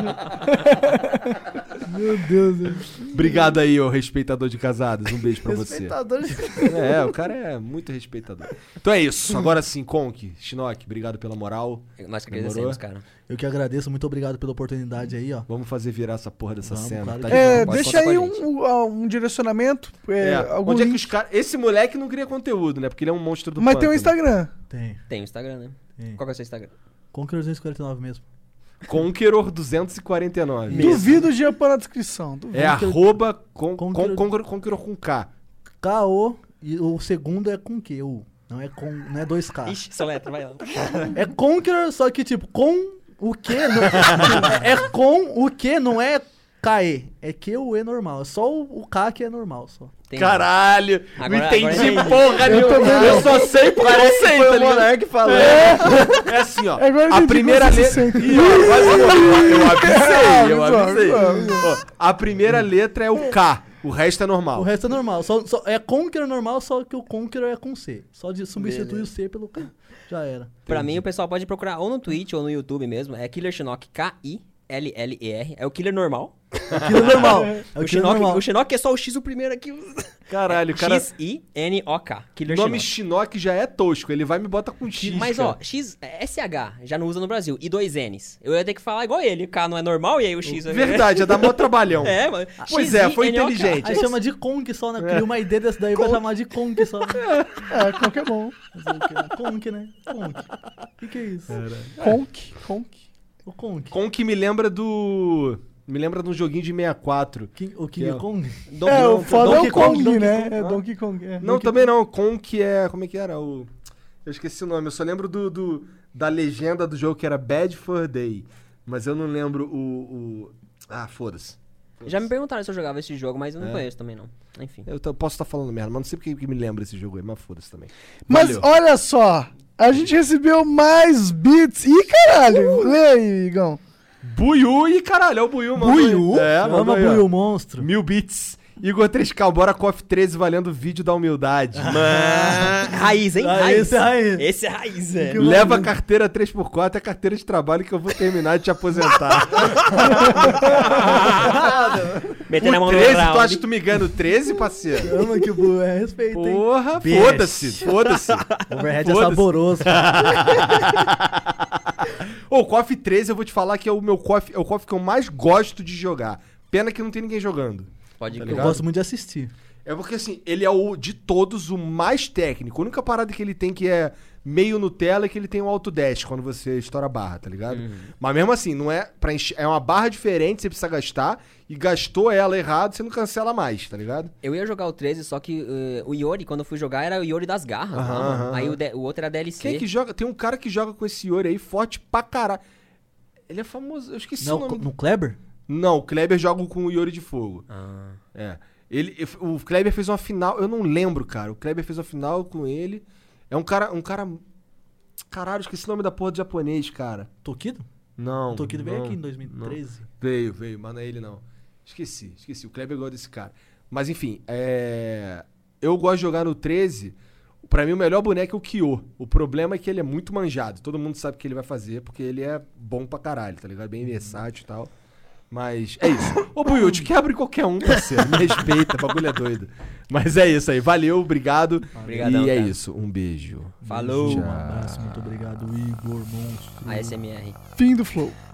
Meu Deus. Deus. Obrigado aí, ô respeitador de casadas. Um beijo pra você. Respeitador de... O cara é muito respeitador. Então é isso. Agora sim, Conk, Shinnok, obrigado pela moral. Nós que Demorou? agradecemos, cara. Eu que agradeço, muito obrigado pela oportunidade aí, ó. Vamos fazer virar essa porra dessa Vamos, cena. claro Tá que de boa, É, pode deixa contar aí com a gente. um direcionamento. Algum Onde é que link. os caras. Esse moleque não cria conteúdo, né? Porque ele é um monstro do Mas tem um pântano. Instagram. Tem. Tem o Instagram, né? Tem. Qual que é o seu Instagram? Conqueror 249 mesmo. Conqueror 249. Duvido o Jean pôr na descrição. Duvido. É arroba Conqueror- Conqueror com K. K-O, e o segundo é com Q, U. Não é 2K. Ixi, sua letra, vai lá. É Conqueror, só que tipo, com o Q. Não... é com o Q, não é KE. É Q o E normal. É só o K que é normal. Só. Tem- Caralho! Agora- não entendi agora entendi. porra nenhuma. também não. Eu só sei por conceito, Foi tá o ligado? Monark falando. É assim, ó. Agora eu A entendi primeira como você letra. se sente. Ih, ó, quase morreu. Eu avisei. Avisou, avisou. Ó, a primeira letra é o K. O resto é normal. O resto é normal. É Conqueror normal, só que o Conqueror é com C. Só de substituir o C pelo K. Já era. Pra mim, o pessoal pode procurar ou no Twitch ou no YouTube mesmo. É Killer Shinnok, K-I-L-L-E-R. É o Killer normal. É o Killer normal. É O Shinnok é só o X o primeiro aqui. Caralho, o cara... X-I-N-O-K. Killer O nome Shinnok. Shinnok já é tosco, ele vai e me bota com X, Mas, cara. ó, X, SH, já não usa no Brasil. E 2 N's. Eu ia ter que falar igual ele. K não é normal e aí o X... Verdade, ia dar mó trabalhão. É, mano. Pois é, foi X-I-N-O-K. inteligente. Aí chama de Conk só, né? Cria uma ideia dessa daí, vai chamar de Conk só. Conk é bom. Conk, né? Conk. O que é isso? Conk. O Conk. Conk me lembra do... Me lembra de um joguinho de 64. O King é- Kong? O foda é Donkey o Kong, Kong, né? Donkey É Kong. Donkey Kong. Não, também não. Conk é... Como é que era? Eu esqueci o nome. Eu só lembro da legenda do jogo que era Bad Fur Day. Mas eu não lembro Ah, foda-se. Já me perguntaram se eu jogava esse jogo, mas eu não conheço também, não. Enfim. Eu posso estar falando merda, mas não sei porque que me lembra esse jogo aí. Mas foda-se também. Mas Valeu. olha só, a gente recebeu mais bits. Ih, caralho! Lê aí, Igão. Buiu e caralho, é o Buiu, mano. Buiu? É, Chama mano. Buiu Monstro. 1000 bits. Igor 3K, bora KOF 13 valendo vídeo da humildade. Raiz, hein? Ah, Raiz. esse é raiz. Esse é raiz, velho. Leva a carteira 3x4 e a carteira de trabalho que eu vou terminar de te aposentar. Metendo a mão O no 13, tu round. acha que tu me engana o 13, parceiro? Chama que o Buiu é respeito, hein? Porra, Bitch. foda-se. Overhead é Foda-se. saboroso. Ô, o KOF 13 eu vou te falar que é o meu KOF, é o KOF que eu mais gosto de jogar. Pena que não tem ninguém jogando. Pode Eu crer. gosto muito de assistir. É porque, assim, ele é o, de todos, o mais técnico. A única parada que ele tem que é meio Nutella é que ele tem um autodash quando você estoura a barra, tá ligado? Mas mesmo assim, não é pra é uma barra diferente, você precisa gastar, e gastou ela errado, você não cancela mais, tá ligado? Eu ia jogar o 13, só que o Yori, quando eu fui jogar, era o Yori das garras. Aham, lá, mano. aham. Aí o outro era DLC. Quem é que joga? Tem um cara que joga com esse Yori aí, forte pra caralho. Ele é famoso, eu esqueci o Não, nome. no Kleber? Não, o Kleber joga com o Yori de fogo. Ah. É. O Kleber fez uma final, eu não lembro, cara. O Kleber fez uma final com ele. É um cara. Caralho, esqueci o nome da porra do japonês, cara. Tokido? Não. O Tokido veio não, aqui em 2013. não. Veio, mas não é ele não. Esqueci. O Kleber gosta desse cara. Mas enfim, eu gosto de jogar no 13. Pra mim, o melhor boneco é o Kyo. O problema é que ele é muito manjado. Todo mundo sabe o que ele vai fazer, porque ele é bom pra caralho, tá ligado? Bem versátil e tal. Mas é isso. Ô, Buiu, te quebra em qualquer um, parceiro. Me respeita, o bagulho é doido. Mas é isso aí. Valeu, obrigado. Obrigadão, e é cara. isso. Um beijo. Falou. Tchau. Um abraço, muito obrigado, Igor Monstro. ASMR. Fim do flow.